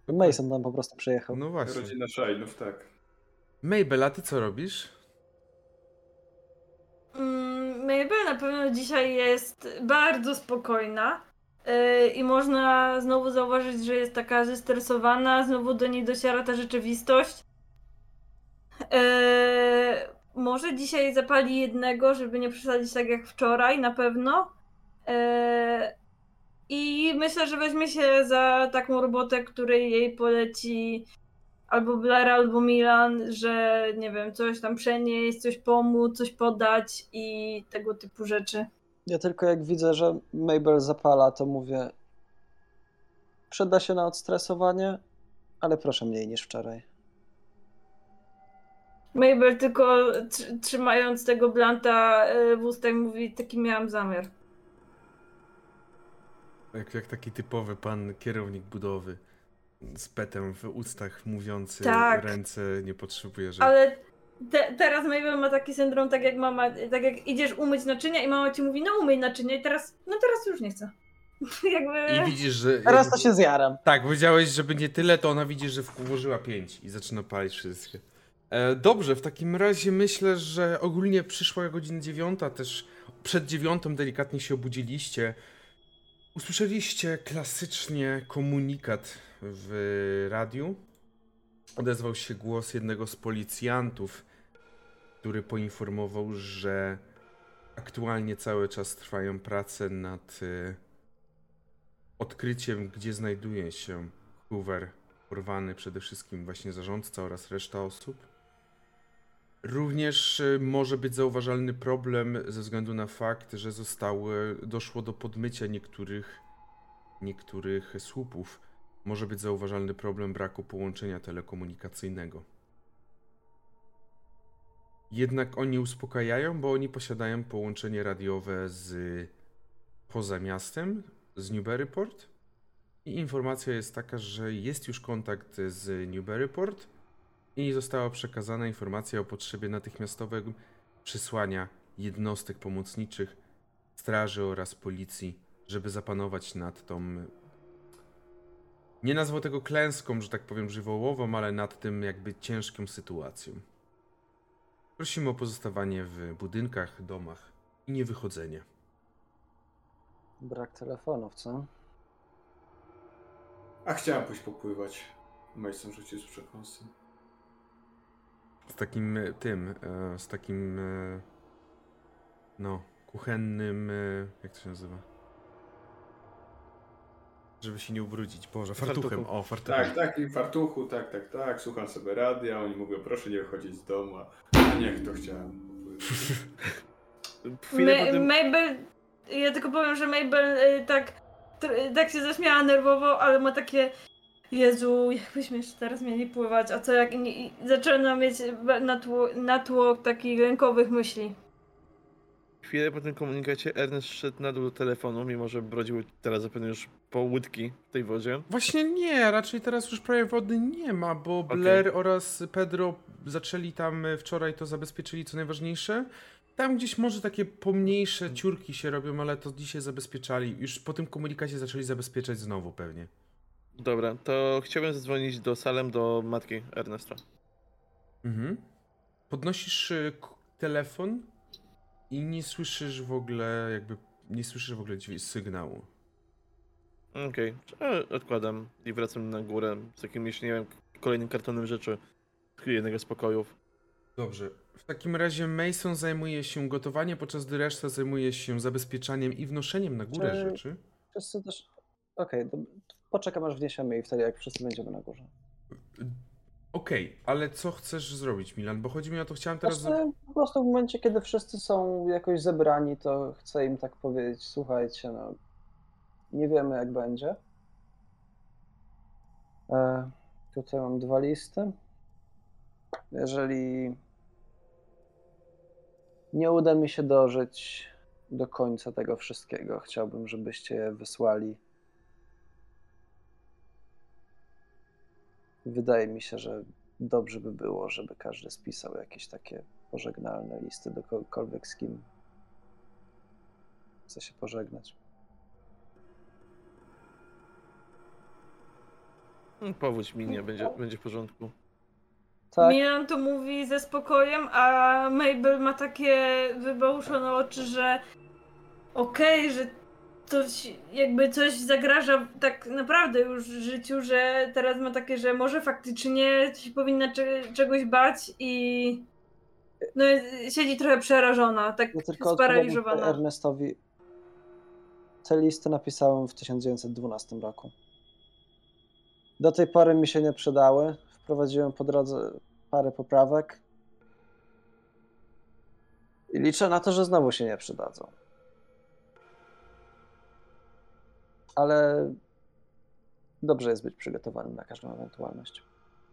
Mason tam po prostu przyjechał. No właśnie. Rodzina Shine'ów, tak. Mabel, a ty co robisz? Mm, Mabel na pewno dzisiaj jest bardzo spokojna yy, i można znowu zauważyć, że jest taka zestresowana, znowu do niej dociera ta rzeczywistość. Yy, może dzisiaj zapali jednego, żeby nie przesadzić tak jak wczoraj, na pewno. Yy, I myślę, że weźmie się za taką robotę, której jej poleci albo Blair, albo Milan, że nie wiem, coś tam przenieść, coś pomóc, coś podać i tego typu rzeczy. Ja tylko jak widzę, że Mabel zapala, to mówię, przyda się na odstresowanie, ale proszę mniej niż wczoraj. Mabel tylko tr- trzymając tego blanta y, w ustach mówi, taki miałam zamiar. Jak, jak taki typowy pan kierownik budowy z petem w ustach mówiący, Tak. ręce nie potrzebuje, że... Ale te, teraz Mabel ma taki syndrom, tak jak mama, tak jak idziesz umyć naczynia i mama ci mówi, no umyj naczynia i teraz, no teraz już nie chcę. Jakby... I widzisz, że... Teraz to się zjaram. Tak, powiedziałeś, żeby nie tyle, to ona widzi, że włożyła pięć i zaczyna palić wszystkie. E, dobrze, w takim razie myślę, że ogólnie przyszła godzina dziewiąta, też przed dziewiątą delikatnie się obudziliście. Usłyszeliście klasycznie komunikat w radiu. Odezwał się głos jednego z policjantów, który poinformował, że aktualnie cały czas trwają prace nad y, odkryciem, gdzie znajduje się Hoover, porwany przede wszystkim właśnie zarządca oraz reszta osób. Również y, może być zauważalny problem ze względu na fakt, że zostały, doszło do podmycia niektórych, niektórych słupów. Może być zauważalny problem braku połączenia telekomunikacyjnego. Jednak oni uspokajają, bo oni posiadają połączenie radiowe z poza miastem, z Newburyport. I informacja jest taka, że jest już kontakt z Newburyport i została przekazana informacja o potrzebie natychmiastowego przysłania jednostek pomocniczych, straży oraz policji, żeby zapanować nad tą, nie nazwał tego klęską, że tak powiem żywiołową, ale nad tym jakby ciężką sytuacją. Prosimy o pozostawanie w budynkach, domach i nie wychodzenie. Brak telefonów, co? A chciałem pójść popływać. Mason rzucił z przekąsem. Z takim e, tym, e, z takim e, no, kuchennym, e, jak to się nazywa? Żeby się nie ubrudzić. Boże, fartuchem. Fartuchu. O, fartuchem. Tak, tak, i w fartuchu, tak, tak, tak. Słucham sobie radia, oni mówią, proszę nie wychodzić z domu. A niech to chciałem popływać. Chwilę Ma- potem... Mabel, ja tylko powiem, że Mabel y, tak, tr- tak się zaśmiała nerwowo, ale ma takie, Jezu, jakbyśmy jeszcze teraz mieli pływać, a co jak nie, i zaczyna mieć natłok, natłok takich rękowych myśli. Chwilę po tym komunikacie Ernest szedł na dół do telefonu, mimo że brodził teraz zapewne już po łydki w tej wodzie. Właśnie nie, raczej teraz już prawie wody nie ma, bo Blair oraz Pedro zaczęli tam e, wczoraj to zabezpieczyli, co najważniejsze. Tam gdzieś może takie pomniejsze ciurki się robią, ale to dzisiaj zabezpieczali. Już po tym komunikacie zaczęli zabezpieczać znowu pewnie. Dobra, to chciałbym zadzwonić do Salem, do matki Ernesta. Mhm. Podnosisz y, k- telefon i nie słyszysz w ogóle jakby, nie słyszysz w ogóle dźwię- sygnału. Okej, okay. Odkładam i wracam na górę z jakimś, nie wiem, kolejnym kartonem rzeczy z jednego z pokojów. Dobrze. W takim razie Mason zajmuje się gotowaniem, podczas gdy reszta zajmuje się zabezpieczaniem i wnoszeniem na górę Czy- rzeczy. Wszyscy też... Okej, to poczekam aż wniesiemy i wtedy jak wszyscy będziemy na górze. Okej, ale co chcesz zrobić, Milan? Bo chodzi mi o to, chciałem teraz... Właśnie po prostu w momencie, kiedy wszyscy są jakoś zebrani, to chcę im tak powiedzieć, słuchajcie, no nie wiemy jak będzie. E, tutaj mam dwa listy. Jeżeli nie uda mi się dożyć do końca tego wszystkiego, chciałbym, żebyście je wysłali. Wydaje mi się, że dobrze by było, żeby każdy spisał jakieś takie pożegnalne listy do kogokolwiek, z kim chce się pożegnać. No, powódź minie, będzie, będzie w porządku. Tak, Milan to mówi ze spokojem, a Mabel ma takie wybałuszone oczy, że okej, że coś, jakby coś zagraża tak naprawdę już w życiu, że teraz ma takie, że może faktycznie się powinna cze- czegoś bać i no siedzi trochę przerażona, tak ja tylko odpowiadam sparaliżowana. Ernestowi. Te listy napisałem w tysiąc dziewięćset dwunastym roku. Do tej pory mi się nie przydały. Wprowadziłem po drodze parę poprawek. I liczę na to, że znowu się nie przydadzą. Ale dobrze jest być przygotowanym na każdą ewentualność.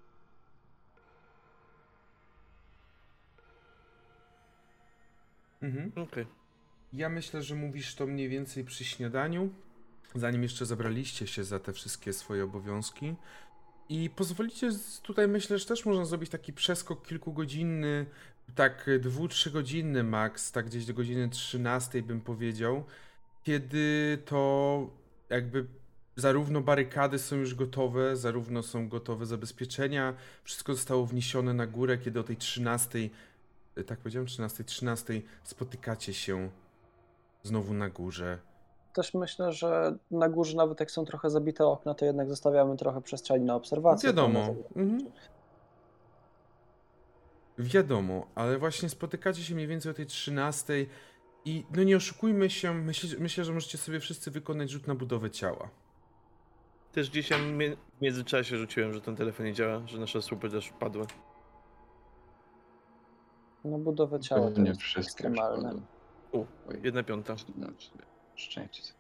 Mhm. Okej. Ja myślę, że mówisz to mniej więcej przy śniadaniu, zanim jeszcze zabraliście się za te wszystkie swoje obowiązki. I pozwolicie, z- tutaj myślę, że też można zrobić taki przeskok kilkugodzinny, tak dwu, trzygodzinny max, tak gdzieś do godziny trzynastej bym powiedział, kiedy to jakby zarówno barykady są już gotowe, zarówno są gotowe zabezpieczenia, wszystko zostało wniesione na górę, kiedy o tej trzynastej, e, tak powiedziałem, trzynastej, trzynastej spotykacie się znowu na górze. Też myślę, że na górze nawet jak są trochę zabite okna, to jednak zostawiamy trochę przestrzeni na obserwację. Wiadomo. tam na zewnątrz. Mhm. Wiadomo, ale właśnie spotykacie się mniej więcej o tej trzynastej i no nie oszukujmy się, myślę, myślę, że możecie sobie wszyscy wykonać rzut na budowę ciała. Też dzisiaj mie- w międzyczasie rzuciłem, że ten telefon nie działa, że nasze słupy też padły. No budowę ciała to Pewnie jest wszystkie ekstremalne. przypadły. U, Oj, jedna piąta. no, szczęście sobie.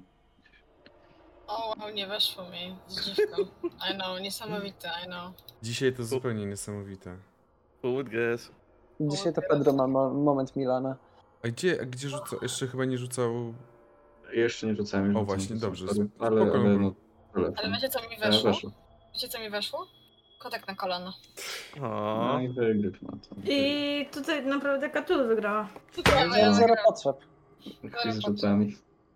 O, wow, nie weszło mi z dziwką. I know, niesamowite, I know. Dzisiaj to zupełnie niesamowite. Good guess. Dzisiaj to teraz- Pedro ma mo- moment Milana. A gdzie, a gdzie rzucał? Jeszcze chyba nie rzucał... Jeszcze nie rzucałem. już O, rzucam, właśnie, to są dobrze, spory, spoko, Ale, ale spoko. no, telefon. Ale wiecie co mi E, weszło? weszło. Wiecie co mi weszło? Kotek na kolano. O, No i wygryw na to. I tutaj naprawdę Cthulhu wygrała. Ja Zero, zero potrzeb. Chwilę z rzutami.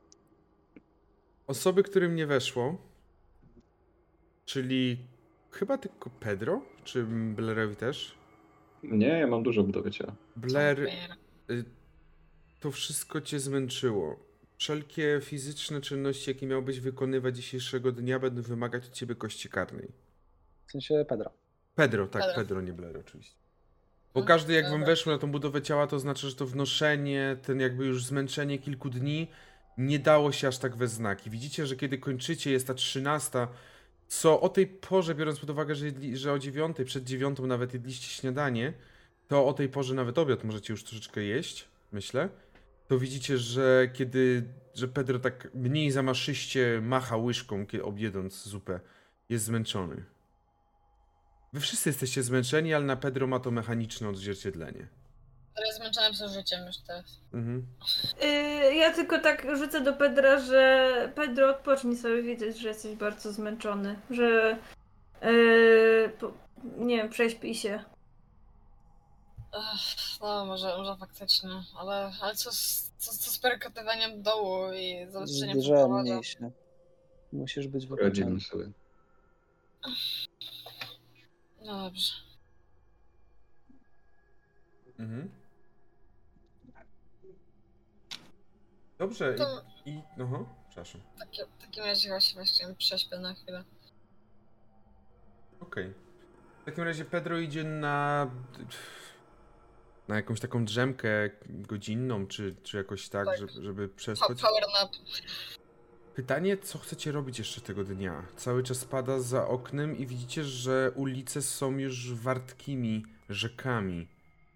Osoby, którym nie weszło, czyli chyba tylko Pedro, czy Blairowi też? Nie, ja mam dużo budowy ciała. Blair, y, to wszystko cię zmęczyło. Wszelkie fizyczne czynności, jakie miałbyś wykonywać dzisiejszego dnia, będą wymagać od ciebie kości karnej. W sensie Pedro. Pedro, tak, Pedro. Pedro, nie Blair oczywiście. Bo Mhm, każdy jak wam dobra. weszło na tą budowę ciała, to znaczy, że to wnoszenie, ten jakby już zmęczenie kilku dni nie dało się aż tak we znaki. Widzicie, że kiedy kończycie, jest ta trzynasta, co o tej porze, biorąc pod uwagę, że, jedli, że o dziewiątej, przed dziewiątą nawet jedliście śniadanie, to o tej porze nawet obiad możecie już troszeczkę jeść, myślę. To widzicie, że kiedy, że Pedro tak mniej zamaszyście macha łyżką, kiedy objedząc zupę, jest zmęczony. Wy wszyscy jesteście zmęczeni, ale na Pedro ma to mechaniczne odzwierciedlenie. Ale jest zmęczona przez życiem już teraz. Mhm. Yy, ja tylko tak rzucę do Pedra, że Pedro, odpocznij sobie, widać, że jesteś bardzo zmęczony, że yy, po, nie wiem, prześpij się. Ech, no może, może faktycznie, ale, ale co z, co, co z perkotywaniem dołu i zabezpieczeniem Zbliżałem się. Musisz być wypoczęty. Radzimy sobie. No dobrze. Mhm. Dobrze, To i... i no, przepraszam. w takim, w takim razie właśnie właśnie prześpię na chwilę. Okej. W takim razie Pedro idzie na... na jakąś taką drzemkę godzinną, czy, czy jakoś tak, Tak. Żeby, żeby Pa- przespać. Power nap. Pytanie, co chcecie robić jeszcze tego dnia? Cały czas pada za oknem i widzicie, że ulice są już wartkimi rzekami.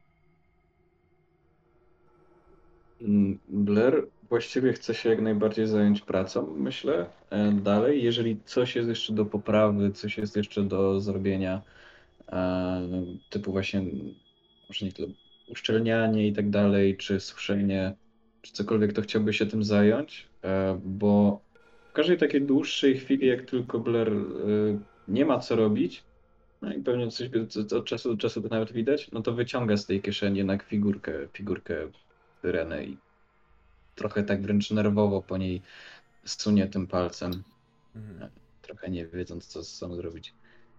Mm, Blair właściwie chce się jak najbardziej zająć pracą, myślę, e, dalej. Jeżeli coś jest jeszcze do poprawy, coś jest jeszcze do zrobienia, e, typu właśnie, może nie tyle uszczelnianie i tak dalej, czy suszenie, czy cokolwiek, to chciałby się tym zająć, e, bo w każdej takiej dłuższej chwili, jak tylko Blair e, nie ma co robić, no i pewnie coś by- co- od czasu do czasu to nawet widać, no to wyciąga z tej kieszeni jednak figurkę, figurkę Syreny i trochę tak wręcz nerwowo po niej sunie tym palcem. Mhm. trochę nie wiedząc, co z sobą zrobić.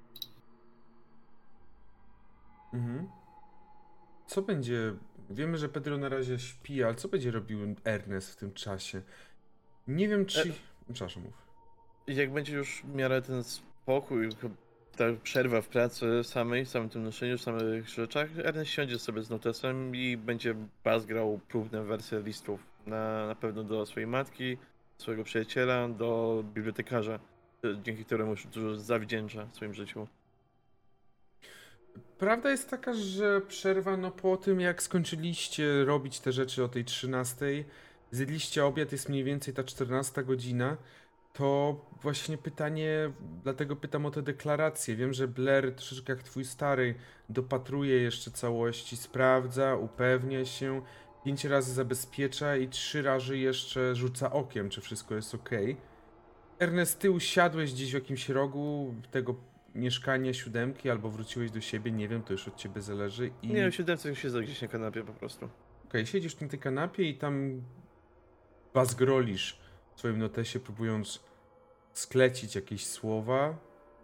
Mhm. Co będzie... Wiemy, że Pedro na razie śpi, ale co będzie robił Ernest w tym czasie? Nie wiem, czy... E- Przepraszam, mów. Jak będzie już w miarę ten spokój, ta przerwa w pracy samej, w samym tym noszeniu, w samych rzeczach, Ernest siądzie sobie z notesem i będzie bazgrał próbne wersje listów. Na, na pewno do swojej matki, swojego przyjaciela, do bibliotekarza, dzięki któremu już dużo zawdzięcza w swoim życiu. Prawda jest taka, że przerwa, no po tym jak skończyliście robić te rzeczy o tej trzynastej, zjedliście obiad, jest mniej więcej ta czternasta godzina, to właśnie pytanie, dlatego pytam o te deklaracje. Wiem, że Blair troszeczkę jak twój stary dopatruje jeszcze całości, sprawdza, upewnia się, pięć razy zabezpiecza i trzy razy jeszcze rzuca okiem, czy wszystko jest ok. Ernest, ty usiadłeś gdzieś w jakimś rogu tego mieszkania siódemki, albo wróciłeś do siebie, nie wiem, to już od ciebie zależy. I... Nie, o siódemce siedzę gdzieś na kanapie po prostu. Okej, okay, siedzisz na tej kanapie i tam bazgrolisz w swoim notesie, próbując sklecić jakieś słowa.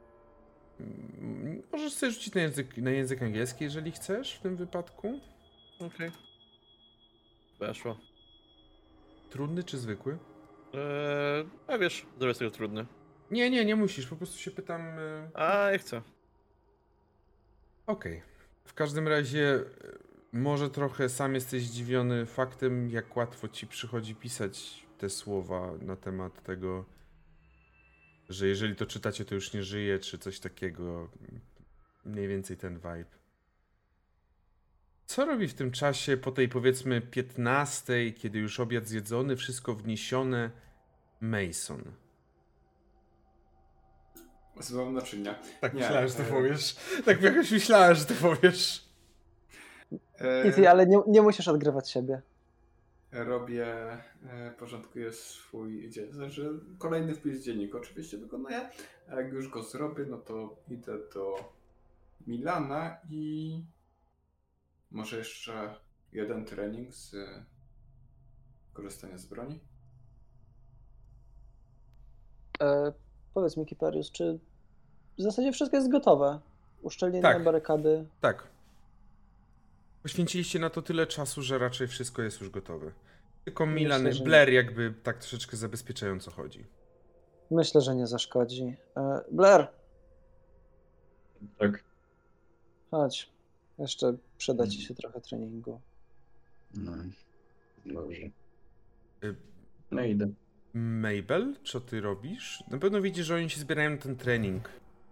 Możesz sobie rzucić na język, na język angielski, jeżeli chcesz w tym wypadku. Okej. Okay. Weszło. Trudny czy zwykły? Eee, a wiesz, zrobię z tego trudny. Nie, nie, nie musisz, po prostu się pytam... Yy... A, ja chcę. Okej. Okay. W każdym razie może trochę sam jesteś zdziwiony faktem, jak łatwo ci przychodzi pisać te słowa na temat tego, że jeżeli to czytacie, to już nie żyje, czy coś takiego. Mniej więcej ten vibe. Co robi w tym czasie po tej powiedzmy piętnastej, kiedy już obiad zjedzony, wszystko wniesione, Mason? Złam naczynia. Tak nie, myślałem, że to e... powiesz. Tak jakoś myślałem, że to powiesz. E... Easy, ale nie, nie musisz odgrywać siebie. Robię, e, porządkuję swój dzień. Znaczy, kolejny wpis w dzienniku oczywiście wykonuję, a jak już go zrobię, no to idę do Milana i może jeszcze jeden trening z korzystania z broni. E, powiedz mi, Kiparius, czy w zasadzie wszystko jest gotowe? Uszczelnienie Tak. barykady? Tak. Poświęciliście na to tyle czasu, że raczej wszystko jest już gotowe. Tylko Milan, Myślę, że Blair jakby tak troszeczkę zabezpieczają, co chodzi. Myślę, że nie zaszkodzi. E, Blair! Tak. Chodź. Jeszcze przyda ci się trochę treningu. No, dobrze. Y- No idę. Mabel, co ty robisz? Na pewno widzisz, że oni się zbierają na ten trening.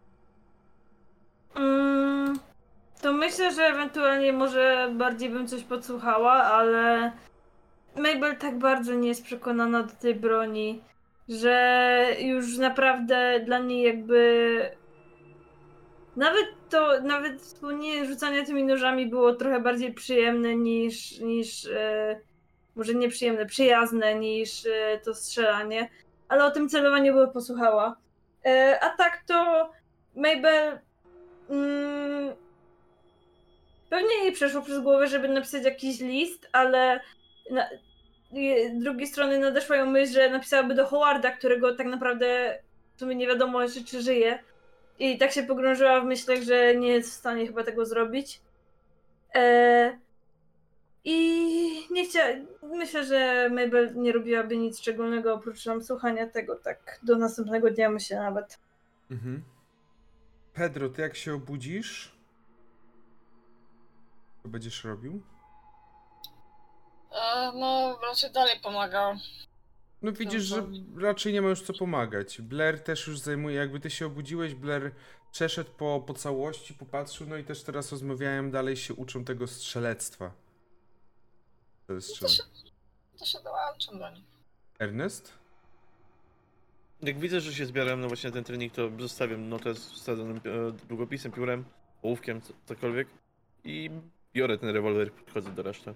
Mm, to myślę, że ewentualnie może bardziej bym coś podsłuchała, ale Mabel tak bardzo nie jest przekonana do tej broni, że już naprawdę dla niej jakby nawet to, nawet wspólnie rzucanie tymi nożami było trochę bardziej przyjemne niż, niż e, może nie przyjemne, przyjazne niż e, to strzelanie, ale o tym celowaniu by posłuchała. E, a tak to Mabel mm, pewnie jej przeszło przez głowę, żeby napisać jakiś list, ale na, z drugiej strony nadeszła ją myśl, że napisałaby do Howarda, którego tak naprawdę w sumie nie wiadomo jeszcze, czy żyje. I tak się pogrążyła w myślach, że nie jest w stanie chyba tego zrobić. Eee, I nie chciała... Myślę, że Mabel nie robiłaby nic szczególnego oprócz nam słuchania tego tak do następnego dnia, myślę nawet. Mhm. Pedro, ty jak się obudzisz? Co będziesz robił? E, no, raczej dalej pomagał. No widzisz, że raczej nie ma już co pomagać. Blair też już zajmuje, jakby ty się obudziłeś, Blair przeszedł po, po całości, popatrzył, no i też teraz rozmawiałem, dalej się uczą tego strzelectwa. To jest To się, to się dołączam do nich. Ernest? Jak widzę, że się zbieram na właśnie ten trening, to zostawiam notę z wsadzonym e, długopisem, piórem, ołówkiem, co, cokolwiek i biorę ten rewolwer i podchodzę do reszty.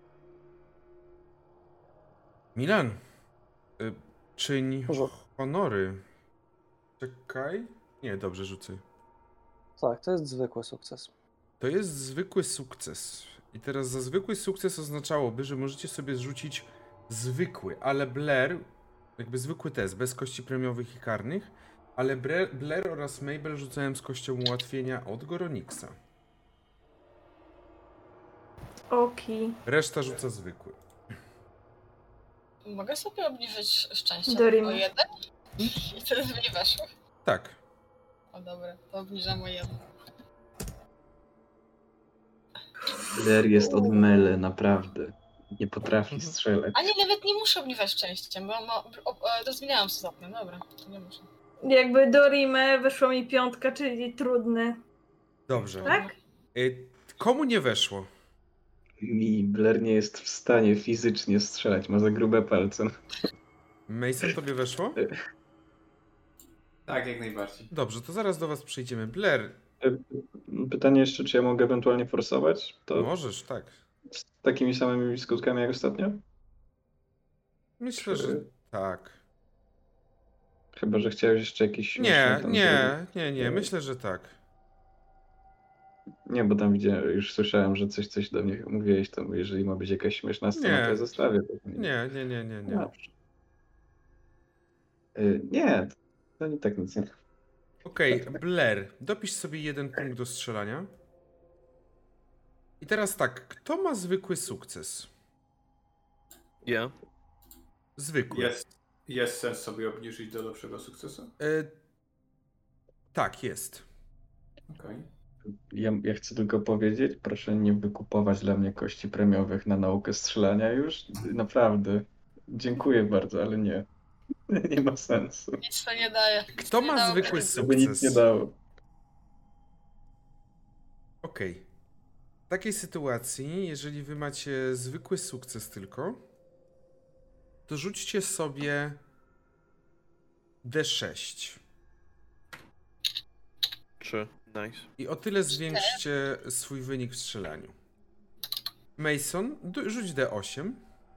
Milan, y, czyń Rzut. honory. Czekaj. Nie, dobrze, rzucę. Tak, to jest zwykły sukces. To jest zwykły sukces. I teraz za zwykły sukces oznaczałoby, że możecie sobie zrzucić zwykły, ale Blair, jakby zwykły test, bez kości premiowych i karnych, Ale Bre- Blair oraz Mabel rzucają z kością ułatwienia od Goronixa. Oki. Reszta rzuca zwykły. Mogę sobie obniżyć szczęście Dorimy. o jeden? I wtedy by nie weszło. Tak. O dobra, to obniżam o jeden. Blair jest od mele, naprawdę. Nie potrafi strzelać. A nie, nawet nie muszę obniżać szczęściem, bo no, o, o, to zmieniałam stopniem, dobra, to nie muszę. Jakby Dorime wyszło mi piątka, czyli trudny. Dobrze. Tak? Y, komu nie weszło? Mi Blair nie jest w stanie fizycznie strzelać, ma za grube palce. Mason, tobie weszło? Tak, jak najbardziej. Dobrze, to zaraz do was przejdziemy. Blair, Pytanie jeszcze, czy ja mogę ewentualnie forsować? To możesz, tak. z takimi samymi skutkami jak ostatnio? Myślę, Czy- że tak. Chyba, że chciałeś jeszcze jakiś... Nie, myślę, tam nie, zrobić. nie, nie, myślę, że tak. Nie, bo tam widziałem, już słyszałem, że coś, coś do mnie mówiłeś, to jeżeli ma być jakaś śmieszna scena, Nie. to ja zostawię. To Nie, nie, nie, nie, nie. Dobrze. Y, Nie, to nie tak nic nie. Okej, Blair, dopisz sobie jeden punkt do strzelania. I teraz tak, kto ma zwykły sukces? Ja. Zwykły. Jest, jest sens sobie obniżyć do lepszego sukcesu? E, tak, jest. Okej. Ja, ja chcę tylko powiedzieć, proszę nie wykupować dla mnie kości premiowych na naukę strzelania już. Naprawdę. Dziękuję bardzo, ale nie. Nie ma sensu. Nic to nie daje. Kto Nie ma dało zwykły nic. To by nic nie sukces? dało. Okej. W takiej sytuacji, jeżeli wy macie zwykły sukces tylko, to rzućcie sobie D sześć. Trzy. Nice. I o tyle zwiększcie swój wynik w strzelaniu. Mason, d- rzuć D osiem.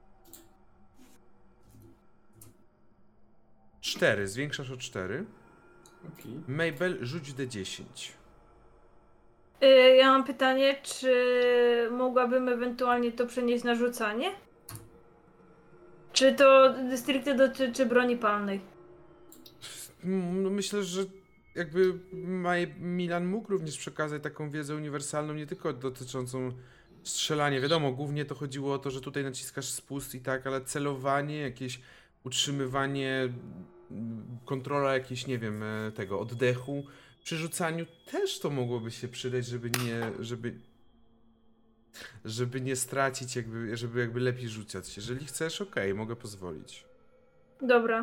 cztery, zwiększasz o cztery. Okej. Mabel, rzuć D dziesięć. Y, ja mam pytanie, czy mogłabym ewentualnie to przenieść na rzucanie? Czy to stricte dotyczy broni palnej? Mm, no myślę, że jakby Maj- Milan mógł również przekazać taką wiedzę uniwersalną, nie tylko dotyczącą strzelania. Wiadomo, głównie to chodziło o to, że tutaj naciskasz spust i tak, ale celowanie, jakieś utrzymywanie, mm, kontrola jakieś, nie wiem, e, tego oddechu. Przy rzucaniu też to mogłoby się przydać, żeby nie, żeby, żeby nie stracić, jakby, żeby jakby lepiej rzucać. Jeżeli chcesz, okej, mogę pozwolić. Dobra.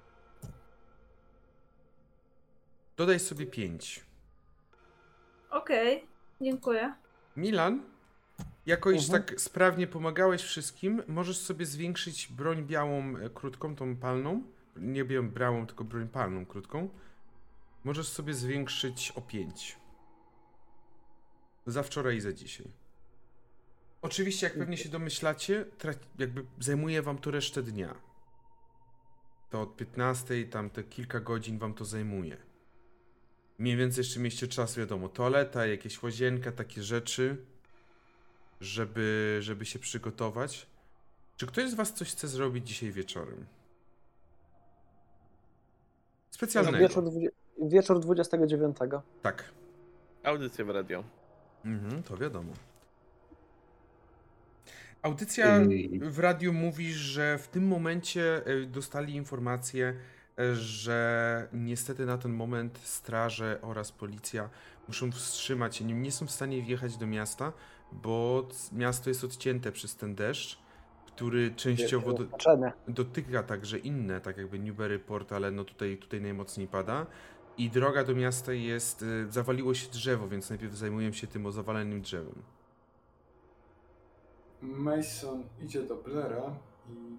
Dodaj sobie pięć. Okej, dziękuję. Milan, jako iż Mhm. tak sprawnie pomagałeś wszystkim, możesz sobie zwiększyć broń białą e, krótką, tą palną. Nie białą brałą, tylko broń palną krótką. Możesz sobie zwiększyć o pięć. Za wczoraj i za dzisiaj. Oczywiście, jak pewnie się domyślacie, tra- jakby zajmuje wam to resztę dnia. To od piętnastej, tam te kilka godzin wam to zajmuje. Mniej więcej jeszcze mieliście czas, wiadomo, toaleta, jakieś łazienka, takie rzeczy, żeby, żeby się przygotować. Czy ktoś z was coś chce zrobić dzisiaj wieczorem? Specjalnego. Wieczór, dwudzie- wieczór dwudziestego dziewiątego. Tak. Audycja w radio. Mhm, to wiadomo. Audycja Ej. w radiu mówi, że w tym momencie e, dostali informację, e, że niestety na ten moment straże oraz policja muszą wstrzymać się, nie, nie są w stanie wjechać do miasta, bo c- miasto jest odcięte przez ten deszcz, który częściowo do, Znaczenie. dotyka także inne, tak jakby Newburyport, ale no tutaj, tutaj najmocniej pada. I droga do miasta jest, e, zawaliło się drzewo, więc najpierw zajmuję się tym o zawalonym drzewem. Mason idzie do Blaira i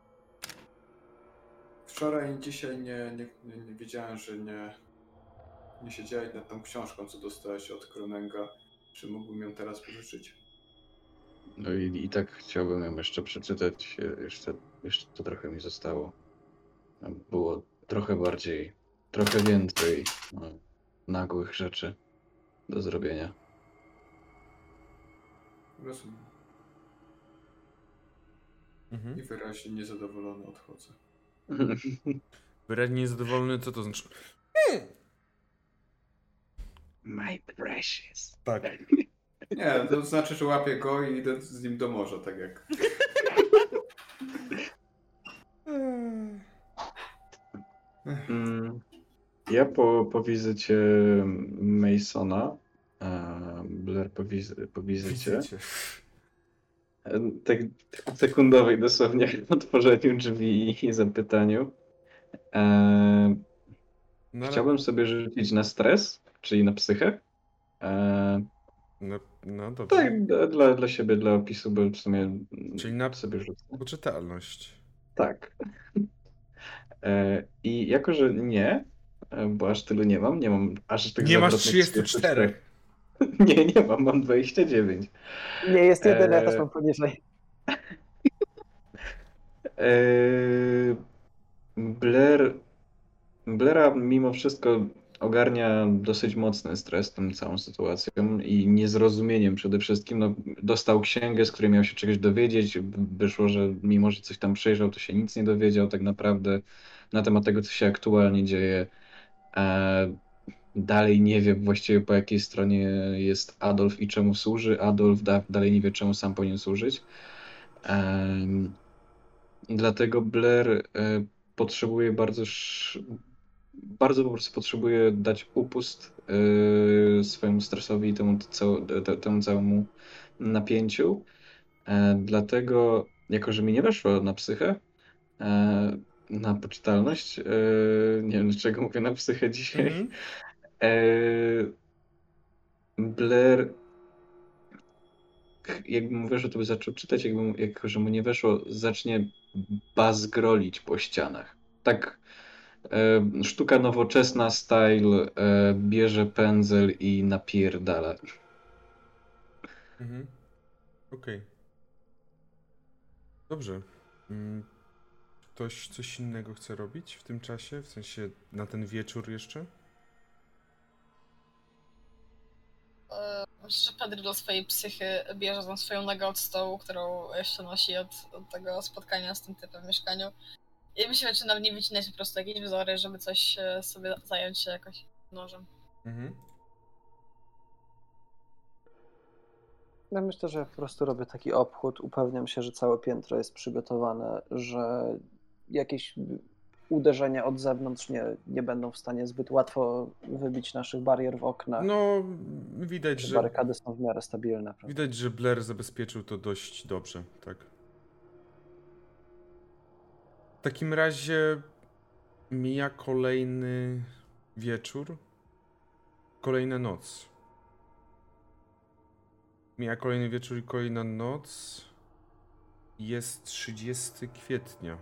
wczoraj i dzisiaj nie, nie, nie, nie wiedziałem, że nie, nie siedziałeś nad tą książką, co dostałeś od Kronenga. Czy mógłbym ją teraz pożyczyć? No i, i tak chciałbym ją jeszcze przeczytać. e, Jeszcze, jeszcze to trochę mi zostało. Tam było trochę bardziej, trochę więcej no, nagłych rzeczy do zrobienia. Rozumiem. Mhm. I wyraźnie niezadowolony odchodzę. Wyraźnie niezadowolony, co to znaczy? Hmm. My precious. Tak. Nie, to znaczy, że łapię go i idę z nim do morza, tak jak... Mm, Ja po, po wizycie Masona, e, Blair po, wiz, po wizycie, Widzicie. e, tak sekundowej dosłownie otworzeniu drzwi i zapytaniu, e, No, ale- chciałbym sobie rzucić na stres, czyli na psychę. E, no, no dobrze. tak, dla- dla, dla siebie, dla opisu, bo w sumie mm, Czyli na sobie rzucę. poczytalność. Tak. E, I jako, że nie, e, bo aż tylu nie mam, nie mam aż tych Nie masz zawrotnych trzydziestu czterech. Nie, nie mam, mam dwadzieścia dziewięć. Nie jest jeden, ja też Eee, mam poniżej. Eee, Blair, Blaira mimo wszystko ogarnia dosyć mocny stres tą całą sytuacją i niezrozumieniem przede wszystkim. No, dostał księgę, z której miał się czegoś dowiedzieć. Wyszło, że mimo, że coś tam przejrzał, to się nic nie dowiedział tak naprawdę na temat tego, co się aktualnie dzieje. Eee, Dalej nie wie właściwie po jakiej stronie jest Adolf i czemu służy. Adolf da, dalej nie wie, czemu sam powinien służyć. Em, dlatego Blair e, potrzebuje bardzo, sz, bardzo po prostu potrzebuje dać upust e, swojemu stresowi i temu, cał, te, temu całemu napięciu. E, dlatego, jako że mi nie weszło na psychę, e, na poczytalność, e, nie wiem dlaczego mówię na psychę dzisiaj, Mhm. Eee, Blair, jakby mu weszło, to by zaczął czytać, jakby mu, jako że mu nie weszło, zacznie bazgrolić po ścianach. Tak, e, sztuka nowoczesna style, e, bierze pędzel i napierdala. Mhm. Okej. Dobrze. Mm, Ktoś coś innego chce robić w tym czasie? W sensie na ten wieczór jeszcze? E, Myślę, że Pedro do swojej psychy bierze tą swoją nogę od stołu, którą jeszcze nosi od, od tego spotkania z tym typem w mieszkaniu. I myślę, czy nawet nie wycinać po prostu jakieś wzory, żeby coś e, sobie zająć się jakoś nożem. Mhm. Ja myślę, że po prostu robię taki obchód, upewniam się, że całe piętro jest przygotowane, że jakieś uderzenia od zewnątrz nie, nie będą w stanie zbyt łatwo wybić naszych barier w oknach. No, widać, że że barykady są w miarę stabilne. Prawda? widać, że Blair zabezpieczył to dość dobrze, tak. W takim razie mija kolejny wieczór, kolejna noc. Mija kolejny wieczór i kolejna noc. Jest trzydziestego kwietnia.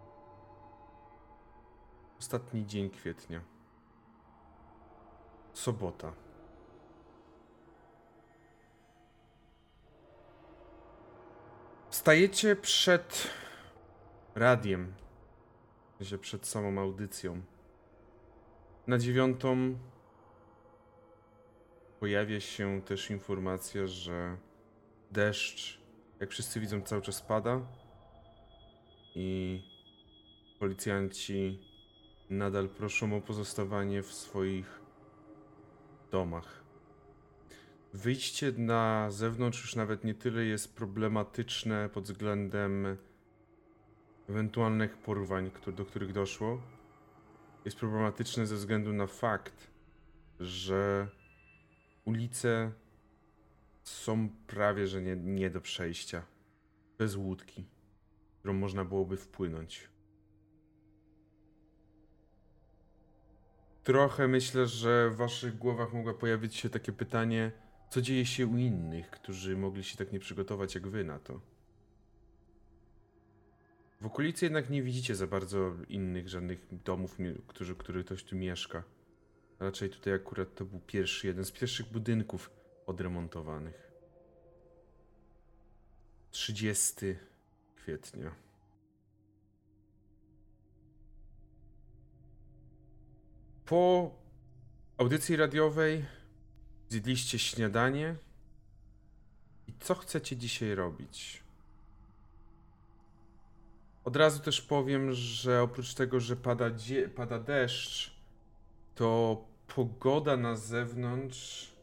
Ostatni dzień kwietnia. Sobota. Wstajecie przed radiem. W sensie przed samą audycją. Na dziewiątą pojawia się też informacja, że deszcz, jak wszyscy widzą, cały czas pada i policjanci nadal proszą o pozostawanie w swoich domach. Wyjście na zewnątrz już nawet nie tyle jest problematyczne pod względem ewentualnych porwań, do których doszło. Jest problematyczne ze względu na fakt, że ulice są prawie że nie, nie do przejścia. Bez łódki, którą można byłoby wpłynąć. Trochę myślę, że w waszych głowach mogło pojawić się takie pytanie, co dzieje się u innych, którzy mogli się tak nie przygotować jak wy na to. W okolicy jednak nie widzicie za bardzo innych żadnych domów, którzy, który ktoś tu mieszka. Raczej tutaj akurat to był pierwszy, jeden z pierwszych budynków odremontowanych. trzydziestego kwietnia. Po audycji radiowej zjedliście śniadanie. I co chcecie dzisiaj robić? Od razu też powiem, że oprócz tego, że pada, dzie- pada deszcz, to pogoda na zewnątrz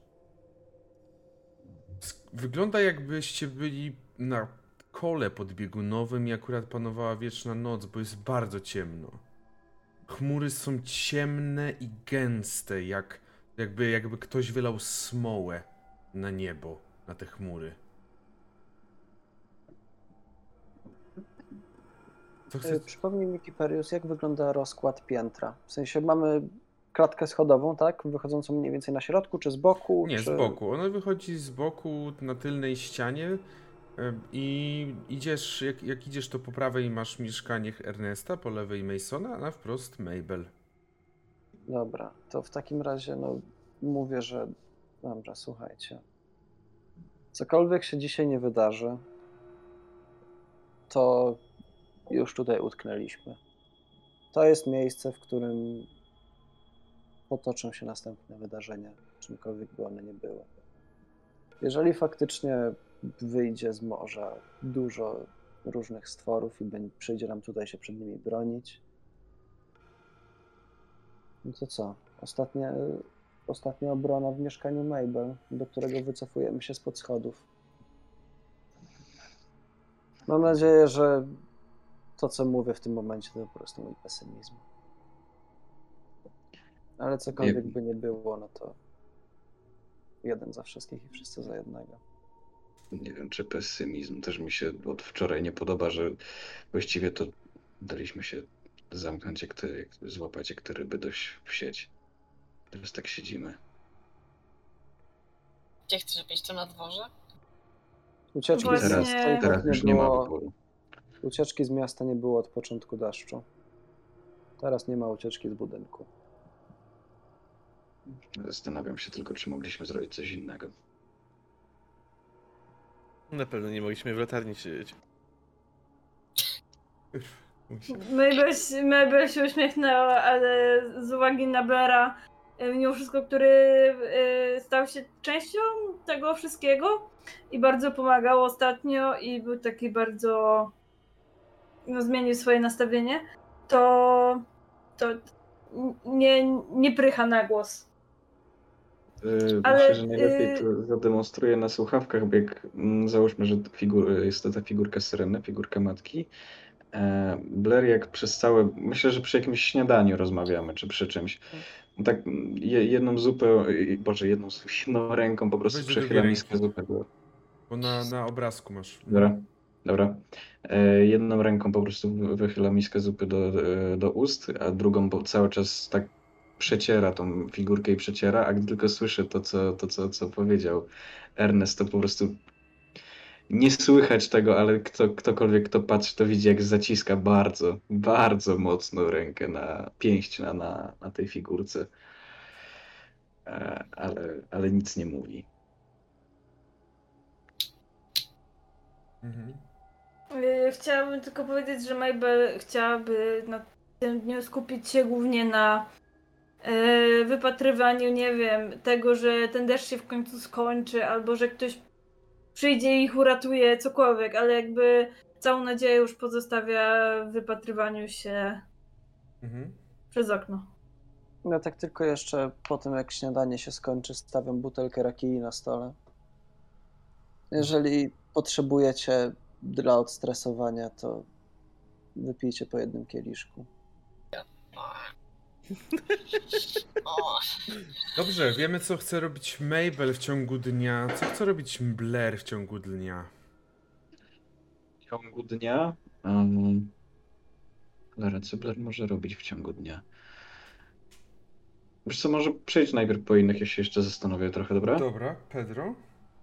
sk- wygląda, jakbyście byli na kole podbiegunowym i akurat panowała wieczna noc, bo jest bardzo ciemno. Chmury są ciemne i gęste, jak jakby, jakby ktoś wylał smołę na niebo, na te chmury. Co E, chcesz? Przypomnij mi, Kiperius, jak wygląda rozkład piętra? W sensie mamy klatkę schodową, tak? Wychodzącą mniej więcej na środku, czy z boku? Nie, czy... z boku. Ona wychodzi z boku na tylnej ścianie e, i idziesz, jak, jak idziesz, to po prawej masz mieszkanie Ernesta, po lewej Masona, a na wprost Mabel. Dobra, to w takim razie no mówię, że dobra, słuchajcie. Cokolwiek się dzisiaj nie wydarzy, to już tutaj utknęliśmy. To jest miejsce, w którym potoczą się następne wydarzenia, czymkolwiek by one nie były. Jeżeli faktycznie wyjdzie z morza dużo różnych stworów i będzie- przyjdzie nam tutaj się przed nimi bronić, no to co? Ostatnia, ostatnia obrona w mieszkaniu Mabel, do którego wycofujemy się spod schodów. Mam nadzieję, że to, co mówię w tym momencie, to po prostu mój pesymizm. Ale cokolwiek Nie- by nie było, no to jeden za wszystkich i wszyscy za jednego. Nie wiem, czy pesymizm też mi się od wczoraj nie podoba, że właściwie to daliśmy się zamknąć, jak te, jak złapać jak te ryby dość w sieć. Teraz tak siedzimy. Gdzie chcesz być? To na dworze? Ucieczki Właśnie- z miasta i tak Teraz nie już nie ma było, wyboru. ucieczki z miasta nie było od początku deszczu. Teraz nie ma ucieczki z budynku. Zastanawiam się tylko, czy mogliśmy zrobić coś innego. Na pewno nie mogliśmy w latarni siedzieć. Mabel, się- Mabel się uśmiechnęła, ale z uwagi na Blera, y, mimo wszystko, który y, stał się częścią tego wszystkiego i bardzo pomagał ostatnio i był taki bardzo, no, zmienił swoje nastawienie, to, to nie, nie prycha na głos. Yy, Ale, Myślę, że najlepiej yy, to zademonstruję na słuchawkach, bo jak mm, załóżmy, że figur, jest to ta figurka Syreny, figurka matki. E, Blair jak przez całe, myślę, że przy jakimś śniadaniu rozmawiamy, czy przy czymś. Tak mm, je, jedną zupę, y, boże, jedną, jedną ręką po prostu Weź do przechyla drugiej miskę zupy. Bo... Bo na, na obrazku masz. Dobra, dobra. E, jedną ręką po prostu wy- wychyla miskę zupy do, e, do ust, a drugą po, cały czas tak przeciera tą figurkę i przeciera, a gdy tylko słyszy to, co, to co, co powiedział Ernest, to po prostu nie słychać tego, ale kto, ktokolwiek, kto patrzy, to widzi, jak zaciska bardzo, bardzo mocno rękę na pięść na, na, na tej figurce. E, ale, ale nic nie mówi. Mhm. Y, Chciałabym tylko powiedzieć, że Mabel chciałaby na tym dniu skupić się głównie na y, wypatrywaniu, nie wiem, tego, że ten deszcz się w końcu skończy, albo że ktoś przyjdzie i ich uratuje, cokolwiek, ale jakby całą nadzieję już pozostawia w wypatrywaniu się Mhm. przez okno. Ja tak tylko jeszcze po tym, jak śniadanie się skończy, stawiam butelkę rakii na stole. Jeżeli potrzebujecie dla odstresowania, to wypijcie po jednym kieliszku. O, Dobrze, wiemy, co chce robić Mabel w ciągu dnia. Co chce robić Blair w ciągu dnia? W ciągu dnia... Um, Cholera, co Blair może robić w ciągu dnia? Wiesz co, może przejdź najpierw po innych, ja się jeszcze zastanowię trochę, dobra? Dobra, Pedro?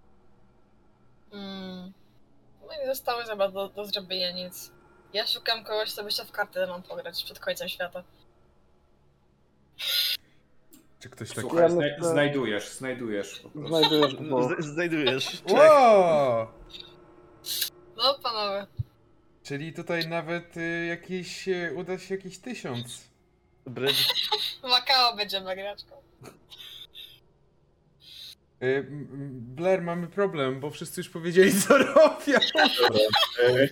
mm, no nie zostało za bardzo do, do zrobienia nic. Ja szukam kogoś, kto by się w karty ze mną pograć przed końcem świata. Czy ktoś taki... Słuchaj, Ja zna myślę- znajdujesz, znajdujesz po prostu. Znajdujesz dwóch. Z- Znajdujesz. Czek. Wow! No panowie, Czyli tutaj nawet y, jakieś, y, uda się jakieś tysiąc. Brad, Makao będziemy graczką. Y, m- m- Blair, mamy problem, bo wszyscy już powiedzieli, co robią. Dobra. e,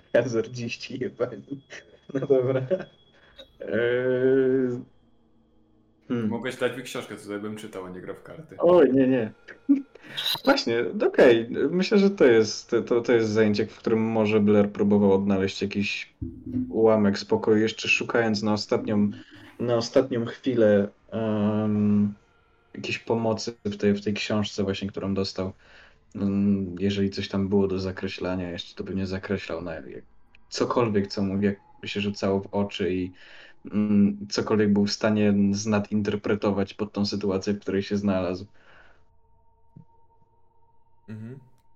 Hazardziści jebani. No dobra. E, Hmm. Mogłeś dać mi książkę, to sobie bym czytał, a nie grał w karty. Oj, nie, nie. Właśnie, okej. Myślę, że to jest, to, to jest zajęcie, w którym może Blair próbował odnaleźć jakiś ułamek spokoju, jeszcze szukając na ostatnią, na ostatnią chwilę um, jakiejś pomocy w tej, w tej książce właśnie, którą dostał. Um, jeżeli coś tam było do zakreślania, jeszcze to by nie zakreślał na jak, cokolwiek, co mu jakby się rzucało w oczy i um, cokolwiek był w stanie znadinterpretować pod tą sytuację, w której się znalazł. Mhm.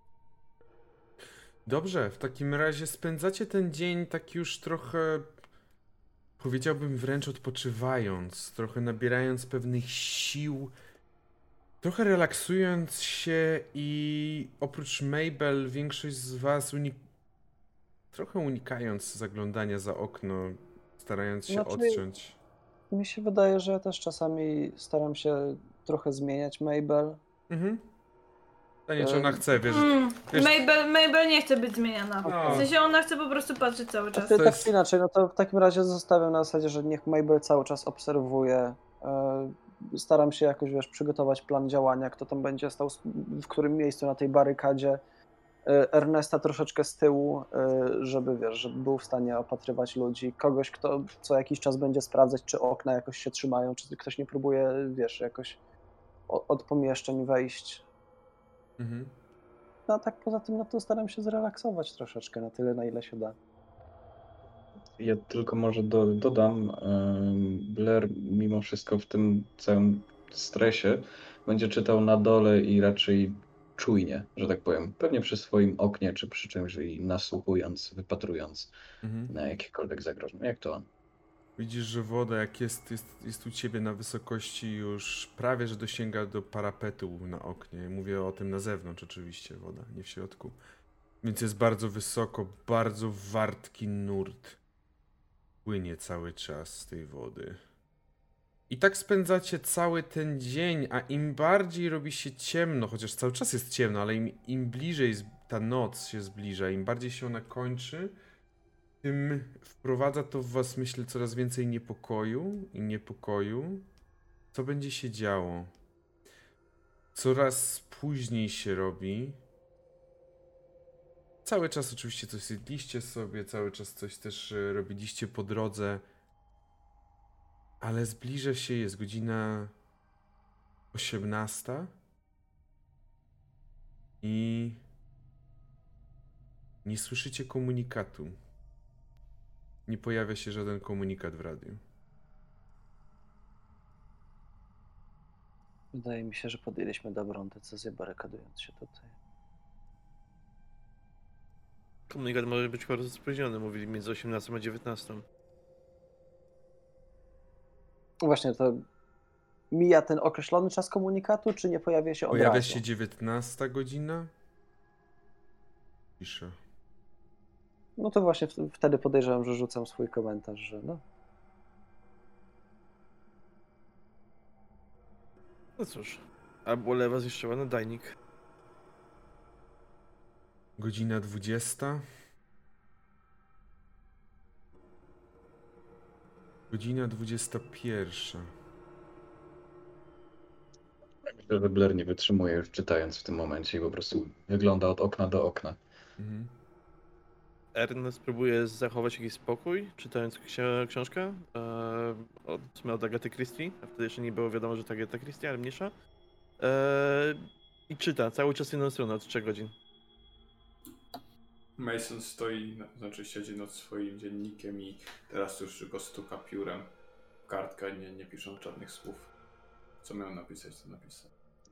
Dobrze, w takim razie spędzacie ten dzień tak już trochę, powiedziałbym wręcz odpoczywając, trochę nabierając pewnych sił, trochę relaksując się i oprócz Mabel większość z was unik... trochę unikając zaglądania za okno, starając się Znaczy- odciąć. Mi się wydaje, że ja też czasami staram się trochę zmieniać Mabel. Mhm. Pytanie, czy ona chce, wiesz, Mm, wiesz- Mabel, Mabel nie chce być zmieniana. No. W sensie ona chce po prostu patrzeć cały czas. Znaczy, to tak jest- czy inaczej, no to w takim razie zostawiam na zasadzie, że niech Mabel cały czas obserwuje. E, Staram się jakoś, wiesz, przygotować plan działania, kto tam będzie stał, s- w którym miejscu na tej barykadzie. E, Ernesta troszeczkę z tyłu, e, żeby, wiesz, żeby był w stanie opatrywać ludzi. Kogoś, kto co jakiś czas będzie sprawdzać, czy okna jakoś się trzymają, czy ktoś nie próbuje, wiesz, jakoś o- od pomieszczeń wejść. Mhm. No a tak poza tym, no to staram się zrelaksować troszeczkę na tyle, na ile się da. Ja tylko może do, dodam, em, Blair mimo wszystko w tym całym stresie będzie czytał na dole i raczej czujnie, że tak powiem. Pewnie przy swoim oknie, czy przy czymś i nasłuchując, wypatrując Mhm. na jakiekolwiek zagrożenie. Jak to on? Widzisz, że woda jak jest, jest, jest u ciebie na wysokości już prawie, że dosięga do parapetu na oknie. Mówię o tym na zewnątrz oczywiście, woda, nie w środku. Więc jest bardzo wysoko, bardzo wartki nurt. Płynie cały czas z tej wody. I tak spędzacie cały ten dzień, a im bardziej robi się ciemno, chociaż cały czas jest ciemno, ale im, im bliżej z- ta noc się zbliża, im bardziej się ona kończy, tym wprowadza to w was, myślę, coraz więcej niepokoju i niepokoju. Co będzie się działo? Coraz później się robi. Cały czas oczywiście coś zjedliście sobie, cały czas coś też e, robiliście po drodze. Ale zbliża się, jest godzina osiemnasta. I nie słyszycie komunikatu. Nie pojawia się żaden komunikat w radiu. Wydaje mi się, że podjęliśmy dobrą decyzję, barykadując się tutaj. Komunikat może być bardzo spóźniony, mówili między osiemnastą a dziewiętnastą. Właśnie, to mija ten określony czas komunikatu, czy nie pojawia się od Pojawia razu? się dziewiętnasta godzina. Cisza. No to właśnie w- wtedy podejrzewam, że rzucam swój komentarz, że no. No cóż, a ulewa zniszczyła nadajnik. Godzina dwudziesta. Godzina dwudziesta pierwsza. Myślę, że Blair nie wytrzymuje już czytając w tym momencie i po prostu wygląda od okna do okna. Mhm. Ernest próbuje zachować jakiś spokój, czytając ksi- książkę e, od, w sumie od Agaty Christie, a wtedy jeszcze nie było wiadomo, że to Agata Christie, ale mniejsza. E, I czyta cały czas jedną stronę od trzech godzin. Mason stoi, na- znaczy siedzi nad swoim dziennikiem i teraz już tylko stuka piórem w kartkę, nie, nie pisząc żadnych słów. Co miał napisać, to napisał.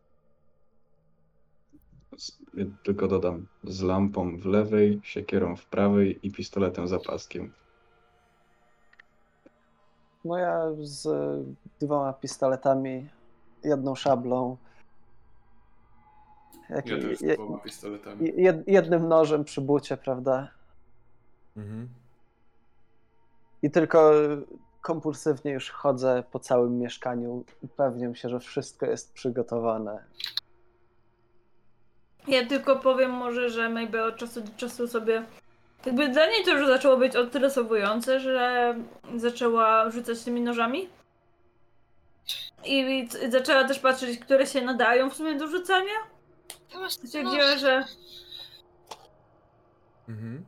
Z- ja Tylko dodam, z lampą w lewej, siekierą w prawej i pistoletem zapaskiem. No ja z dwoma pistoletami, jedną szablą, jak, Ja też z je- dwoma pistoletami. jed, jednym nożem przy bucie, prawda? Mhm. I tylko kompulsywnie już chodzę po całym mieszkaniu. Upewniam się, że wszystko jest przygotowane. Ja tylko powiem może, że Mabel od czasu do czasu sobie... Jakby dla niej to już zaczęło być odstresowujące, że zaczęła rzucać tymi nożami. I, i zaczęła też patrzeć, które się nadają w sumie do rzucania. To masz, Stwierdziła, że Mhm.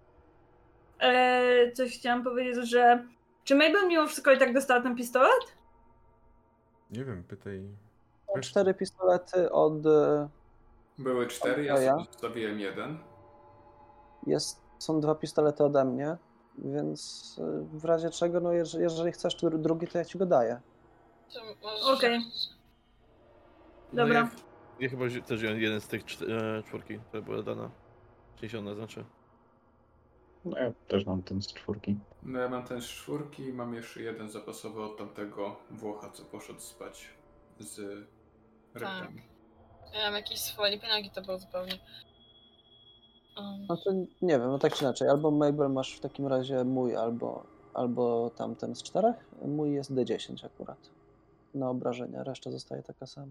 e, coś chciałam powiedzieć, że czy Mabel mimo wszystko i tak dostała ten pistolet? Nie wiem, pytaj. Są reszty. cztery pistolety od... e, Były cztery, ja A ja? sobie zostawiłem jeden. Jest, są dwa pistolety ode mnie, więc e, w razie czego, no jeżeli, jeżeli chcesz tu drugi, to ja ci go daję. to możesz Okej. wziąć. No Dobra. ja, ja chyba wzi- też wziąłem jeden z tych czt- e, czwórki, która była dana. Przeniesiona, znaczy. No ja też mam ten z czwórki. No ja mam ten z czwórki i mam jeszcze jeden zapasowy od tamtego Włocha, co poszedł spać z rybami. Ja mam jakieś swoje pieniądze, to było zupełnie. Um, No to nie wiem, no tak czy inaczej, albo Mabel masz w takim razie mój, albo, albo tamten z czterech. Mój jest D dziesięć akurat na obrażenia, reszta zostaje taka sama.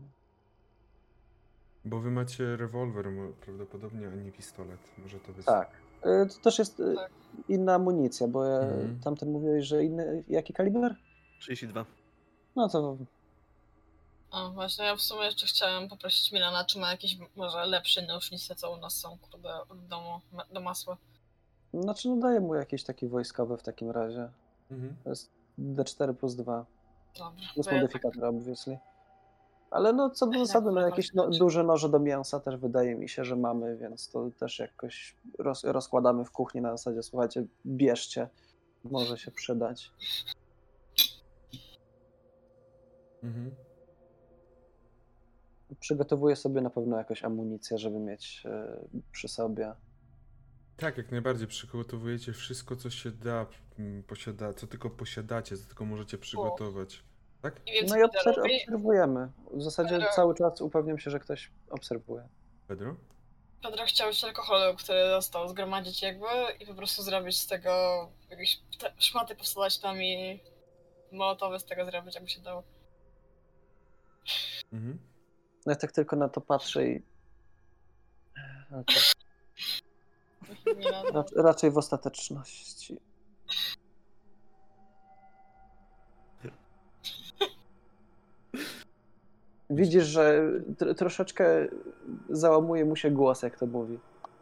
Bo wy macie rewolwer mo- prawdopodobnie, a nie pistolet. Może to być. Tak. Y, To też jest y, Tak. inna amunicja, bo ja- Mhm. tamten mówiłeś, że inny, jaki kaliber? trzydzieści dwa. No to o, właśnie, ja w sumie jeszcze chciałem poprosić Milana, czy ma jakiś może lepszy nóż niż te, co u nas są, kurde, w domu, ma- do masła. znaczy no daję mu jakieś taki wojskowy w takim razie. Mhm. To jest D cztery plus dwa. Dobra. Plus bo ja modyfikator, obviously. Ale no co do Tak, zasady, no tak, jakieś tak. no, duże noże do mięsa też wydaje mi się, że mamy, więc to też jakoś roz, rozkładamy w kuchni na zasadzie, słuchajcie, bierzcie, może się przydać. Mhm. Przygotowuję sobie na pewno jakąś amunicję, żeby mieć e, przy sobie. Tak, jak najbardziej przygotowujecie wszystko, co się da, mm, posiada, co tylko posiadacie, co tylko możecie przygotować. Tak? I wiem, No co i Peter obser- robi. obserwujemy. W zasadzie Pedro. cały czas upewniam się, że ktoś obserwuje. Pedro? Pedro chciał już alkoholu, który został, zgromadzić jakby i po prostu zrobić z tego jakieś te szmaty, powsadzać tam i mołotowy z tego zrobić, jakby się dało. Mhm. No ja tak tylko na to patrzę i... No to Nie no, no. rac- raczej w ostateczności. Widzisz, że tr- troszeczkę załamuje mu się głos, jak to mówi.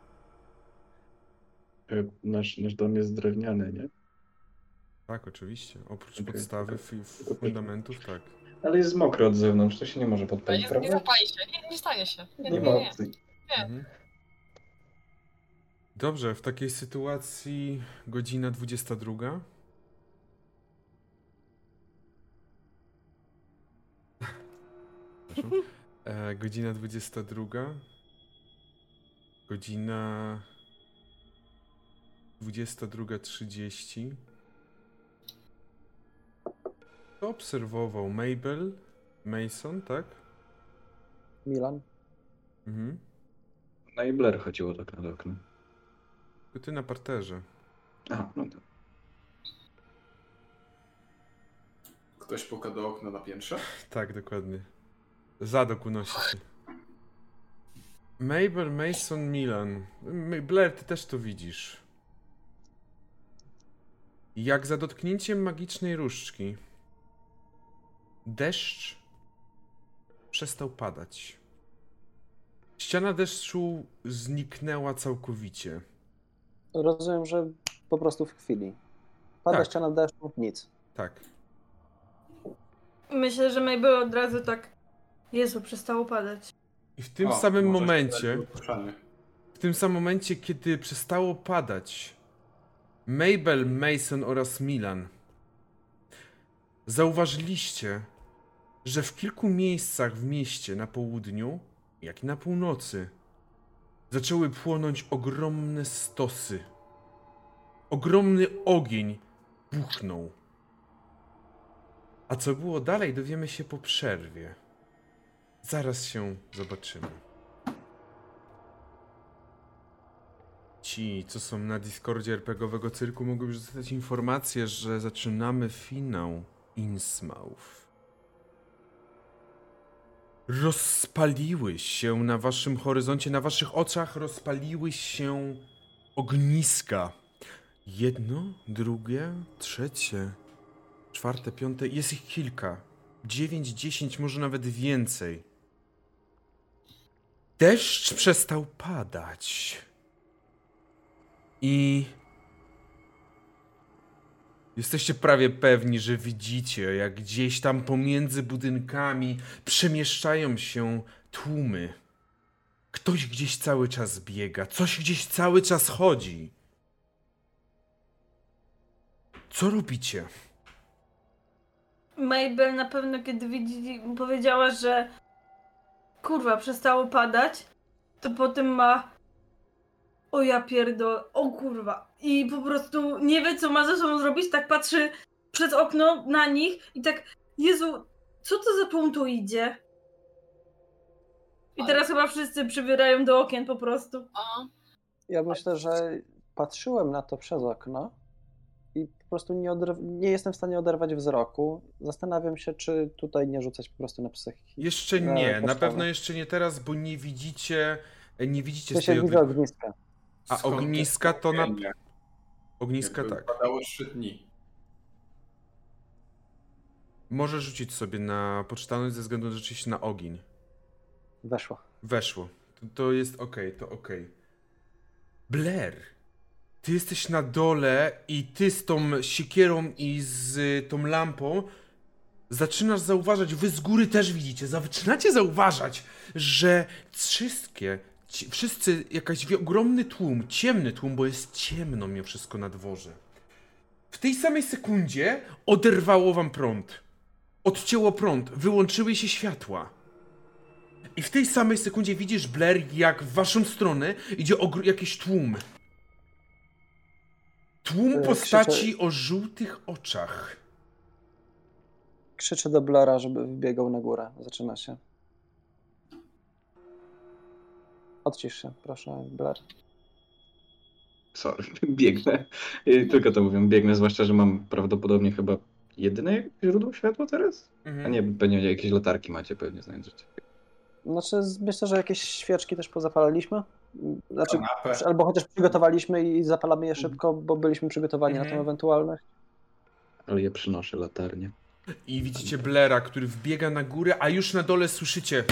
Y, Nasz, nasz dom jest drewniany, nie? Tak, oczywiście. Oprócz Okej, podstawy, okej. fi- fundamentów, tak. Ale jest mokro od zewnątrz, to się nie może Nie, podpalić, nie prawda? zapali się, nie, nie stanie się. Nie, Nie nie, ma nie. opcji. Mhm. Dobrze, w takiej sytuacji godzina dwudziesta druga. Przepraszam. E, godzina dwudziesta druga. Godzina dwudziesta druga trzydzieści. Kto obserwował? Mabel? Mason, tak? Milan? Mhm. No i Blair chodziło tak nad oknem. To ty na parterze. Aha, no to. Ktoś puka do okna na piętrze? Tak, dokładnie. Zadok unosi się. Mabel, Mason, Milan. M- Blair, ty też to widzisz. Jak za dotknięciem magicznej różdżki deszcz przestał padać. Ściana deszczu zniknęła całkowicie. Rozumiem, że po prostu w chwili. Pada Tak. ściana deszczu, nic. Tak. Myślę, że Mabel od razu tak. Jezu, przestało padać. I w tym O, samym może się momencie, dać wypuszczanie. w tym samym momencie, kiedy przestało padać, Mabel, Mason oraz Milan zauważyliście, że w kilku miejscach w mieście na południu, jak i na północy, zaczęły płonąć ogromne stosy. Ogromny ogień buchnął. A co było dalej, dowiemy się po przerwie. Zaraz się zobaczymy. Ci, co są na Discordzie RPGowego Cyrku, mogą już dostać informację, że zaczynamy finał Innsmouth. Rozpaliły się na waszym horyzoncie, na waszych oczach rozpaliły się ogniska. Jedno, drugie, trzecie, czwarte, piąte, jest ich kilka. dziewięć, dziesięć, może nawet więcej. Deszcz przestał padać. I jesteście prawie pewni, że widzicie, jak gdzieś tam pomiędzy budynkami przemieszczają się tłumy. Ktoś gdzieś cały czas biega, coś gdzieś cały czas chodzi. Co robicie? Mabel na pewno kiedy widzi, powiedziała, że kurwa, przestało padać, to potem ma o ja pierdolę, o kurwa. I po prostu nie wie, co ma ze sobą zrobić, tak patrzy przez okno na nich i tak, Jezu, co to za tłum tu idzie? I teraz chyba wszyscy przybierają do okien po prostu. A, Ja myślę, że patrzyłem na to przez okno i po prostu nie, oderw- nie jestem w stanie oderwać wzroku. Zastanawiam się, czy tutaj nie rzucać po prostu na psychiki. Jeszcze na nie, na kosztowne. pewno jeszcze nie teraz, bo nie widzicie, nie widzicie Ja z tej się widzę odległości. ogniska. A Skąd ogniska to na... Nie, Ogniska jakby tak. Padało trzy dni. Możesz rzucić sobie na poczytalność ze względu rzeczywiście na ogień. Weszło. Weszło. To, to jest okej, to okej. Blair, ty jesteś na dole i ty z tą siekierą i z y, tą lampą zaczynasz zauważać, wy z góry też widzicie, zaczynacie zauważać, że wszystkie, ci, wszyscy, jakaś wie- ogromny tłum, ciemny tłum, bo jest ciemno mimo wszystko na dworze. W tej samej sekundzie oderwało wam prąd. Odcięło prąd, wyłączyły się światła. I w tej samej sekundzie widzisz, Blair, jak w waszą stronę idzie ogr- jakiś tłum. Tłum E, postaci o żółtych oczach. Krzyczę do Blara, żeby wbiegał na górę. Zaczyna się. Odcisz się, proszę, Blar. Sorry, biegnę. I tylko to mówię, biegnę, zwłaszcza, że mam prawdopodobnie chyba jedyne źródło światła teraz? Mhm. A nie, pewnie jakieś latarki macie, pewnie znając życie. Znaczy, myślę, że jakieś świeczki też pozapalaliśmy. Znaczy, Kanapę. albo chociaż przygotowaliśmy i zapalamy je szybko, bo byliśmy przygotowani Mhm. na tą ewentualność. Ale ja przynoszę latarnię. I widzicie Blaira, który wbiega na górę, a już na dole słyszycie.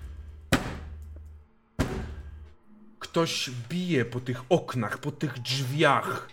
Ktoś bije po tych oknach, po tych drzwiach.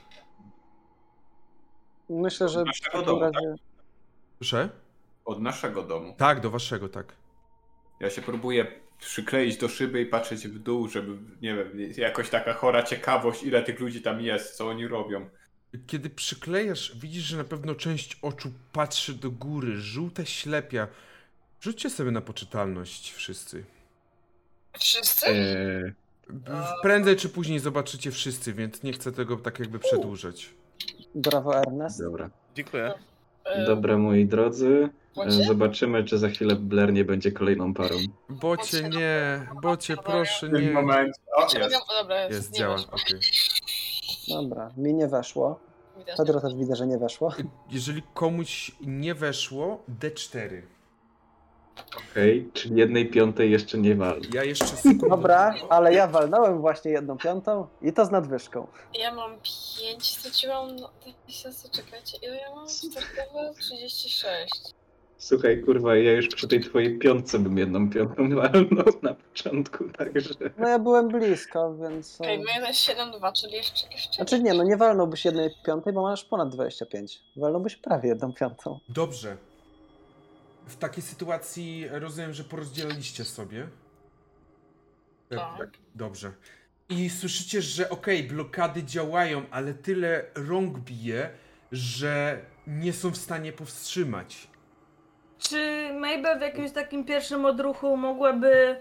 Myślę, że w Naszego takim domu, razie... Proszę? Od naszego domu. Tak, do waszego, tak. Ja się próbuję przykleić do szyby i patrzeć w dół, żeby, nie wiem, jakoś taka chora ciekawość, ile tych ludzi tam jest, co oni robią. Kiedy przyklejasz, widzisz, że na pewno część oczu patrzy do góry, żółte ślepia. Rzućcie sobie na poczytalność wszyscy. wszyscy? Eee, Prędzej czy później zobaczycie wszyscy, więc nie chcę tego tak jakby przedłużać. Brawo, Ernest. dobra. Dziękuję. E, Dobra, moi drodzy. E, Bocie? Zobaczymy, czy za chwilę Blair nie będzie kolejną parą. Bocie, nie, bocie, proszę, W tym nie. momencie. O, Czekaj, jest. no, dobra, jest, Jest, nie działa, wiesz, okej. Dobra, mi nie weszło. widać. Pedro też widzę, że nie weszło. Jeżeli komuś nie weszło, D cztery. Okej, czyli jednej piątej jeszcze nie wali. Ja jeszcze sekundę. Dobra, ale ja walnąłem właśnie jedną piątą i to z nadwyżką. Ja mam pięć, straciłam, no, czekajcie, ile ja mam? Startowe? trzydzieści sześć. Słuchaj, kurwa, ja już przy tej twojej piątce bym jedną piątą walnął na początku, także... No ja byłem blisko, więc... Okej, okay, moje jest siedem dwa, czyli jeszcze, jeszcze... Znaczy nie, no nie walnąłbyś jednej piątej, bo masz ponad dwadzieścia pięć. Walnąłbyś prawie jedną piątą. Dobrze. W takiej sytuacji rozumiem, że porozdzielaliście sobie. Tak. Dobrze. I słyszycie, że okej, blokady działają, ale tyle rąk bije, że nie są w stanie powstrzymać. Czy Mabel w jakimś takim pierwszym odruchu mogłaby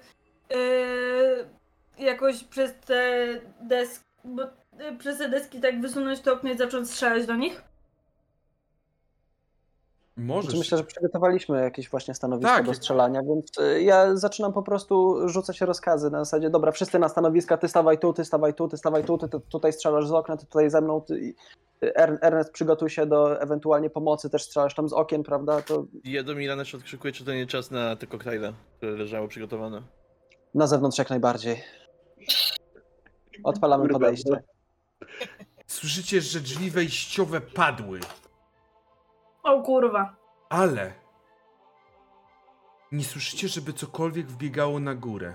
yy, jakoś przez te deski, bo, yy, przez te deski tak wysunąć to okno i zacząć strzelać do nich? Możesz. Znaczy myślę, że przygotowaliśmy jakieś właśnie stanowisko Tak. do strzelania, więc y, ja zaczynam po prostu rzucać rozkazy na zasadzie, dobra, wszyscy na stanowiska, ty stawaj tu, ty stawaj tu, ty stawaj tu, ty, ty tutaj strzelasz z okna, ty tutaj ze mną, ty, i- Er- Ernest przygotuj się do ewentualnie pomocy, też strzelasz tam z okien, prawda, to Ja do Milana się odkrzykuję, czy to nie czas na te koktajle, które leżało przygotowane. na zewnątrz jak najbardziej. Odpalamy Kurwa, podejście. Słyszycie, że drzwi wejściowe padły, O kurwa. ale Nie słyszycie, żeby cokolwiek wbiegało na górę.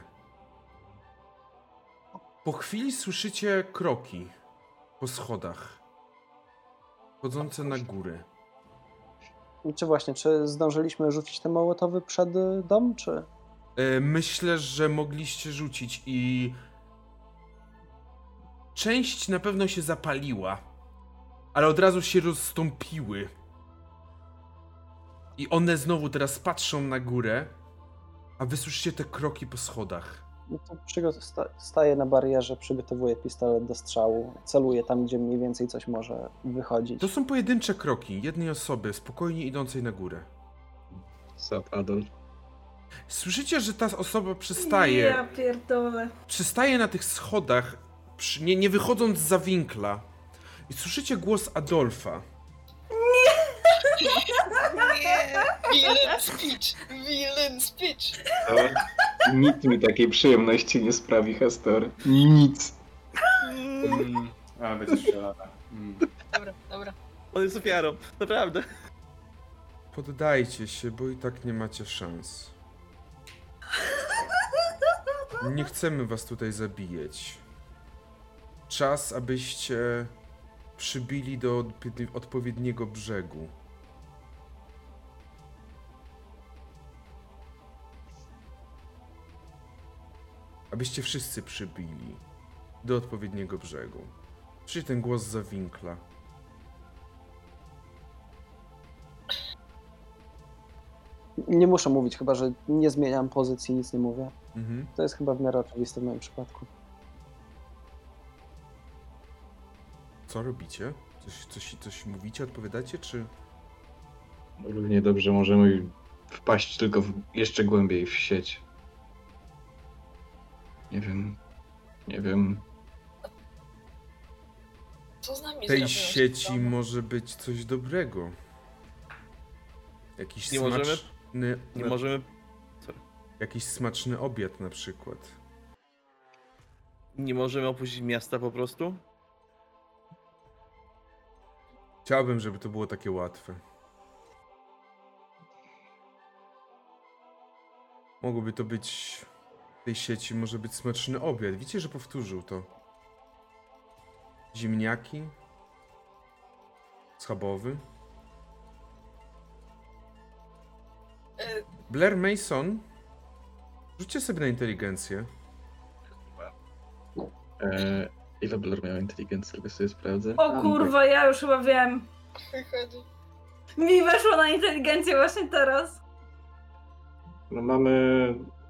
Po chwili słyszycie kroki po schodach, chodzące na górę. I czy właśnie, czy zdążyliśmy rzucić te mołotowy przed y, dom, czy... E, Myślę, że mogliście rzucić i część na pewno się zapaliła, ale od razu się rozstąpiły. I one znowu teraz patrzą na górę, a wy słyszycie te kroki po schodach. No to przygo- sta- staję na barierze, przygotowuję pistolet do strzału, celuję tam, gdzie mniej więcej coś może wychodzić. To są pojedyncze kroki jednej osoby spokojnie idącej na górę. Sup, Adolf? Słyszycie, że ta osoba przestaje, Ja pierdolę. przystaje na tych schodach, przy, nie, nie wychodząc za winkla. I słyszycie głos Adolfa. Villain speech! Villain speech! To nic mi takiej przyjemności nie sprawi, Hestor. Nic. Mm. A, będzie strzelana. Mm. Dobra, dobra. On jest ofiarą, naprawdę. Poddajcie się, bo i tak nie macie szans. Nie chcemy was tutaj zabijać. Czas, abyście przybili do odp- odpowiedniego brzegu. Abyście wszyscy przybili do odpowiedniego brzegu. Czyli ten głos za winkla. Nie muszę mówić, chyba że nie zmieniam pozycji, nic nie mówię. Mhm. To jest chyba w miarę oczywiste w moim przypadku. Co robicie? Coś, coś, coś mówicie, odpowiadacie, czy... Równie dobrze możemy wpaść tylko w, jeszcze głębiej w sieć. Nie wiem. Nie wiem. Co z nami W tej zrobią? sieci może być coś dobrego. Jakiś Nie możemy- smaczny... Nie na- możemy... Jakiś smaczny obiad na przykład. Nie możemy opuścić miasta po prostu? Chciałbym, żeby to było takie łatwe. Mogłoby to być... W tej sieci może być smaczny obiad. Widzicie, że powtórzył to. Ziemniaki. Schabowy. Y, Blair Mason. Rzućcie sobie na inteligencję. E, ile Blair miał inteligencji, tylko sobie sprawdzę. O kurwa, ja już chyba wiem. Wychodzi. Mi weszło na inteligencję właśnie teraz. No mamy...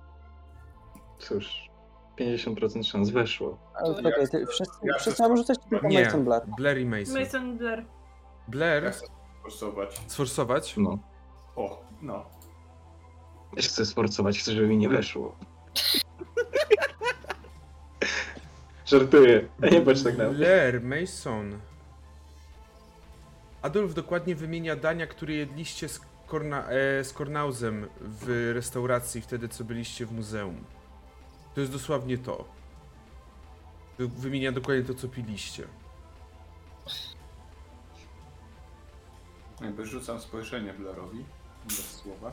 Cóż, pięćdziesiąt procent szans weszło. Ale To czekaj, ja- ty, wszyscy, ja wszyscy chcę- mamy rzucać tylko Nie, Mason Blair. Blair i Mason. Mason Blair. Ja Blair, chcę sforsować. sforsować? No. O, no. Też chcę sforcować, chcę, żeby mi nie weszło. Żartuję. A nie patrz tak na mnie. Blair, Mason. Adolf dokładnie wymienia dania, które jedliście z, Korna, e, z Kornauzem w restauracji wtedy, co byliście w muzeum. To jest dosłownie to. To wymienia dokładnie to, co piliście. Jakby rzucam spojrzenie Blairowi. Bez słowa.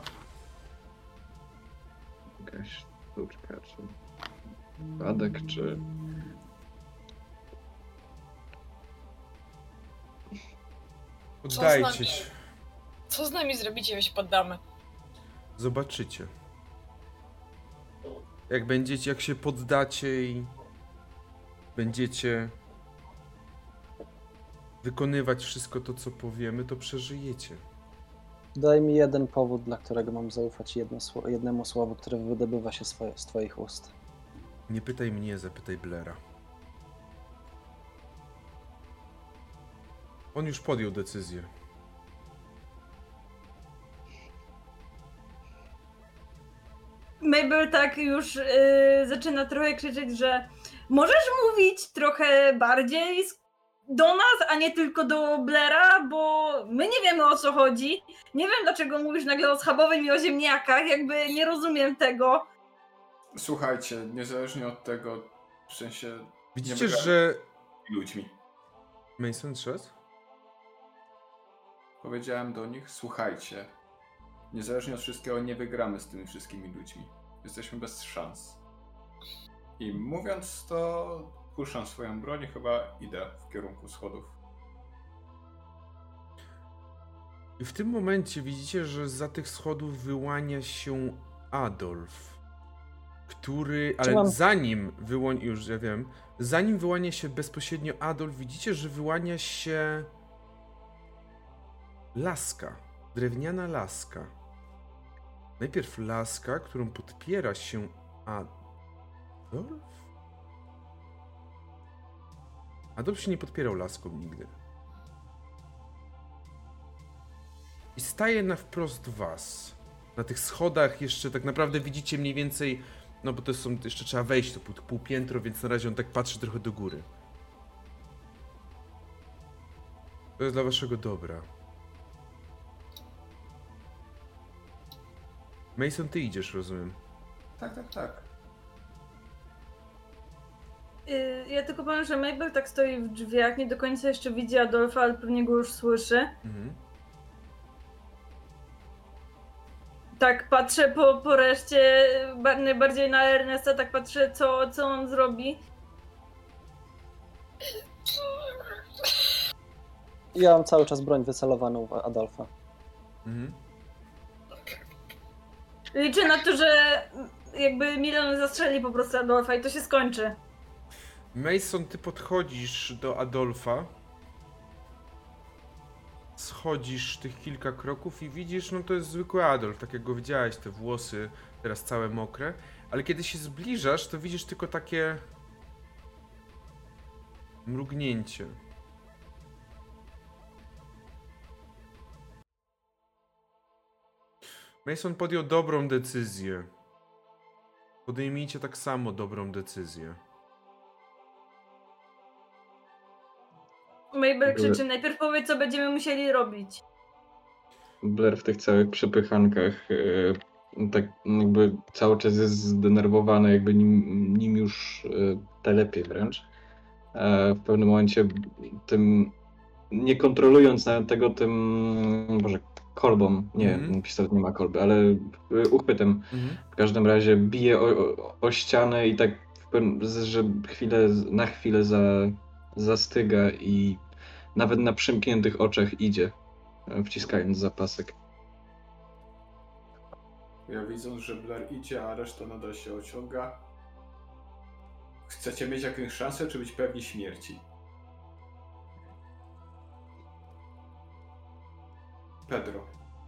Jakaś sztuczka, czy... Padek, czy... Poddajcie nami? się. Co z nami zrobicie, jeśli się poddamy? Zobaczycie. Jak będziecie, jak się poddacie i będziecie wykonywać wszystko to, co powiemy, to przeżyjecie. Daj mi jeden powód, dla którego mam zaufać jedno, sło- jednemu słowu, które wydobywa się swoje, z twoich ust. Nie pytaj mnie, zapytaj Blaira. On już podjął decyzję. Mabel tak już yy, zaczyna trochę krzyczeć, że możesz mówić trochę bardziej s- do nas, a nie tylko do Blaira, bo my nie wiemy, o co chodzi. Nie wiem, dlaczego mówisz nagle o schabowym i o ziemniakach, jakby nie rozumiem tego. Słuchajcie, niezależnie od tego, w sensie... Widzicie, nie wygrałem że... z ludźmi. Mason szedł? Powiedziałem do nich, słuchajcie, niezależnie od wszystkiego nie wygramy z tymi wszystkimi ludźmi. Jesteśmy bez szans. I mówiąc to, puszczam swoją broń i chyba idę w kierunku schodów. I w tym momencie widzicie, że za tych schodów wyłania się Adolf, który, ale Trzymam. zanim wyłania, już ja wiem, zanim wyłania się bezpośrednio Adolf, widzicie, że wyłania się laska, drewniana laska. Najpierw laska, którą podpiera się Adolf? Adolf się nie podpierał laską nigdy. I staje na wprost was. Na tych schodach jeszcze tak naprawdę widzicie mniej więcej, no bo to są, jeszcze trzeba wejść to pół, pół piętro, więc na razie on tak patrzy trochę do góry. To jest dla waszego dobra. Mason, ty idziesz, rozumiem. Tak, tak, tak. Y, Ja tylko powiem, że Mabel tak stoi w drzwiach, nie do końca jeszcze widzi Adolfa, ale pewnie go już słyszy. Mhm. Tak patrzę po, po reszcie, ba- najbardziej na Ernesta, tak patrzę co, co on zrobi. Ja mam cały czas broń wycelowaną w Adolfa. Mhm. Liczę na to, że jakby Milan zastrzeli po prostu Adolfa i to się skończy. Mason, ty podchodzisz do Adolfa. Schodzisz tych kilka kroków i widzisz, no to jest zwykły Adolf, tak jak go widziałeś, te włosy teraz całe mokre. Ale kiedy się zbliżasz, to widzisz tylko takie mrugnięcie. Mason podjął dobrą decyzję. Podejmijcie tak samo dobrą decyzję. Mabel krzyczy, najpierw powiedz co będziemy musieli robić. Blair w tych całych przepychankach e, tak jakby cały czas jest zdenerwowany, jakby nim, nim już e, telepie wręcz. E, w pewnym momencie tym, nie kontrolując nawet tego tym, boże, kolbą, nie, Mhm. pistolet nie ma kolby, ale e, uchwytem. Mhm. W każdym razie bije o, o, o ścianę i tak, w pewnym- że chwilę, na chwilę za, zastyga i nawet na przymkniętych oczach idzie, e, wciskając zapasek. Ja widząc, że Blair idzie, a reszta nadal się ociąga. Chcecie mieć jakąś szansę, czy być pewni śmierci? Pedro.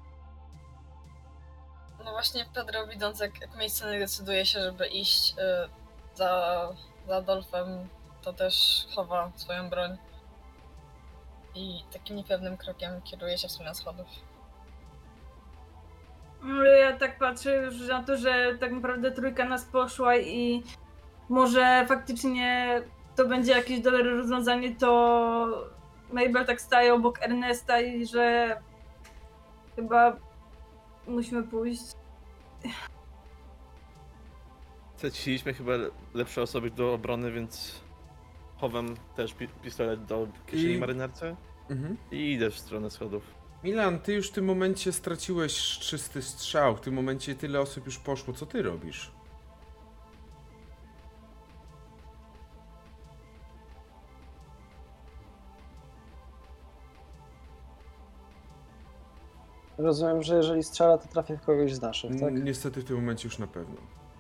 No właśnie Pedro, widząc jak, jak Mason decyduje się, żeby iść y, za, za Adolfem, to też chowa swoją broń. I takim niepewnym krokiem kieruje się w stronę schodów. No, ja tak patrzę już na to, że tak naprawdę trójka nas poszła i może faktycznie to będzie jakieś dobre rozwiązanie, to Mabel tak staje obok Ernesta i że chyba musimy pójść. Straciliśmy chyba lepsze osoby do obrony, więc chowam też pi pistolet do kieszeni I- marynarce Mhm. i idę w stronę schodów. Milan, ty już w tym momencie straciłeś czysty strzał. W tym momencie tyle osób już poszło. Co ty robisz? Rozumiem, że jeżeli strzela, to trafię w kogoś z naszych, tak? N- Niestety w tym momencie już na pewno.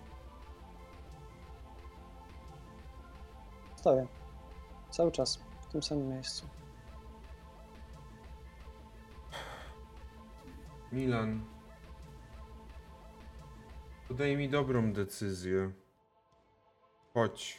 Stoję. Cały czas. W tym samym miejscu. Milan. Podaj mi dobrą decyzję. Chodź.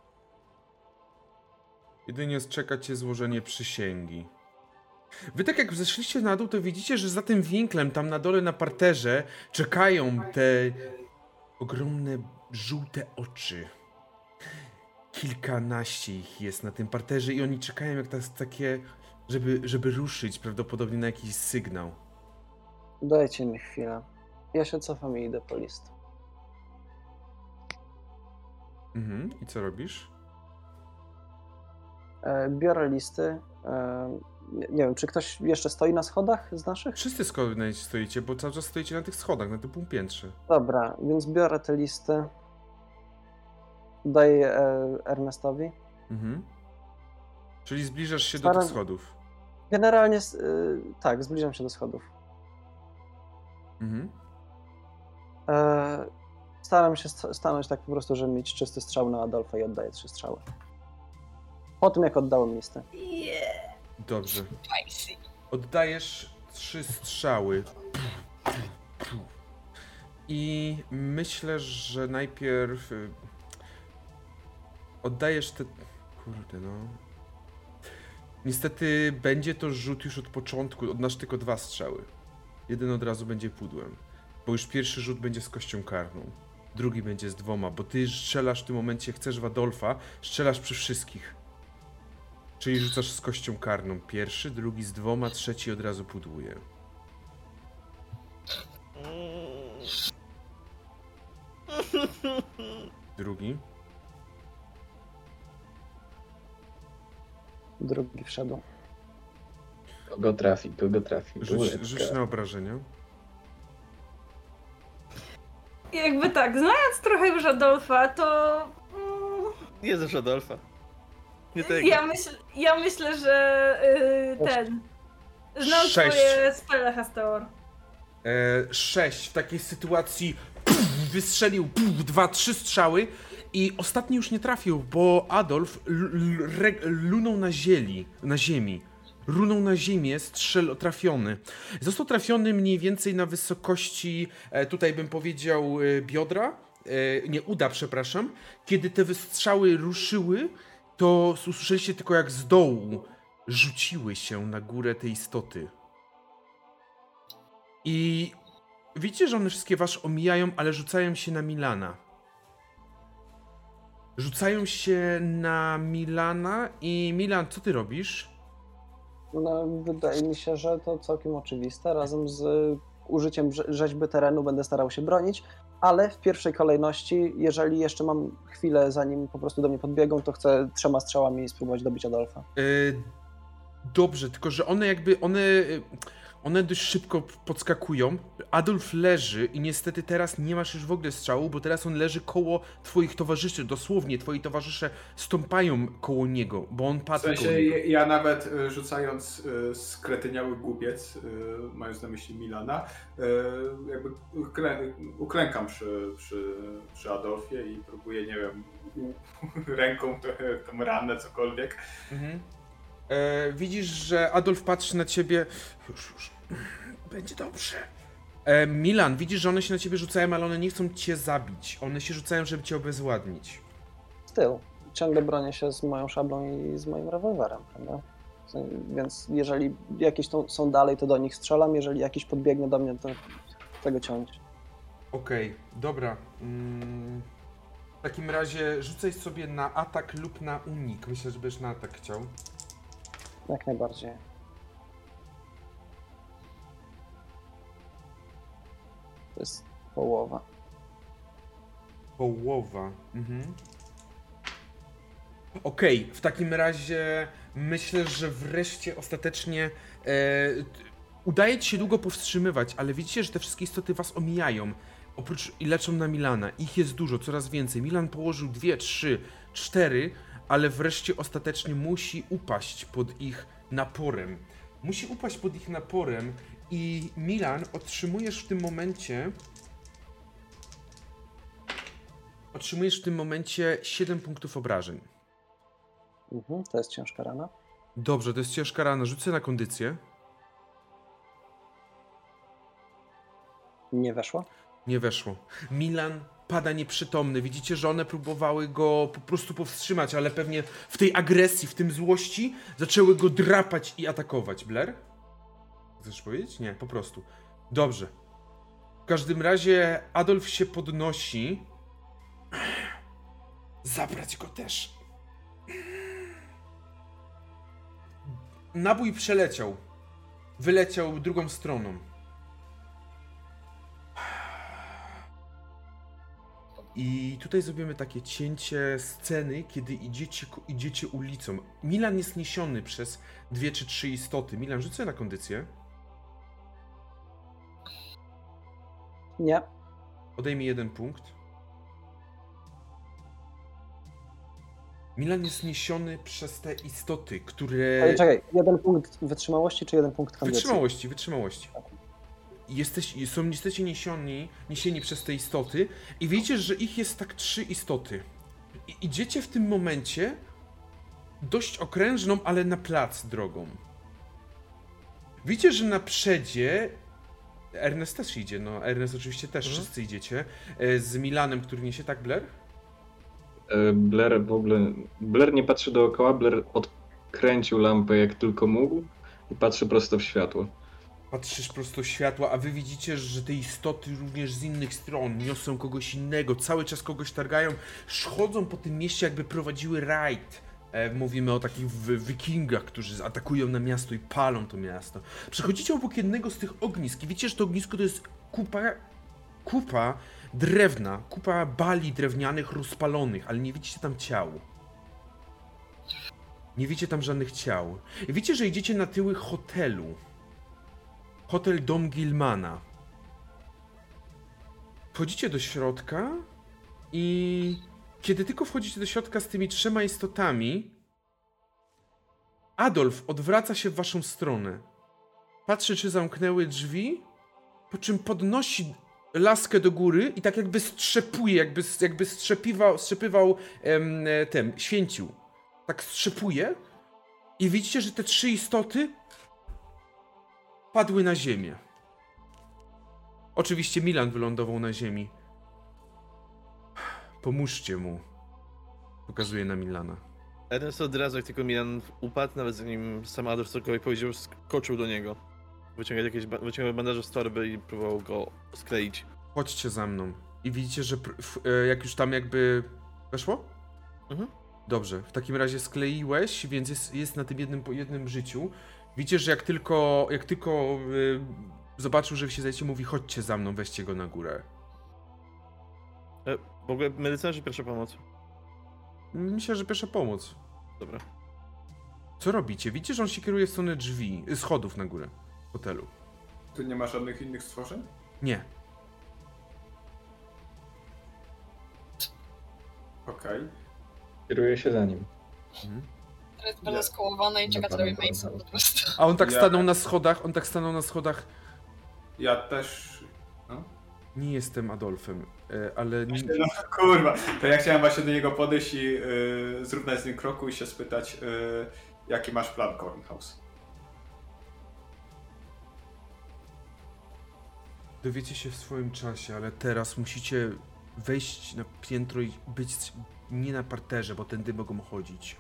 Jedynie czeka cię złożenie przysięgi. Wy tak jak zeszliście na dół, to widzicie, że za tym winklem, tam na dole na parterze, czekają te ogromne, żółte oczy. Kilkanaście ich jest na tym parterze i oni czekają jak tas- takie, żeby, żeby ruszyć prawdopodobnie na jakiś sygnał. Dajcie mi chwilę. Ja się cofam i idę po list. Mhm. I co robisz? E, biorę listy, e, nie, nie wiem, czy ktoś jeszcze stoi na schodach z naszych? Wszyscy skąd stoicie, bo cały czas stoicie na tych schodach, na tym półpiętrze. Dobra, więc biorę te listy. Daję e, Ernestowi. Mhm. Czyli zbliżasz się Staram... do tych schodów. Generalnie, y, tak, zbliżam się do schodów. Mhm. E, staram się st- stanąć tak po prostu, żeby mieć czysty strzał na Adolfa i oddaję trzy strzały. Po tym, jak oddałem listę. Yeah. Dobrze. Spicy. Oddajesz trzy strzały. I myślę, że najpierw y, oddajesz te... Kurde no... Niestety będzie to rzut już od początku, odnasz tylko dwa strzały. Jeden od razu będzie pudłem. Bo już pierwszy rzut będzie z kością karną. Drugi będzie z dwoma, bo ty strzelasz w tym momencie, chcesz w Adolfa, strzelasz przy wszystkich. Czyli rzucasz z kością karną. Pierwszy, drugi z dwoma, trzeci od razu pudłuje. Drugi. Drugi wszedł. Kogo trafi, kogo trafi. Rzuć, rzuć na obrażenia. Jakby tak, znając trochę już Adolfa, to... Mm, Nie znasz Adolfa. Nie tego. ja, myśl, ja myślę, że yy, ten... Znam Sześć. swoje spele, Hastor. E, sześć. W takiej sytuacji puf, wystrzelił puf, dwa, trzy strzały i ostatni już nie trafił, bo Adolf l, l, re, lunął na ziemi, na ziemi. Runął na ziemię, strzel trafiony. Został trafiony mniej więcej na wysokości, e, tutaj bym powiedział, e, biodra, e, nie, uda, przepraszam. Kiedy te wystrzały ruszyły, to usłyszeliście tylko jak z dołu rzuciły się na górę te istoty. I widzicie, że one wszystkie was omijają, ale rzucają się na Milana. Rzucają się na Milana i Milan, co ty robisz? No, wydaje mi się, że to całkiem oczywiste. Razem z użyciem rze- rzeźby terenu będę starał się bronić, ale w pierwszej kolejności, jeżeli jeszcze mam chwilę, zanim po prostu do mnie podbiegą, to chcę trzema strzałami spróbować dobić Adolfa. Yy, dobrze, tylko że one jakby, one, one dość szybko podskakują. Adolf leży i niestety teraz nie masz już w ogóle strzału, bo teraz on leży koło twoich towarzyszy, dosłownie twoi towarzysze stąpają koło niego, bo on W patrzy koło sensie niego. ja- ja nawet y, rzucając y, skretyniały głupiec, y, mając na myśli Milana, y, jakby uklę, uklękam przy, przy, przy Adolfie i próbuję, nie wiem, u, ręką trochę tą ranę, cokolwiek. Mhm. E, widzisz, że Adolf patrzy na ciebie. Już, już. Będzie dobrze. E, Milan, widzisz, że one się na ciebie rzucają, ale one nie chcą cię zabić. One się rzucają, żeby cię obezwładnić. Z tyłu. Ciągle bronię się z moją szablą i z moim rewolwerem, prawda? Więc jeżeli jakieś to są dalej, to do nich strzelam. Jeżeli jakiś podbiegnie do mnie, to tego ciąć. Okej, okay, dobra. Mm, w takim razie rzucaj sobie na atak lub na unik. Myślę, że będziesz na atak chciał. Jak najbardziej. To jest połowa. Połowa. Mhm. Okej, okay, w takim razie myślę, że wreszcie ostatecznie e, udaje ci się długo powstrzymywać, ale widzicie, że te wszystkie istoty was omijają. Oprócz i leczą na Milana. Ich jest dużo, coraz więcej. Milan położył dwie, trzy, cztery, ale wreszcie ostatecznie musi upaść pod ich naporem. Musi upaść pod ich naporem i Milan, otrzymujesz w tym momencie otrzymujesz w tym momencie siedem punktów obrażeń. Mhm, to jest ciężka rana. Dobrze, to jest ciężka rana. Rzucę na kondycję. Nie weszło? Nie weszło. Milan pada nieprzytomny. Widzicie, że one próbowały go po prostu powstrzymać, ale pewnie w tej agresji, w tym złości zaczęły go drapać i atakować. Blair? Chcesz powiedzieć? Nie, po prostu. Dobrze. W każdym razie Adolf się podnosi. Zabrać go też. Nabój przeleciał. Wyleciał drugą stroną. I tutaj zrobimy takie cięcie sceny, kiedy idziecie, idziecie ulicą. Milan jest niesiony przez dwie czy trzy istoty. Milan, rzucę na kondycję. Nie. Odejmij jeden punkt. Milan jest niesiony przez te istoty, które... Ale czekaj, jeden punkt wytrzymałości czy jeden punkt kondycji? Wytrzymałości, wytrzymałości. Jesteś, są, jesteście niesioni, niesieni przez te istoty i wiecie, że ich jest tak trzy istoty. I idziecie w tym momencie dość okrężną, ale na plac drogą. Widzicie, że na przedzie Ernest też idzie, no Ernest oczywiście też, Mhm. wszyscy idziecie. e, Z Milanem, który niesie, tak Blair? E, Blair w ogóle... Blair nie patrzy dookoła, Blair odkręcił lampę jak tylko mógł i patrzy prosto w światło. Patrzysz prosto w światła, a wy widzicie, że te istoty również z innych stron niosą kogoś innego, cały czas kogoś targają, chodzą po tym mieście, jakby prowadziły rajd. E, mówimy o takich wy- wikingach, którzy atakują na miasto i palą to miasto. Przechodzicie obok jednego z tych ognisk i widzicie, że to ognisko to jest kupa, kupa drewna, kupa bali drewnianych rozpalonych, ale nie widzicie tam ciał. Nie widzicie tam żadnych ciał. I widzicie, że idziecie na tyły hotelu. Hotel Dom Gilmana. Wchodzicie do środka i kiedy tylko wchodzicie do środka z tymi trzema istotami, Adolf odwraca się w waszą stronę. Patrzy, czy zamknęły drzwi, po czym podnosi laskę do góry i tak jakby strzepuje, jakby, jakby strzepiwał, strzepywał em, tem, święcił. Tak strzepuje i widzicie, że te trzy istoty padły na ziemię. Oczywiście Milan wylądował na ziemi. Pomóżcie mu. Pokazuje na Milana. Ernest od razu, jak tylko Milan upadł, nawet zanim sam Adolf cokolwiek powiedział, skoczył do niego. Wyciągał jakieś ba- wyciągał bandaże z torby i próbował go skleić. Chodźcie za mną. I widzicie, że pr- f- e, jak już tam jakby... Weszło? Mhm. Dobrze. W takim razie skleiłeś, więc jest, jest na tym jednym, po jednym życiu. Widzicie, że jak tylko, jak tylko y, zobaczył, że wy się zajecie, mówi chodźcie za mną, weźcie go na górę. E, w ogóle medycyna czy pierwsza pomoc? Myślę, że pierwsza pomoc. Dobra. Co robicie? Widzicie, że on się kieruje w stronę drzwi, y, schodów na górę hotelu. Tu nie ma żadnych innych stworzeń? Nie. Okej. Kieruję się za nim. Mhm. To jest bardzo skołowane i czeka, co robi Mason po prostu. A on tak Ja- stanął na schodach, on tak stanął na schodach. Ja też... No. Nie jestem Adolfem, e, ale... nie- No, kurwa, to ja chciałem właśnie do niego podejść i yy, zrównać z nim kroku i się spytać, yy, jaki masz plan, Cornhouse? Dowiecie się w swoim czasie, ale teraz musicie wejść na piętro i być nie na parterze, bo tędy mogą chodzić.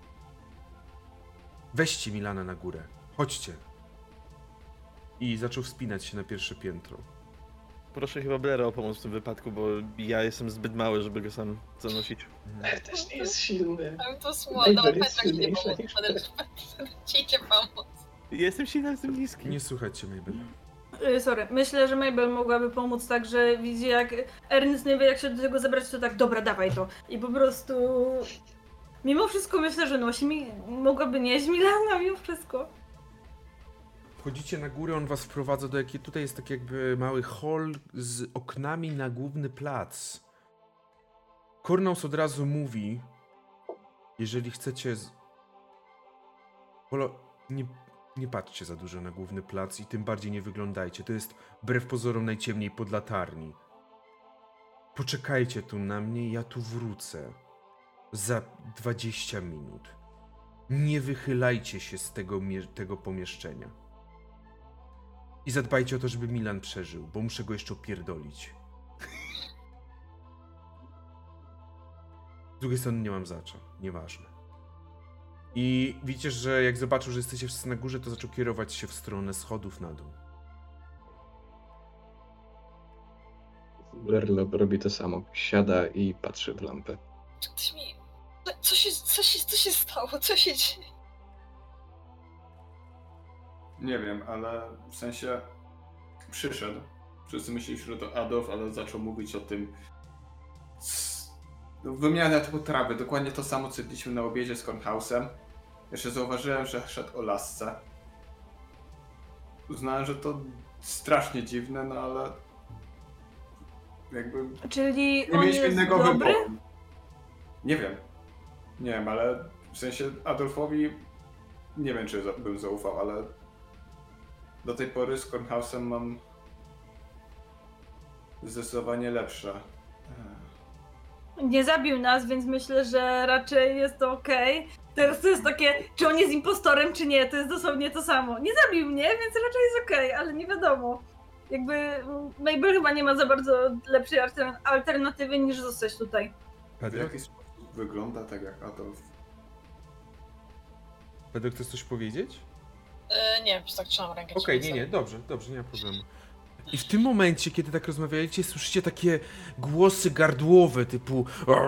Weźcie Milana na górę. Chodźcie. I zaczął wspinać się na pierwsze piętro. Proszę chyba Blaira o pomoc w tym wypadku, bo ja jestem zbyt mały, żeby go sam zanosić. Blair też nie jest silny. Ale to słowo, Najpierw no jest Petra ci nie silniejsza pomóc, niż Petra ci nie pomóc. Jestem silny, jestem niski. Nie słuchajcie, Mabel. Y, Sorry, myślę, że Mabel mogłaby pomóc tak, że widzi jak Ernest nie wie jak się do tego zabrać, to tak, dobra, dawaj to. I po prostu... Mimo wszystko myślę, że nosi mi... mogłaby nieść Milana mimo wszystko. Wchodzicie na górę, on was wprowadza do jakiej... Tutaj jest taki jakby mały hall z oknami na główny plac. Cornhouse od razu mówi, jeżeli chcecie... Z... Polo... Nie, nie patrzcie za dużo na główny plac i tym bardziej nie wyglądajcie. To jest wbrew pozorom najciemniej pod latarni. Poczekajcie tu na mnie, ja tu wrócę. Za dwadzieścia minut. Nie wychylajcie się z tego, mie- tego pomieszczenia. I zadbajcie o to, żeby Milan przeżył, bo muszę go jeszcze opierdolić. Z drugiej strony nie mam za co. Nieważne. I widzicie, że jak zobaczył, że jesteście wszyscy na górze, to zaczął kierować się w stronę schodów na dół. Blair robi to samo. Siada i patrzy w lampę. Czy ktoś mi... Co się, co się, co się stało? Co się dzieje? Nie wiem, ale w sensie przyszedł. Wszyscy myśleliśmy, że to Adolf, ale zaczął mówić o tym no, wymiana typu trawy, dokładnie to samo, co jedliśmy na obiedzie z Kornhausem. Jeszcze zauważyłem, że szedł o lasce. Uznałem, że to strasznie dziwne, no ale jakby Czyli nie on mieliśmy jest innego dobry? wyboru. Nie wiem. Nie wiem, ale w sensie Adolfowi nie wiem, czy za- bym zaufał, ale do tej pory z Kornhausem mam zdecydowanie lepsze. Nie zabił nas, więc myślę, że raczej jest to okej. Teraz to jest takie, czy on jest impostorem, czy nie, to jest dosłownie to samo. Nie zabił mnie, więc raczej jest okej, ale nie wiadomo. Jakby mm, Mabel chyba nie ma za bardzo lepszej altern- alternatywy niż zostać tutaj. W Pedro? jaki sposób wygląda tak jak Adolf? Pedro, chcesz coś powiedzieć? Yy, nie, tak trzymam rękę. Okej, trzymam nie, nie, sobie. dobrze, dobrze, nie ma problemu. I w tym momencie, kiedy tak rozmawiacie, słyszycie takie głosy gardłowe typu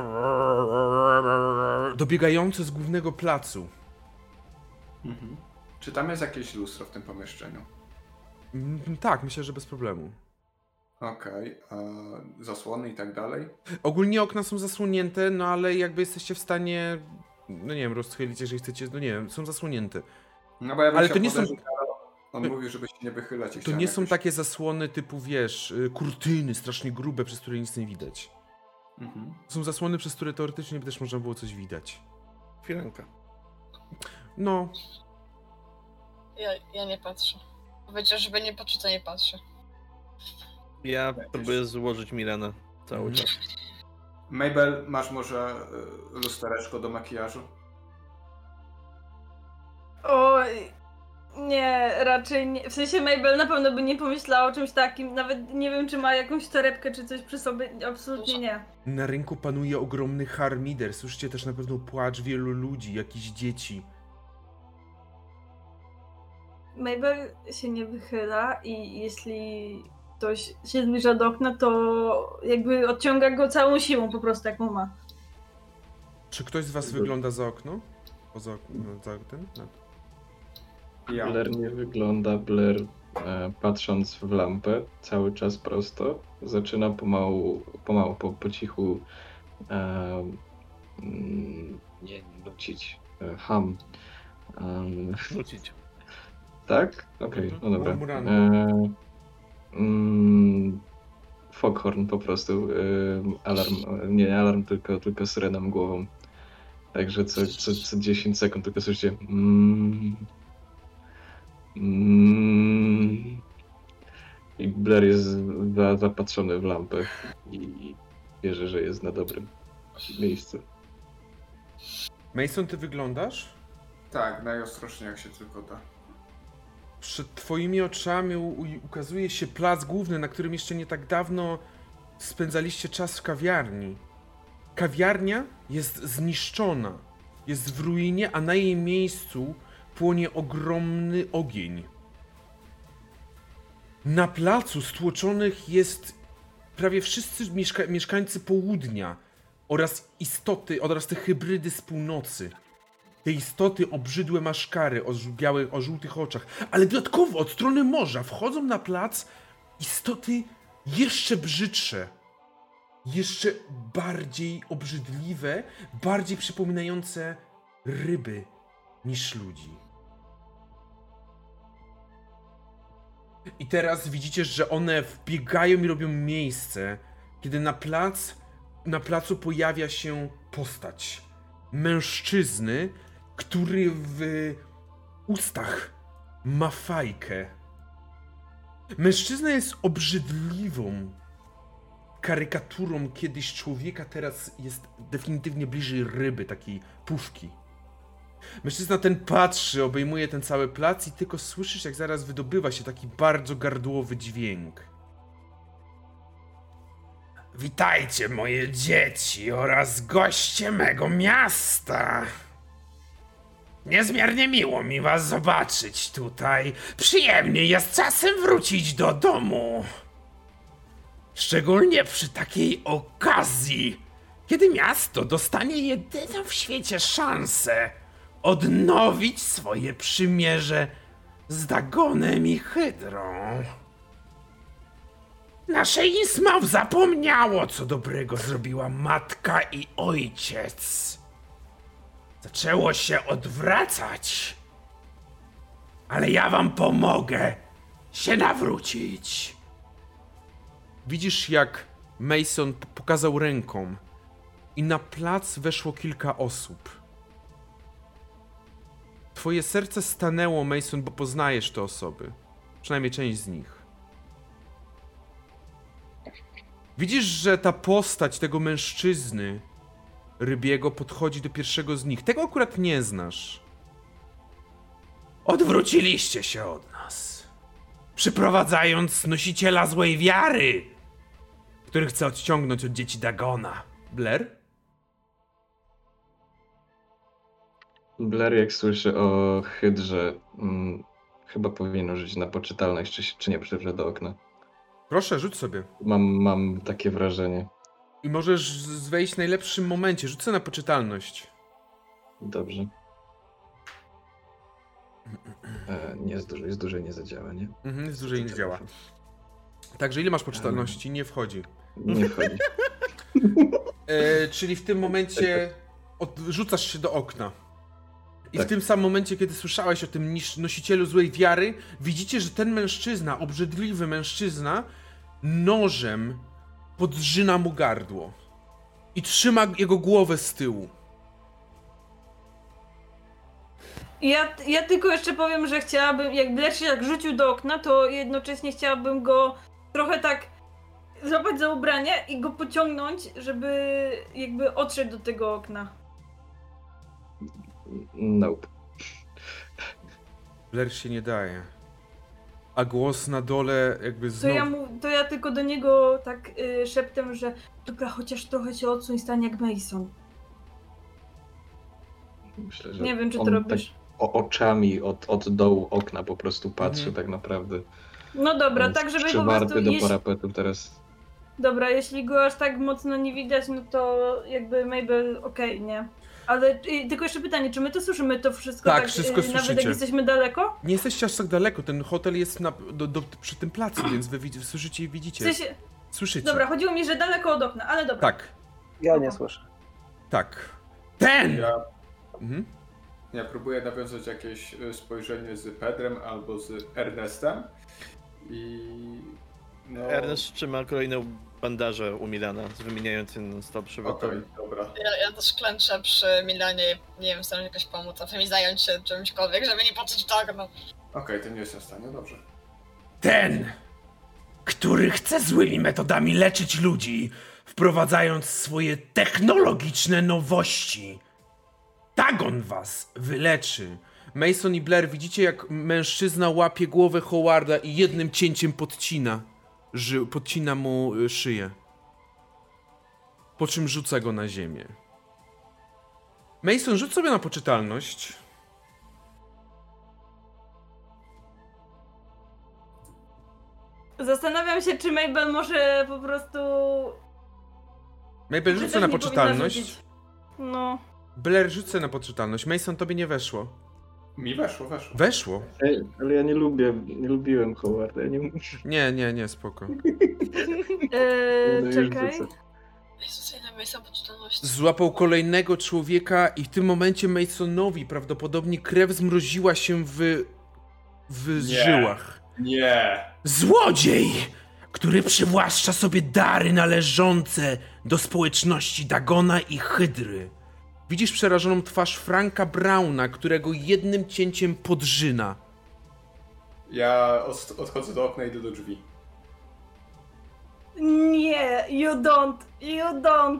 dobiegające z głównego placu. Mhm. Czy tam jest jakieś lustro w tym pomieszczeniu? Mm, tak, myślę, że bez problemu. Okej, a zasłony i tak dalej? Ogólnie okna są zasłonięte, no ale jakby jesteście w stanie, no nie wiem, rozchylić, jeżeli chcecie, no nie wiem, są zasłonięte. No bo ja bym Ale chciał to nie są- podejrzeć, ale on mówił, żeby się nie wychylać i To chciałem nie są jakoś- takie zasłony typu, wiesz, y, kurtyny strasznie grube, przez które nic nie widać. Mhm. To są zasłony, przez które teoretycznie też można było coś widać. Firanka. No, Ja, ja nie patrzę. Powiedział, żeby nie patrzeć, to nie patrzę. Ja próbuję złożyć Milana cały Mhm. czas. Mabel, masz może y, lustereczko do makijażu? Oj, nie, raczej nie. W sensie Mabel na pewno by nie pomyślała o czymś takim. Nawet nie wiem, czy ma jakąś torebkę czy coś przy sobie. Absolutnie nie. na rynku panuje ogromny harmider. Słyszycie też na pewno płacz wielu ludzi, jakichś dzieci. Mabel się nie wychyla i jeśli ktoś się zbliża do okna, to jakby odciąga go całą siłą po prostu, jaką ma. Czy ktoś z was wygląda za okno? Poza okno, za ten? Na... Ja. Blair nie wygląda. Blair, e, patrząc w lampę, cały czas prosto, zaczyna pomału, pomału po, po cichu e, mm, nie nucić, e, ham. Um, Rzucić. tak? Okej, Mhm. no dobra. Murmurando. E, mm, Foghorn po prostu, e, alarm, nie alarm, tylko, tylko syreną głową. Także co, co, co dziesięć sekund tylko słyszycie mm, mm, i Blair jest za, zapatrzony w lampę i wierzy, że jest na dobrym miejscu. Mason, ty wyglądasz? Tak, najostrożniej jak się tylko da. Przed twoimi oczami u- u- ukazuje się plac główny, na którym jeszcze nie tak dawno spędzaliście czas w kawiarni. Kawiarnia jest zniszczona, jest w ruinie, a na jej miejscu płonie ogromny ogień. Na placu stłoczonych jest prawie wszyscy mieszka- mieszkańcy południa oraz istoty, oraz te hybrydy z północy. Te istoty obrzydłe maszkary o, żu- białych, o żółtych oczach, ale dodatkowo od strony morza wchodzą na plac istoty jeszcze brzydsze, jeszcze bardziej obrzydliwe, bardziej przypominające ryby niż ludzi. I teraz widzicie, że one wbiegają i robią miejsce, kiedy na plac, na placu pojawia się postać mężczyzny, który w ustach ma fajkę. Mężczyzna jest obrzydliwą karykaturą kiedyś człowieka, teraz jest definitywnie bliżej ryby, takiej puszki. Mężczyzna ten patrzy, obejmuje ten cały plac i tylko słyszysz, jak zaraz wydobywa się taki bardzo gardłowy dźwięk. Witajcie, moje dzieci oraz goście mego miasta. Niezmiernie miło mi was zobaczyć tutaj. Przyjemnie jest czasem wrócić do domu. Szczególnie przy takiej okazji, kiedy miasto dostanie jedyną w świecie szansę odnowić swoje przymierze z Dagonem i Hydrą. Nasze Innsmouth zapomniało, co dobrego zrobiła matka i ojciec. Zaczęło się odwracać. Ale ja wam pomogę się nawrócić. Widzisz, jak Mason p- pokazał ręką i na plac weszło kilka osób. Twoje serce stanęło, Mason, bo poznajesz te osoby. Przynajmniej część z nich. Widzisz, że ta postać tego mężczyzny rybiego podchodzi do pierwszego z nich. Tego akurat nie znasz. Odwróciliście się od nas, przyprowadzając nosiciela złej wiary, który chce odciągnąć od dzieci Dagona. Blair? Blair, jak słyszy o hydrze, mm, chyba powinien rzucić na poczytalność, czy, czy nie przywrze do okna. Proszę, rzuć sobie. Mam, mam takie wrażenie. I możesz z- wejść w najlepszym momencie. Rzuć sobie na poczytalność. Dobrze. E, nie jest dużo, jest dużo i nie zadziała, nie? Mhm, jest dłużej nie działa. Także ile masz poczytalności? Nie wchodzi. Nie wchodzi. E, czyli w tym momencie odrzucasz się do okna. I Tak. w tym samym momencie, kiedy słyszałeś o tym nisz- nosicielu złej wiary, widzicie, że ten mężczyzna, obrzydliwy mężczyzna, nożem podrzyna mu gardło. I trzyma jego głowę z tyłu. Ja, ja tylko jeszcze powiem, że chciałabym, jak Blair się tak rzucił do okna, to jednocześnie chciałabym go trochę tak złapać za ubranie i go pociągnąć, żeby jakby odszedł do tego okna. Nope. Blair się nie daje. A głos na dole jakby To znowu... ja, mu, to ja tylko do niego tak y, szeptem, że dobra, chociaż trochę się odsuń, stań jak Mason. Myślę, że Nie wiem, czy to on robisz. Tak o, oczami od, od dołu okna po prostu patrzy Mhm. tak naprawdę. No dobra, On tak żeby po przywarty prostu... do Jeśli, parapetu teraz. dobra, jeśli go aż tak mocno nie widać, no to jakby Mabel okej, nie? Ale y, tylko jeszcze pytanie, czy my to słyszymy to wszystko Tak, tak, wszystko y, nawet słyszycie. jak jesteśmy daleko? Nie jesteście aż tak daleko, ten hotel jest na, do, do, przy tym placu, więc wy widz- słyszycie i W widzicie. sensie, Słyszycie. dobra, chodziło mi, że daleko od okna, ale dobra. Tak, Ja nie słyszę. tak. Ten! Ja, Mhm. ja próbuję nawiązać jakieś y, spojrzenie z Pedrem albo z Ernestem i... No, Ernest trzyma kolejną bandażę u Milana z wymieniającym non-stop okej, przywrotem. dobra. Ja, ja też klęczę przy Milanie, nie wiem, staram się jakoś pomóc, a przynajmniej zająć się czymśkolwiek, żeby nie patrzeć w okno. Okej, to nie jestem w stanie, dobrze. Ten, który chce złymi metodami leczyć ludzi, wprowadzając swoje technologiczne nowości. Dagon was wyleczy. Mason i Blair, widzicie, jak mężczyzna łapie głowę Howarda i jednym cięciem podcina, ży, podcina mu y, szyję. Po czym rzuca go na ziemię. Mason, rzuć sobie na poczytalność. Zastanawiam się, czy Mabel może po prostu... Mabel, Czy rzuć też na nie powinna poczytalność. rzucić? No... Blair, rzuć sobie na poczytalność. Mason, tobie nie weszło. Mi weszło, weszło. Weszło? Ej, ale ja nie lubię, nie lubiłem Howarda, ja nie Nie, nie, nie, spoko. Eee, No już czekaj. rzucę. Jezus, ja nie sam poczytalności. Złapał kolejnego człowieka i w tym momencie Masonowi prawdopodobnie krew zmroziła się w... w Nie. żyłach. Nie! Złodziej, który przywłaszcza sobie dary należące do społeczności Dagona i Hydry. Widzisz przerażoną twarz Franka Browna, którego jednym cięciem podrzyna. Ja od, odchodzę do okna i idę do drzwi. Nie, you don't, you don't.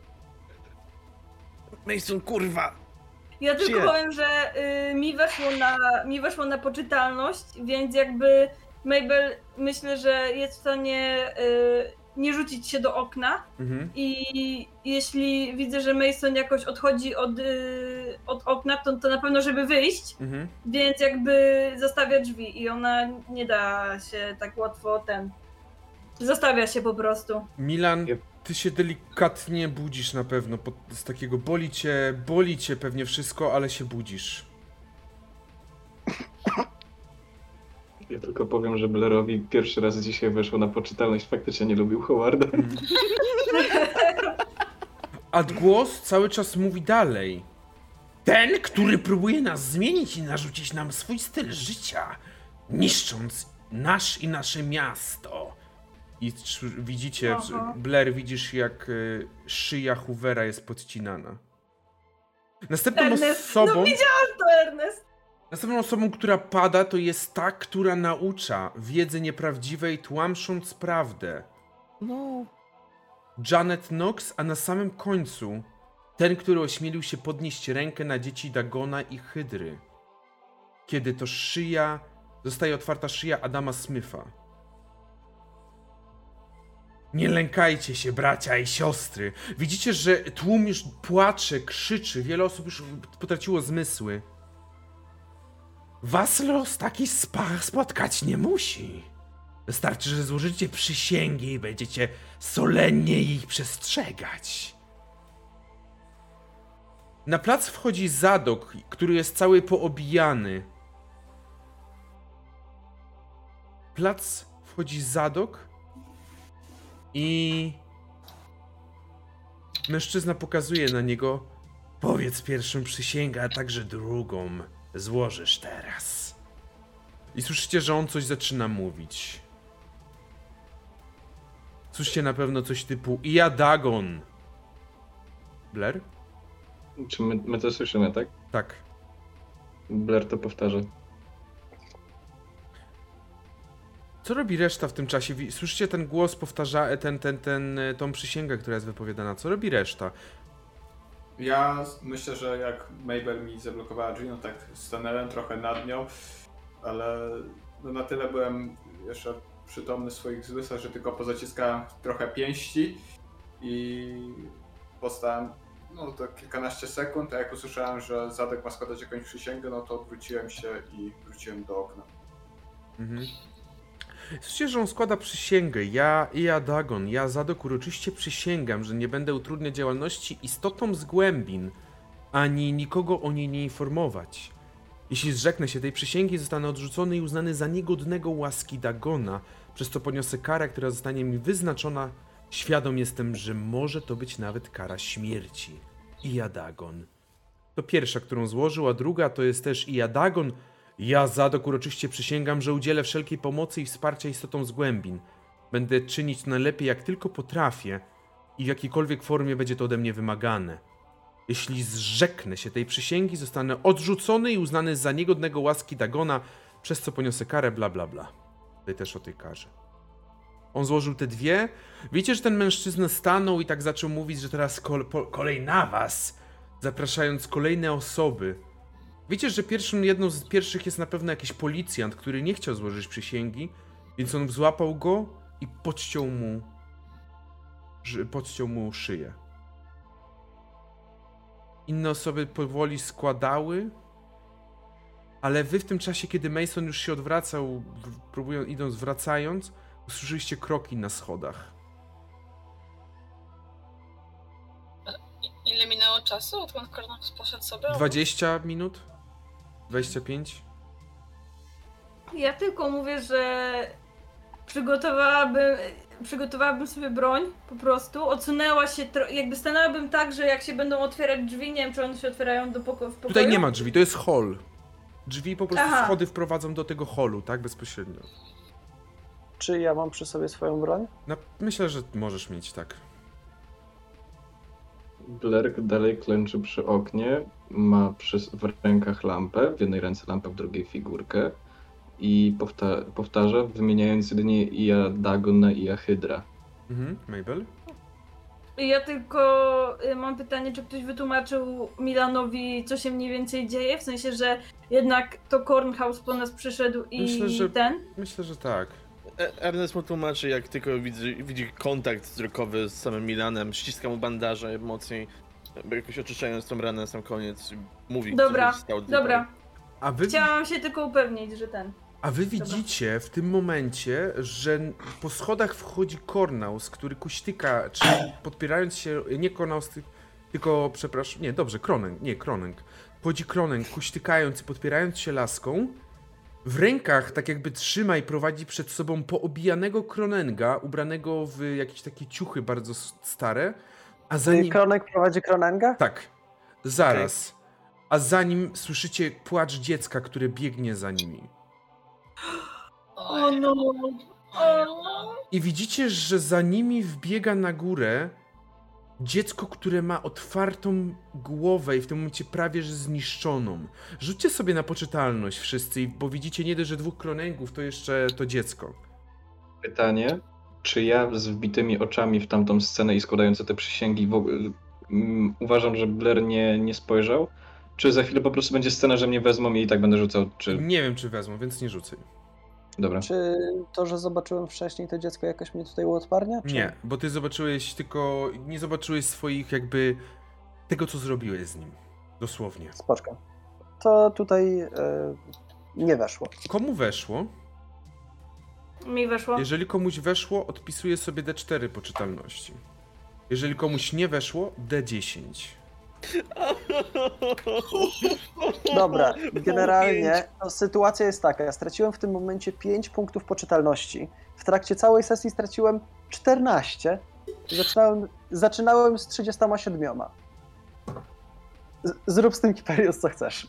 Mason, kurwa! Ja tylko Shit. powiem, że y, mi, weszło na, mi weszło na poczytalność, więc jakby Mabel myślę, że jest w stanie y, nie rzucić się do okna Mhm. i jeśli widzę, że Mason jakoś odchodzi od, y, od okna, to, to na pewno żeby wyjść, Mhm. więc jakby zostawia drzwi i ona nie da się tak łatwo ten... Zostawia się po prostu. Milan, ty się delikatnie budzisz na pewno, pod, z takiego boli cię, boli cię pewnie wszystko, ale się budzisz. Ja tylko powiem, że Blairowi pierwszy raz dzisiaj weszło na poczytalność, faktycznie nie lubił Howarda. A głos cały czas mówi dalej. Ten, który próbuje nas zmienić i narzucić nam swój styl życia, niszcząc nasz i nasze miasto. I widzicie, Aha. Blair, widzisz jak y, szyja Hoovera jest podcinana. Następną Ernest, osobą, no widziałam to, Ernest! następną osobą, która pada, to jest ta, która naucza wiedzy nieprawdziwej, tłamsząc prawdę. No. Janet Knox, a na samym końcu ten, który ośmielił się podnieść rękę na dzieci Dagona i Hydry. Kiedy to szyja, zostaje otwarta szyja Adama Smitha. Nie lękajcie się, bracia i siostry. Widzicie, że tłum już płacze, krzyczy, wiele osób już potraciło zmysły. Was los taki spach spotkać nie musi. Wystarczy, że złożycie przysięgi i będziecie solennie ich przestrzegać. Na plac wchodzi Zadok, który jest cały poobijany. Plac wchodzi Zadok i mężczyzna pokazuje na niego. Powiedz pierwszą przysięgę, a także drugą złożysz teraz. I słyszycie, że on coś zaczyna mówić. Słyszycie na pewno coś typu I ja Dagon. Blair? Czy my, my to słyszymy, tak? Tak. Blair to powtarza. Co robi reszta w tym czasie? Wi- Słyszycie ten głos, powtarza ten, ten, ten, tą przysięgę, która jest wypowiadana. Co robi reszta? Ja myślę, że jak Mabel mi zablokowała drzwi, no tak stanąłem trochę nad nią, ale no na tyle byłem jeszcze przytomny w swoich zmysłach, że tylko pozaciskałem trochę pięści i postałem no to kilkanaście sekund, a jak usłyszałem, że Zadok ma składać jakąś przysięgę, no to odwróciłem się i wróciłem do okna. Mhm. Słyszycie, że on składa przysięgę. Ja, ja Dagon, ja Zadok uroczyście przysięgam, że nie będę utrudniać działalności istotom z głębin, ani nikogo o niej nie informować. Jeśli zrzeknę się tej przysięgi, zostanę odrzucony i uznany za niegodnego łaski Dagona, przez co poniosę karę, która zostanie mi wyznaczona. Świadom jestem, że może to być nawet kara śmierci. I ja Dagon. To pierwsza, którą złożył, a druga to jest też I ja Dagon. Ja, Zadok, uroczyście przysięgam, że udzielę wszelkiej pomocy i wsparcia istotom z głębin. Będę czynić to najlepiej, jak tylko potrafię i w jakiejkolwiek formie będzie to ode mnie wymagane. Jeśli zrzeknę się tej przysięgi, zostanę odrzucony i uznany za niegodnego łaski Dagona, przez co poniosę karę, bla bla bla. Tutaj też o tej karze. On złożył te dwie. Wiecie, że ten mężczyzna stanął i tak zaczął mówić, że teraz kol po kolej na was, zapraszając kolejne osoby. Wiecie, że pierwszym, jedną z pierwszych jest na pewno jakiś policjant, który nie chciał złożyć przysięgi, więc on złapał go i podciął mu, podciął mu szyję. Inne osoby powoli składały, ale wy w tym czasie, kiedy Mason już się odwracał, próbując, idąc, wracając, usłyszeliście kroki na schodach. I- Ile minęło czasu, odkąd Kornax poszedł sobie? dwadzieścia minut? dwadzieścia pięć? Ja tylko mówię, że przygotowałabym, przygotowałabym sobie broń po prostu, odsunęła się, tro- jakby stanęłabym tak, że jak się będą otwierać drzwi, nie wiem czy one się otwierają do poko- w pokoju. Tutaj nie ma drzwi, to jest hall. Drzwi po prostu, Aha. schody wprowadzą do tego hallu, tak? Bezpośrednio. Czy ja mam przy sobie swoją broń? No, myślę, że możesz mieć, tak. Blair dalej klęczy przy oknie, ma przy, w rękach lampę, w jednej ręce lampę, w drugiej figurkę i powta- powtarza, wymieniając jedynie I ja Dagon na I ja Hydra. Mhm, Mabel? Ja tylko y, mam pytanie, czy ktoś wytłumaczył Milanowi, co się mniej więcej dzieje, w sensie, że jednak to Cornhouse po nas przyszedł i Myślę, że- ten? Myślę, że tak. E- Ernest mu tłumaczy, jak tylko widzi, widzi kontakt wzrokowy z samym Milanem, ściska mu bandaże mocniej, jakby jakoś oczyszczając tą ranę na sam koniec. Mówi, Dobra, co się stało do tej dobra. A wy, Chciałam się tylko upewnić, że ten. a wy widzicie w tym momencie, że po schodach wchodzi Kornaus, który kuśtyka, czy podpierając się, nie Kornaus, ty- tylko, przepraszam, nie, dobrze, Kronęg, nie, Kronęg. Wchodzi Kronęg, kuśtykając i podpierając się laską w rękach tak jakby trzyma i prowadzi przed sobą poobijanego Kronenga, ubranego w jakieś takie ciuchy bardzo stare, a za nim... Kronek prowadzi Kronenga? Tak, zaraz. A za nim słyszycie płacz dziecka, które biegnie za nimi. O no! O no! I widzicie, że za nimi wbiega na górę dziecko, które ma otwartą głowę i w tym momencie prawie że zniszczoną. Rzućcie sobie na poczytalność wszyscy, bo widzicie nie dość, że dwóch Kronengów, to jeszcze to dziecko. Pytanie, czy ja z wbitymi oczami w tamtą scenę i składające te przysięgi w ogóle, um, uważam, że Blair nie, nie spojrzał? Czy za chwilę po prostu będzie scena, że mnie wezmą i tak będę rzucał? Czy... Nie wiem, czy wezmą, więc nie rzucaj. Dobra. Czy to, że zobaczyłem wcześniej to dziecko jakoś mnie tutaj uodparnia? Czy... Nie, bo ty zobaczyłeś tylko, nie zobaczyłeś swoich jakby, tego co zrobiłeś z nim. Dosłownie. Spoczka. To tutaj e, nie weszło. Komu weszło? Mi weszło. Jeżeli komuś weszło, odpisuję sobie D cztery poczytalności. Jeżeli komuś nie weszło, D dziesięć. Dobra, generalnie to sytuacja jest taka. Ja straciłem w tym momencie pięć punktów poczytalności. W trakcie całej sesji straciłem czternaście. Zaczynałem, zaczynałem z trzydziestoma siedmioma. Z, zrób z tym Kiperius co chcesz.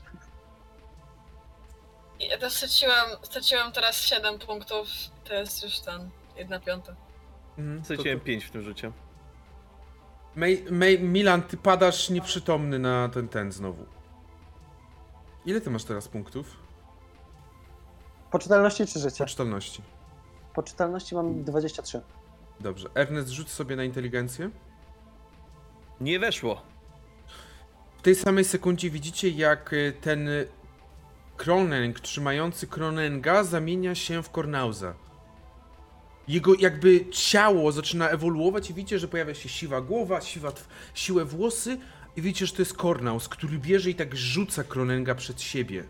Ja też straciłam, straciłam teraz siedem punktów, to jest już ten, jedna piąta. Mhm, Straciłem pięć w tym rzucie. May, May, Milan, ty padasz nieprzytomny na ten, ten znowu. Ile ty masz teraz punktów? Poczytalności czy życie? Poczytalności. Poczytalności mam dwadzieścia trzy. Dobrze. Ernest, rzuć sobie na inteligencję. Nie weszło. W tej samej sekundzie widzicie, jak ten Kroneng trzymający Kronenga zamienia się w Kornauza. Jego jakby ciało zaczyna ewoluować i widzicie, że pojawia się siwa głowa, siwa siłe włosy i widzicie, że to jest Kornaus, który bierze i tak rzuca Kronenga przed siebie.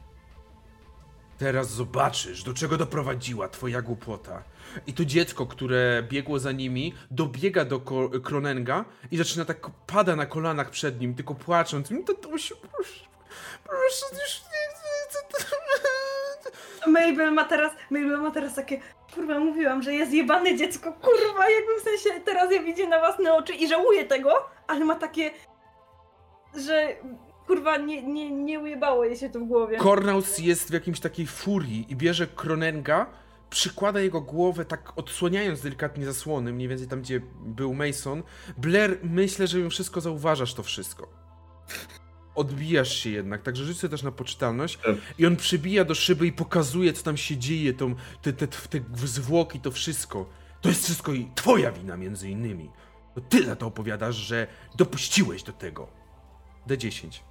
Teraz zobaczysz, do czego doprowadziła twoja głupota. I to dziecko, które biegło za nimi, dobiega do Kronenga i zaczyna tak, pada na kolanach przed nim, tylko płacząc. Tatusiu, proszę, proszę, już nie chcę. Mabel ma teraz, Mabel ma teraz takie, kurwa, mówiłam, że jest jebane dziecko, kurwa, jakby w sensie teraz je widzi na własne oczy i żałuje tego, ale ma takie, że kurwa, nie, nie, nie ujebało jej się to w głowie. Kornaus jest w jakimś takiej furii i bierze Kronenga, przykłada jego głowę tak odsłaniając delikatnie zasłony, mniej więcej tam, gdzie był Mason. Blair, myślę, że mimo wszystko zauważasz to wszystko. Odbijasz się jednak, także rzuć sobie też na poczytalność i on przybija do szyby i pokazuje, co tam się dzieje, tą, te, te, te zwłoki, to wszystko. To jest wszystko i twoja wina między innymi. To ty za to opowiadasz, że dopuściłeś do tego. D dziesięć.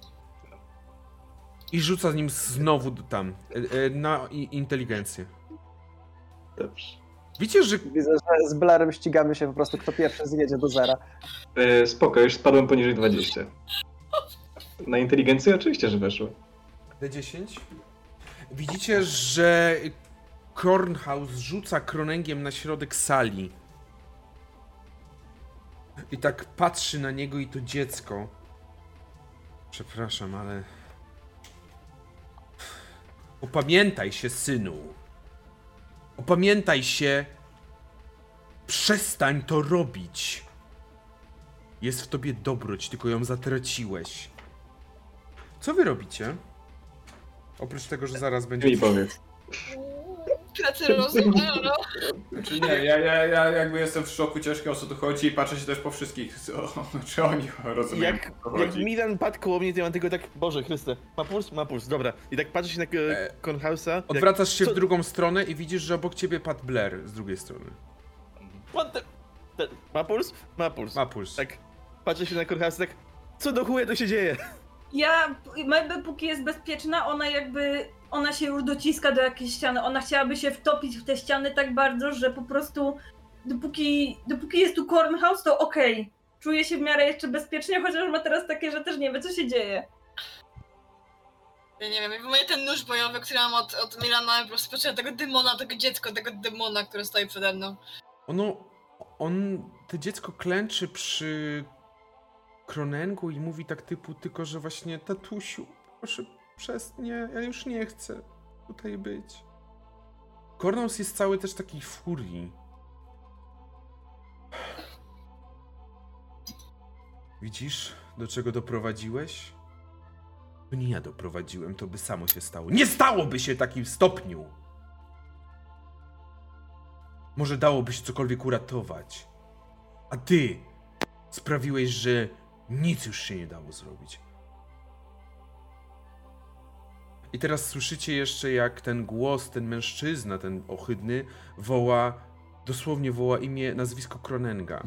I rzuca z nim znowu tam, na inteligencję. Dobrze. Widzicie, że... Widzę, że z Blarem ścigamy się po prostu, kto pierwszy zjedzie do zera. E, spoko, już spadłem poniżej dwudziestu. Na inteligencję oczywiście, że weszło. D dziesięć. Widzicie, że Kornhaus rzuca Kronengiem na środek sali. I tak patrzy na niego i to dziecko. Przepraszam, ale... Opamiętaj się, synu. Opamiętaj się. Przestań to robić. Jest w tobie dobroć, tylko ją zatraciłeś. Co wy robicie? Oprócz tego, że zaraz będzie... Mi powiedz. Tracę rozum, no. Znaczy nie, ja, ja, ja jakby jestem w szoku ciężkim, o co tu chodzi i patrzę się też po wszystkich, co, czy oni rozumieją, Jak, o co jak chodzi. Milan padł koło mnie, to ja mam tylko tak, Boże Chryste, ma puls? Ma puls, dobra. I tak patrzę się na e, Kornhausa. Odwracasz się co- w drugą stronę i widzisz, że obok ciebie padł Blair z drugiej strony. What the... te- Ma puls? Ma puls. Ma puls. Tak, patrzę się na Kornhausa, tak, co do chuja to się dzieje? Ja, Mabel póki jest bezpieczna, ona jakby, ona się już dociska do jakiejś ściany, ona chciałaby się wtopić w te ściany tak bardzo, że po prostu dopóki, dopóki jest tu Kornhaus, to okej. Okay. Czuje się w miarę jeszcze bezpiecznie, chociaż ma teraz takie, że też nie wie, co się dzieje. Ja nie wiem, jakby mnie ten nóż bojowy, który mam od, od Milana, po prostu patrzę na tego demona, tego dziecko, tego demona, które stoi przede mną. Ono, on, to dziecko klęczy przy Kronengu i mówi tak typu tylko, że właśnie tatusiu, proszę przestań, nie, ja już nie chcę. tutaj być. Kornaus jest cały też taki w furii. Widzisz, do czego doprowadziłeś? To nie ja doprowadziłem, to by samo się stało. Nie stałoby się w takim stopniu! Może dałoby się cokolwiek uratować. A ty sprawiłeś, że nic już się nie dało zrobić. I teraz słyszycie jeszcze, jak ten głos, ten mężczyzna, ten ohydny, woła, dosłownie woła imię, nazwisko Kronenga.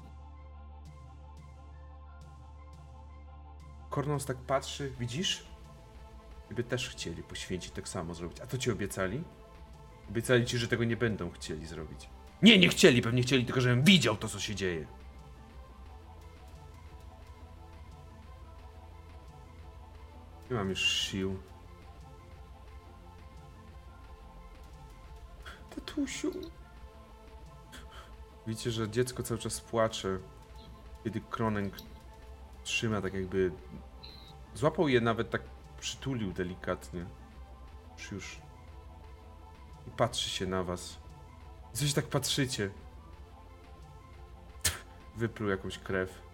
Kornaus tak patrzy, widzisz? Gdyby też chcieli poświęcić tak samo zrobić. A to ci obiecali? Obiecali ci, że tego nie będą chcieli zrobić. Nie, nie chcieli, pewnie chcieli tylko, żebym widział to, co się dzieje. Nie mam już sił. Tatusiu. Widzicie, że dziecko cały czas płacze, kiedy Kroneng trzyma tak jakby... Złapał je, nawet tak przytulił delikatnie. Już już. I patrzy się na was. I coś tak patrzycie. Wypluł jakąś krew.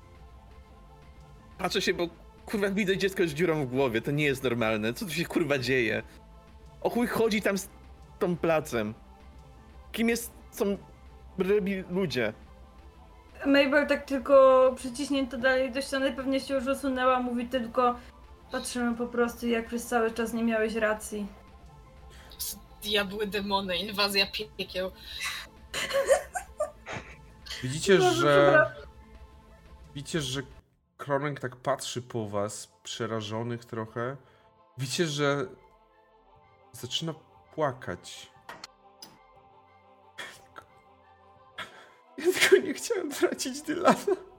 Patrzę się, bo kurwa widzę dziecko z dziurą w głowie, to nie jest normalne. Co tu się kurwa dzieje? O chuj chodzi tam z tą placem. Kim jest, są rybi ludzie? Mabel tak tylko przyciśnięta dalej do ściany, pewnie się już usunęła, mówi tylko: patrzymy po prostu, jak przez cały czas nie miałeś racji. Diabły, demony, inwazja piekieł. Widzicie, Boże, że... Widzicie, że Kroneng tak patrzy po was, przerażonych trochę. Widzicie, że zaczyna płakać. Ja tylko nie chciałem tracić Dylana.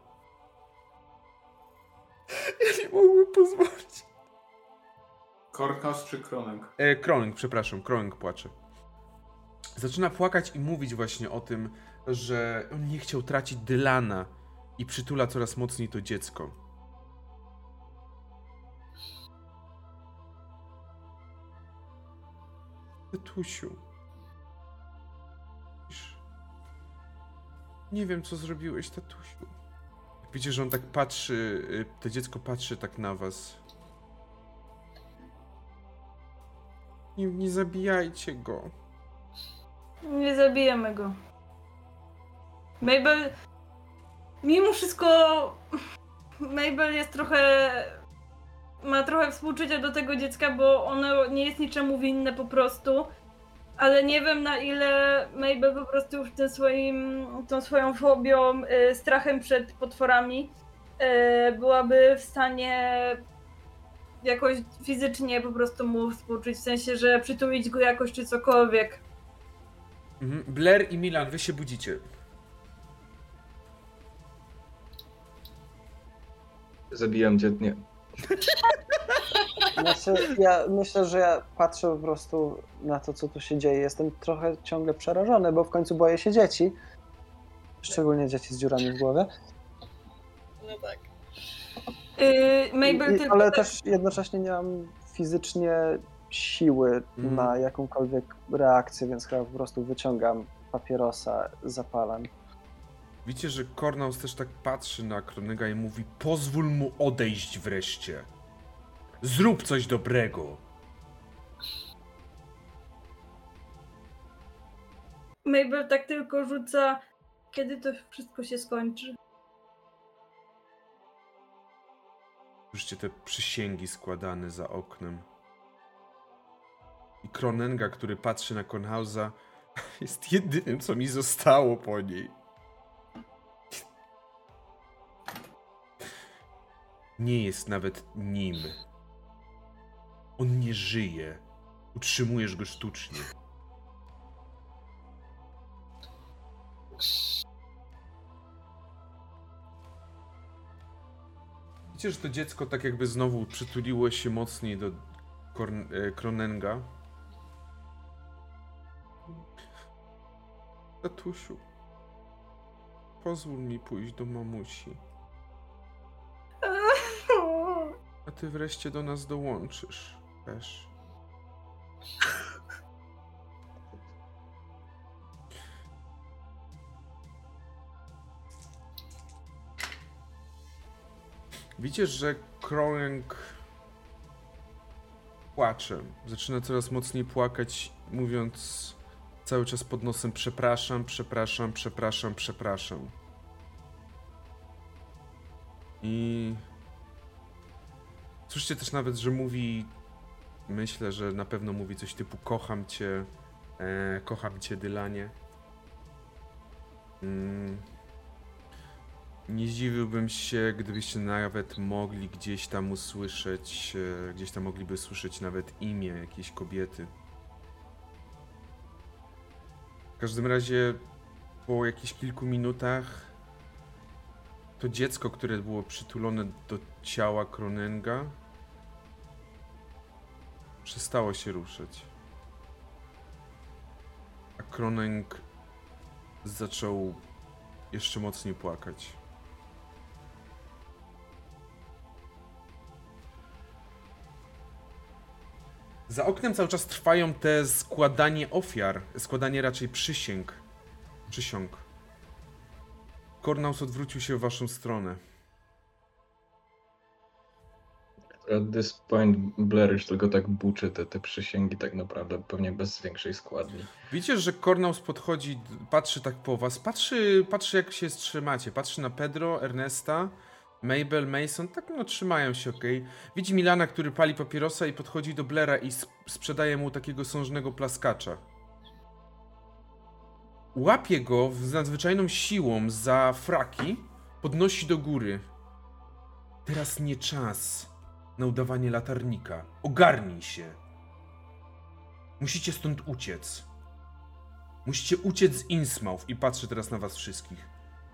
Ja nie mogłem pozwolić. Kornaus czy Kroneng? E, Kroneng, przepraszam, Kroneng płacze. Zaczyna płakać i mówić właśnie o tym, że on nie chciał tracić Dylana i przytula coraz mocniej to dziecko. Tatusiu. Nie wiem, co zrobiłeś, tatusiu. Widzicie, że on tak patrzy, to dziecko patrzy tak na was. Nie, nie zabijajcie go. Nie zabijemy go. Mabel... Mimo wszystko... Mabel jest trochę... Ma trochę współczucia do tego dziecka, bo ono nie jest niczemu winne po prostu. Ale nie wiem, na ile Mabel po prostu już tym swoim, tą swoją fobią, y, strachem przed potworami y, byłaby w stanie jakoś fizycznie po prostu mu współczuć, w sensie, że przytulić go jakoś czy cokolwiek. Mhm. Blair i Milan, wy się budzicie. Zabijam dzietnie. Znaczy, ja myślę, że ja patrzę po prostu na to, co tu się dzieje. Jestem trochę ciągle przerażony, bo w końcu boję się dzieci. Szczególnie dzieci z dziurami w głowie. No tak. Yy, Mabel I, tylko ale tak... też jednocześnie nie mam fizycznie siły Mm. na jakąkolwiek reakcję, więc chyba po prostu wyciągam papierosa, zapalam. Widzicie, że Kornaus też tak patrzy na Kronega i mówi: pozwól mu odejść wreszcie. Zrób coś dobrego. Mabel tak tylko rzuca: kiedy to wszystko się skończy? Słyszycie te przysięgi składane za oknem. I Kronenga, który patrzy na Kornhausa, jest jedynym, co mi zostało po niej. Nie jest nawet nim. On nie żyje. Utrzymujesz go sztucznie. Widzicie, że to dziecko tak jakby znowu przytuliło się mocniej do Korn- e, Kronenga. Tatusiu, pozwól mi pójść do mamusi. A ty wreszcie do nas dołączysz też. Widzisz, że Krąg płacze. Zaczyna coraz mocniej płakać, mówiąc cały czas pod nosem przepraszam, przepraszam, przepraszam, przepraszam. I słyszycie też nawet, że mówi, myślę, że na pewno mówi coś typu kocham cię, e, kocham cię, Dylanie. Mm. Nie zdziwiłbym się, gdybyście nawet mogli gdzieś tam usłyszeć, e, gdzieś tam mogliby słyszeć nawet imię jakiejś kobiety. W każdym razie po jakichś kilku minutach to dziecko, które było przytulone do ciała Kronenga, przestało się ruszać. A Kroneng zaczął jeszcze mocniej płakać. Za oknem cały czas trwają te składanie ofiar, składanie raczej przysięg. Przysiąg. Kornaus odwrócił się w waszą stronę. At this point Blair już tylko tak buczy te, te przysięgi tak naprawdę, pewnie bez większej składni. Widzicie, że Kornaus podchodzi, patrzy tak po was, patrzy, patrzy jak się trzymacie, patrzy na Pedro, Ernesta, Mabel, Mason, tak no trzymają się, okej. Okay. Widzi Milana, który pali papierosa i podchodzi do Blaira i sp sprzedaje mu takiego sążnego plaskacza. Łapie go z nadzwyczajną siłą za fraki, podnosi do góry. Teraz nie czas na udawanie latarnika. Ogarnij się. Musicie stąd uciec. Musicie uciec z Innsmouth i patrzę teraz na was wszystkich.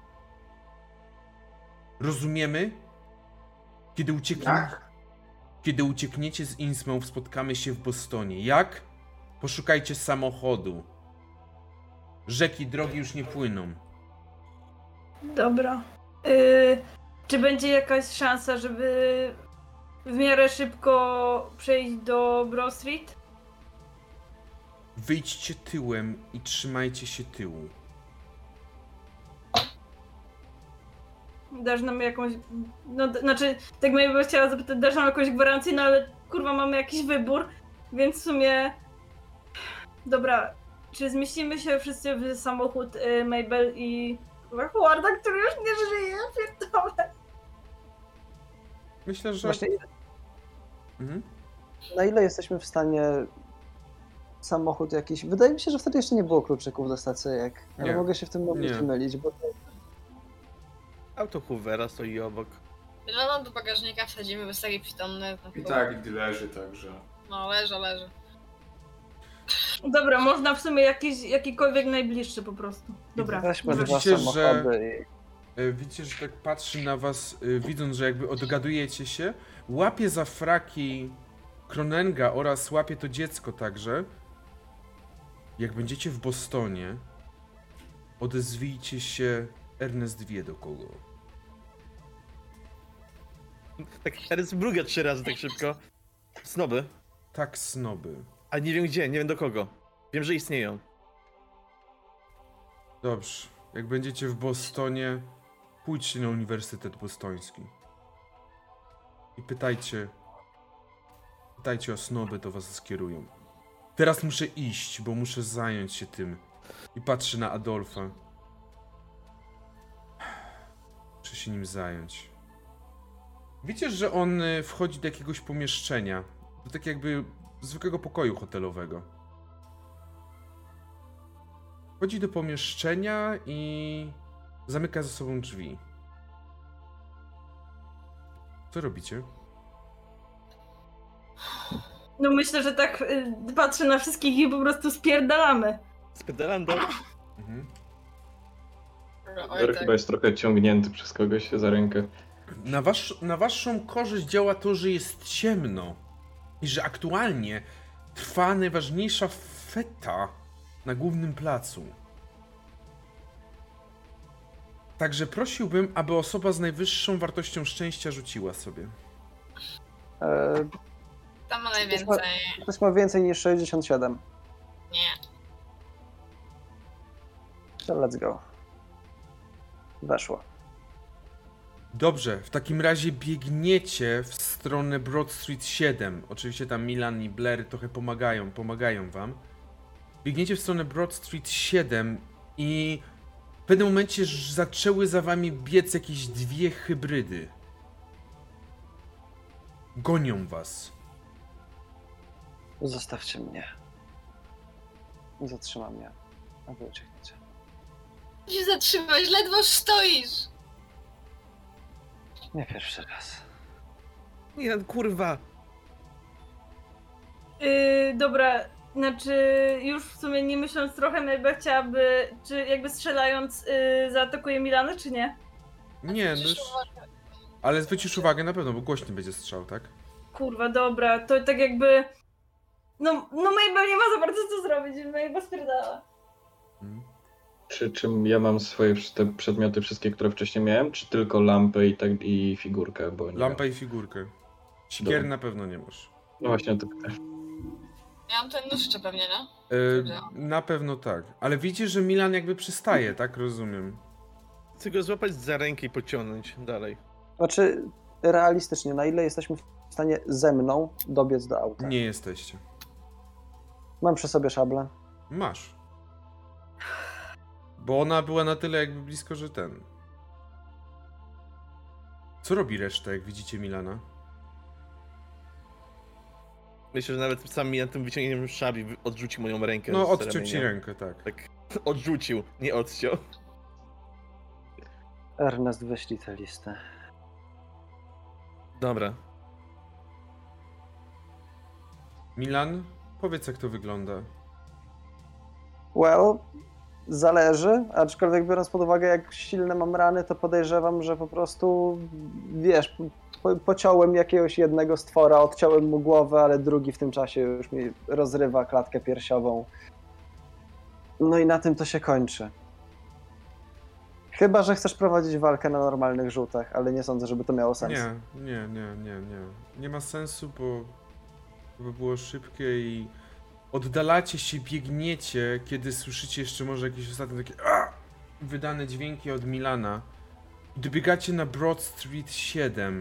Rozumiemy? Kiedy uciekniecie, Jak? kiedy uciekniecie z Innsmouth, spotkamy się w Bostonie. Jak? Poszukajcie samochodu. Rzeki, drogi już nie płyną. Dobra. Yy, czy będzie jakaś szansa, żeby w miarę szybko przejść do Broad Street? Wyjdźcie tyłem i trzymajcie się tyłu. Dasz nam jakąś... No, d- znaczy, tak bym chciała zapytać, dasz nam jakąś gwarancję, no ale kurwa, mamy jakiś wybór, więc w sumie... Dobra, czy zmieścimy się wszyscy w samochód y, Mabel i Warda, który już nie żyje? Pierdolę. Myślę, że... Właśnie Mhm. na ile jesteśmy w stanie samochód jakiś... Wydaje mi się, że wtedy jeszcze nie było kluczyków do stacyjek, ale Nie. mogę się w tym momencie Nie. mylić, bo Auto Hoovera stoi obok. No, do bagażnika wsadzimy, wystawi przytomny. I tak leży, także. No, leży, leży. Dobra, można w sumie jakiś, jakikolwiek najbliższy po prostu. Dobra. weźmy dobra. dwa Widzicie, że- samochody i... E, Widzicie, że tak patrzy na was, e, widząc, że jakby odgadujecie się, łapie za fraki Kronenga oraz łapie to dziecko także. Jak będziecie w Bostonie, odezwijcie się, Ernest wie do kogo. Tak, teraz mruga trzy razy tak szybko. Snoby. Tak, snoby. A nie wiem gdzie, nie wiem do kogo. Wiem, że istnieją. Dobrze. Jak będziecie w Bostonie, pójdźcie na Uniwersytet Bostoński. I pytajcie... Pytajcie o snoby, to was skierują. Teraz muszę iść, bo muszę zająć się tym. I patrzy na Adolfa. Muszę się nim zająć. Widzisz, że on y, wchodzi do jakiegoś pomieszczenia. Do tak jakby zwykłego pokoju hotelowego. Wchodzi do pomieszczenia i zamyka za sobą drzwi. Co robicie? No myślę, że tak y, patrzę na wszystkich i po prostu spierdalamy. Spedalando. Mhm. Oj, Blair tak. chyba jest trochę ciągnięty przez kogoś za rękę. Na, wasz, na waszą korzyść działa to, że jest ciemno. I że aktualnie trwa najważniejsza feta na głównym placu. Także prosiłbym, aby osoba z najwyższą wartością szczęścia rzuciła sobie. E, Tam ma Ktoś ma, najwięcej. ktoś ma więcej niż sześćdziesiąt siedem. Nie. To let's go. Weszło. Dobrze, w takim razie biegniecie w stronę Broad Street siedem. Oczywiście tam Milan i Blair trochę pomagają, pomagają wam. Biegniecie w stronę Broad Street siedem i w pewnym momencie ż- zaczęły za wami biec jakieś dwie hybrydy. Gonią was. Zostawcie mnie. Zatrzyma mnie. A wy uciekniecie. Nie zatrzymać, ledwo stoisz. Nie pierwszy raz. Nie, kurwa. Yy, dobra, znaczy już w sumie nie myśląc trochę, Mabel chciałaby, czy jakby strzelając yy, zaatakuje Milana, czy nie? Nie, no już... Ale zwrócisz uwagę na pewno, bo głośny będzie strzał, tak? Kurwa, dobra, to tak jakby... No, no Mabel nie ma za bardzo co zrobić, Mabel spierdala. Mhm. Czy czym ja mam swoje wsz- te przedmioty wszystkie, które wcześniej miałem, czy tylko lampę i tak i figurkę, bo nie Lampę wiem. i figurkę. Siekiery Dobra. na pewno nie masz. No właśnie to pytanie. Ja mam ten nóż jeszcze pewnie, nie? Yy, Dobrze. na pewno tak. Ale widzisz, że Milan jakby przystaje, tak? Rozumiem. Chcę go złapać za rękę i pociągnąć dalej. Znaczy, realistycznie, na ile jesteśmy w stanie ze mną dobiec do auta? Nie jesteście. Mam przy sobie szablę. Masz. Bo ona była na tyle jakby blisko, że ten... Co robi reszta, jak widzicie Milana? Myślę, że nawet sam mi na tym wyciągnięciem szabli odrzucił moją rękę. No, z odciął ci ramienia. rękę, tak. Tak, odrzucił, nie odciął. Ernest, wyślij tę listę. Dobra. Milan, powiedz jak to wygląda. Well, zależy, aczkolwiek biorąc pod uwagę, jak silne mam rany, to podejrzewam, że po prostu, wiesz, po, pociąłem jakiegoś jednego stwora, odciąłem mu głowę, ale drugi w tym czasie już mi rozrywa klatkę piersiową. No i na tym to się kończy. Chyba że chcesz prowadzić walkę na normalnych rzutach, ale nie sądzę, żeby to miało sens. Nie, nie, nie, nie, nie. Nie ma sensu, bo to by było szybkie i oddalacie się, biegniecie, kiedy słyszycie jeszcze może jakieś ostatnie takie "A!" wydane dźwięki od Milana. I dobiegacie na Broad Street siedem.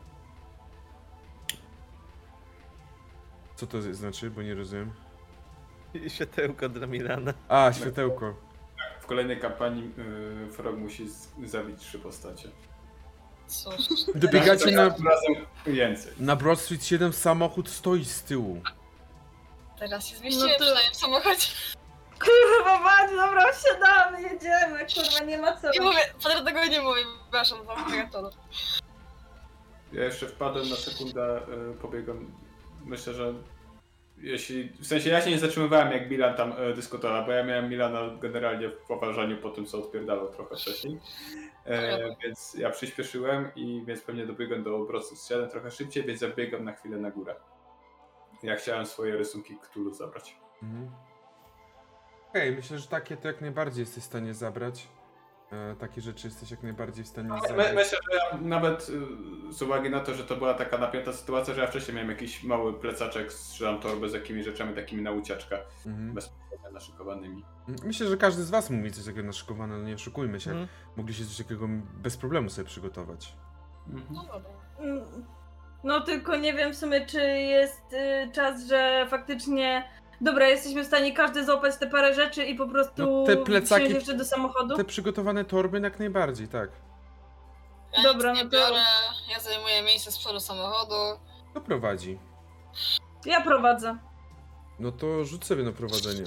Co to znaczy, bo nie rozumiem. Światełko dla Milana. A, światełko. W kolejnej kampanii yy, Frog musi z- zabić trzy postacie. Cóż. Dobiegacie Tak, na, tak, razem więcej. na Broad Street siedem, samochód stoi z tyłu. Teraz się zmieściłem No to- przynajmniej w samochodzie. Kurwa, bać, dobra, wsiadamy, jedziemy, kurwa, nie ma co. Nie mówię, Padre tego nie mówi, przepraszam, to megatonu. Ja jeszcze wpadłem na sekundę, yy, pobiegłem. Myślę, że jeśli. W sensie ja się nie zatrzymywałem, jak Milan tam yy, dyskutował, bo ja miałem Milana generalnie w poważaniu po tym, co odpierdalał trochę wcześniej. E, więc ja przyspieszyłem i więc pewnie dobiegłem do obrotu z siedem trochę szybciej, więc zabiegam na chwilę na górę. Ja chciałem swoje rysunki Cthulhu zabrać. Mhm. Okej, myślę, że takie to jak najbardziej jesteś w stanie zabrać. E, takie rzeczy jesteś jak najbardziej w stanie My, zabrać. myślę, że ja nawet y, z uwagi na to, że to była taka napięta sytuacja, że ja wcześniej miałem jakiś mały plecaczek z tam torbę z jakimiś rzeczami takimi na ucieczkę, Mhm. bezpośrednio naszykowanymi. Myślę, że każdy z was mógł mieć coś takiego naszykowane, no nie oszukujmy się. Mhm. Mogliście coś takiego bez problemu sobie przygotować. No dobra. Mm, No tylko nie wiem w sumie, czy jest y, czas, że faktycznie... Dobra, jesteśmy w stanie każdy złapać te parę rzeczy i po prostu No, te plecaki- wsiąść jeszcze do samochodu? Te przygotowane torby jak najbardziej, tak. Ja Dobra, nic nie no to- biorę, ja zajmuję miejsce z przodu samochodu. Kto prowadzi? Ja prowadzę. No to rzuć sobie na prowadzenie.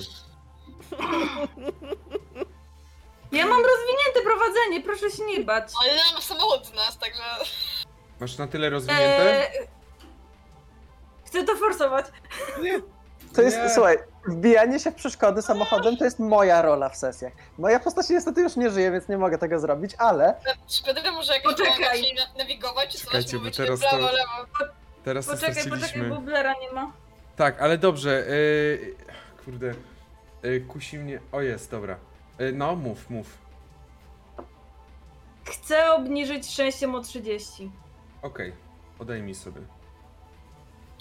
Ja mam rozwinięte prowadzenie, proszę się nie bać. Ale ja mam samochód z nas, także... Masz na tyle rozwinięte? Eee, chcę to forsować. To jest, Nie. słuchaj, wbijanie się w przeszkody samochodem to jest moja rola w sesjach. Moja postać niestety już nie żyje, więc nie mogę tego zrobić, ale Czy Pedro może jakoś Poczekaj. pomagać jej na- nawigować, czy coś? Czekajcie, bo Mówić teraz prawo, to- lewo. Teraz to Poczekaj, straciliśmy. poczekaj, bo Blera nie ma. Tak, ale dobrze. Yy, kurde. Yy, kusi mnie. O jest, dobra. Yy, no, mów, mów. Chcę obniżyć szczęściem o trzydzieści. Okej, podaj mi sobie.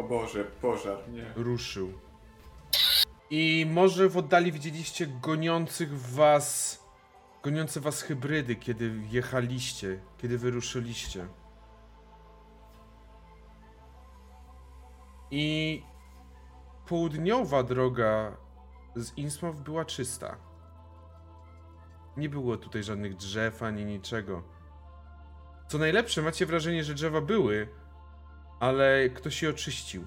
O Boże, pożar, nie. ruszył. I może w oddali widzieliście goniących was, goniące was hybrydy, kiedy jechaliście, kiedy wyruszyliście. I południowa droga z Innsmouth była czysta. Nie było tutaj żadnych drzew ani niczego. Co najlepsze, macie wrażenie, że drzewa były, ale ktoś je oczyścił.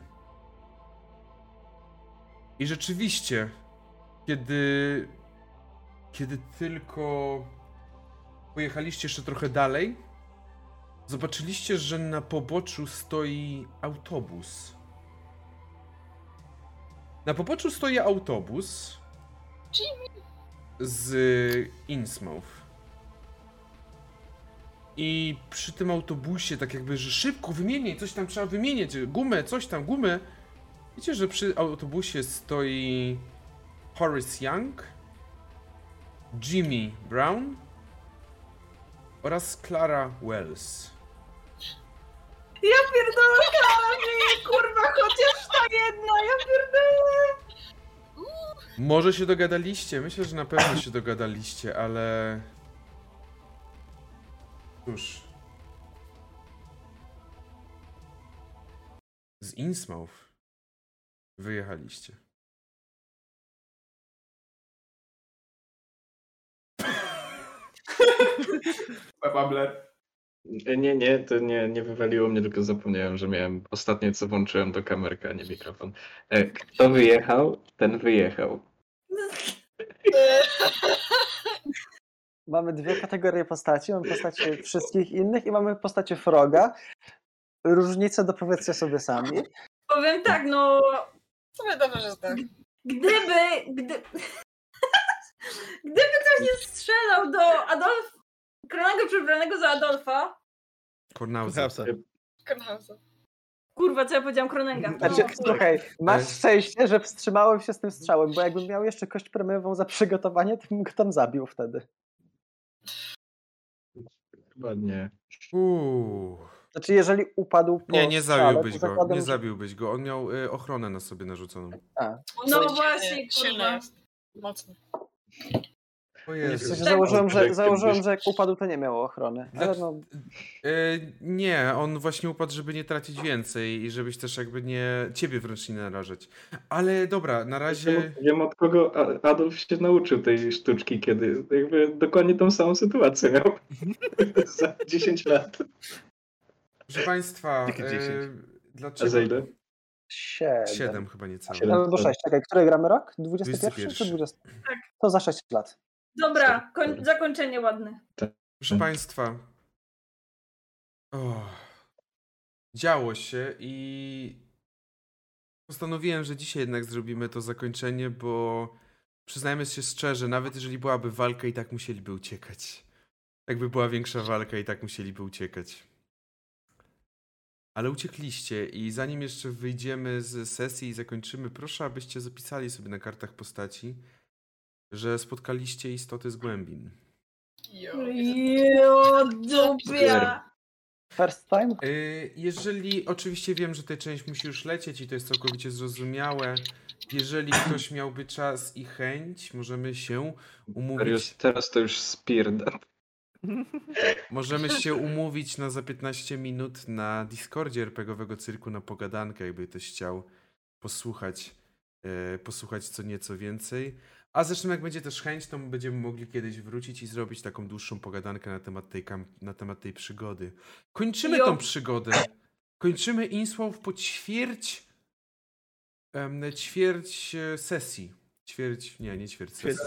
I rzeczywiście, kiedy, kiedy tylko pojechaliście jeszcze trochę dalej, zobaczyliście, że na poboczu stoi autobus. Na poboczu stoi autobus z Innsmouth. I przy tym autobusie, tak jakby, że szybko wymieniaj, coś tam trzeba wymieniać, gumę, coś tam, gumę. Wiecie, że przy autobusie stoi Horace Young, Jimmy Brown oraz Clara Wells. Ja pierdolę, Kami! Kurwa, chociaż ta jedna, ja pierdolę! Może się dogadaliście, myślę, że na pewno się dogadaliście, ale... Cóż... Z Innsmouth wyjechaliście. Babler. Nie, nie, to nie, nie wywaliło mnie, tylko zapomniałem, że miałem ostatnie co włączyłem to kamerkę, a nie mikrofon. E, Kto wyjechał, ten wyjechał. Mamy dwie kategorie postaci. Mamy postacie wszystkich innych i mamy postacie Froga. Różnice dopowiedzcie sobie sami. Powiem tak, no... W sumie dobrze, że tak. Gdyby... Gdy... Gdyby ktoś nie strzelał do Adolfa... Kronego przebranego za Adolfa... Kornauza. Kornhausa. Kurwa, co ja powiedziałam? Kronenga. Znaczy, No. słuchaj, masz szczęście, że wstrzymałem się z tym strzałem, bo jakbym miał jeszcze kość premiową za przygotowanie, to bym go tam zabił wtedy. Chyba nie. Uuu. Znaczy, jeżeli upadł po Nie, nie strzale, zabiłbyś to go, zakładam, nie że- zabiłbyś go. On miał y, ochronę na sobie narzuconą. A, No Silny- właśnie, Silny kurwa. jest. Mocny. O w Jezu. sensie Tak. założyłem, że, Jak założyłem, byś- że jak upadł, to nie miało ochrony. Ale Znaczy- no, Y, nie, on właśnie upadł, żeby nie tracić więcej i żebyś też jakby nie... ciebie wręcz nie narażać. Ale dobra, na razie... Wiem, wiem od kogo A- Adolf się nauczył tej sztuczki, kiedy jakby dokładnie tą samą sytuację miał. Za dziesięć lat. Proszę państwa, Jakie y, dziesięć? A dlaczego... za ile? siedem. Siedem chyba niecałe. Siedem. Albo sześć, czekaj, który gramy rok? dwudziesty pierwszy czy dwudziesty pierwszy. dwudziesty? Tak. To za sześć lat. Dobra, koń... zakończenie ładne. Proszę państwa, o, działo się i postanowiłem, że dzisiaj jednak zrobimy to zakończenie, bo przyznajmy się szczerze, nawet jeżeli byłaby walka, i tak musieliby uciekać. Jakby była większa walka, i tak musieliby uciekać. Ale uciekliście i zanim jeszcze wyjdziemy z sesji i zakończymy, proszę, abyście zapisali sobie na kartach postaci, że spotkaliście istoty z głębin. Jo. Jo, dupia! First time? Y, Jeżeli, oczywiście wiem, że ta część musi już lecieć i to jest całkowicie zrozumiałe. Jeżeli ktoś miałby czas i chęć, możemy się umówić, Mariusz, teraz to już spierda. możemy się umówić na za piętnaście minut na Discordzie er pe gie owego Cyrku na pogadankę, jakby ktoś chciał posłuchać, e, posłuchać co nieco więcej. A zresztą jak będzie też chęć, to będziemy mogli kiedyś wrócić i zrobić taką dłuższą pogadankę na temat tej, kam- na temat tej przygody. Kończymy Jo. tą przygodę. Kończymy Innsmouth po ćwierć em, ćwierć e, sesji. Ćwierć, nie, nie ćwierć sesji. Ćwierć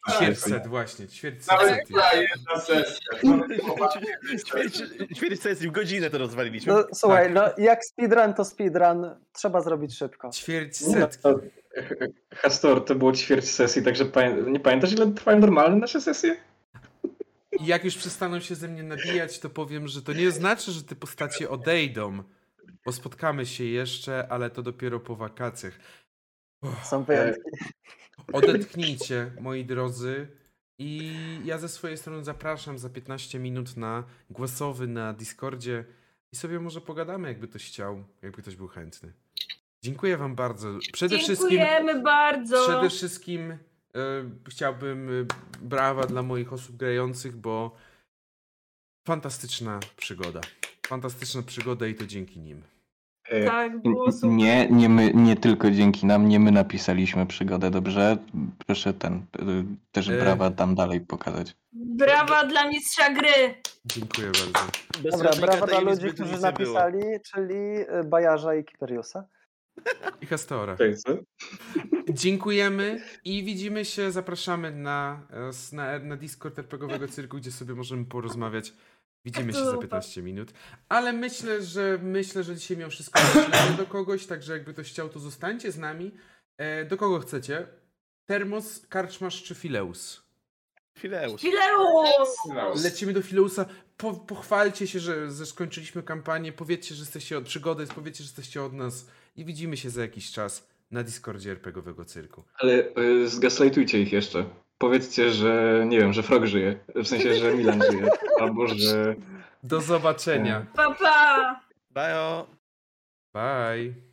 Ćwierć set, właśnie. Ćwierć Nawet sety. była jedna sesja. Ćwierć- Ćwierć sesji, w godzinę to rozwaliliśmy. No, słuchaj, Tak. no jak speedrun to speedrun, trzeba zrobić szybko. Ćwierć No, setki. to- Hastor, to było ćwierć sesji, także pamię- nie pamiętasz, ile trwają normalne nasze sesje? I jak już przestaną się ze mnie nabijać, to powiem, że to nie znaczy, że te postacie odejdą, bo spotkamy się jeszcze, ale to dopiero po wakacjach. Uff, Są wyjątki. odetchnijcie, moi drodzy. I ja ze swojej strony zapraszam za piętnaście minut na głosowy na Discordzie i sobie może pogadamy, jakby ktoś chciał, jakby ktoś był chętny. Dziękuję wam bardzo. Przede wszystkim, Dziękujemy bardzo. przede wszystkim e, chciałbym e, brawa dla moich osób grających, bo fantastyczna przygoda. Fantastyczna przygoda i to dzięki nim. E, Tak, było super. Nie, nie my, nie tylko dzięki nam, nie my napisaliśmy przygodę, dobrze? Proszę ten, y, też E. brawa tam dalej pokazać. Brawa dla mistrza gry. Dziękuję bardzo. Bez Dobra, Rodrika brawa dla tajemnic ludzi, by tu którzy nic nie było. napisali, czyli y, Bajarza i Kiperiusa. I Hastora. Cześć, co? Dziękujemy i widzimy się, zapraszamy na, e, na, na Discord er pe gie owego Cyrku, gdzie sobie możemy porozmawiać. Widzimy się za Super. piętnaście minut. Ale myślę, że myślę, że dzisiaj miał wszystko zaczynamy do kogoś, także jakby ktoś chciał, to zostańcie z nami. E, do kogo chcecie? Termos, Karczmasz czy Fileus? Fileusz. Fileus! Lecimy do Fileusa. Po, pochwalcie się, że, że skończyliśmy kampanię. Powiedzcie, że jesteście od przygody, powiedzcie, że jesteście od nas i widzimy się za jakiś czas na Discordzie er pe gie owego Cyrku. Ale y, zgaslightujcie ich jeszcze. Powiedzcie, że nie wiem, że Frog żyje. W sensie, że Milan żyje. Albo, że... Do zobaczenia. Pa, pa! Bajo. Bye.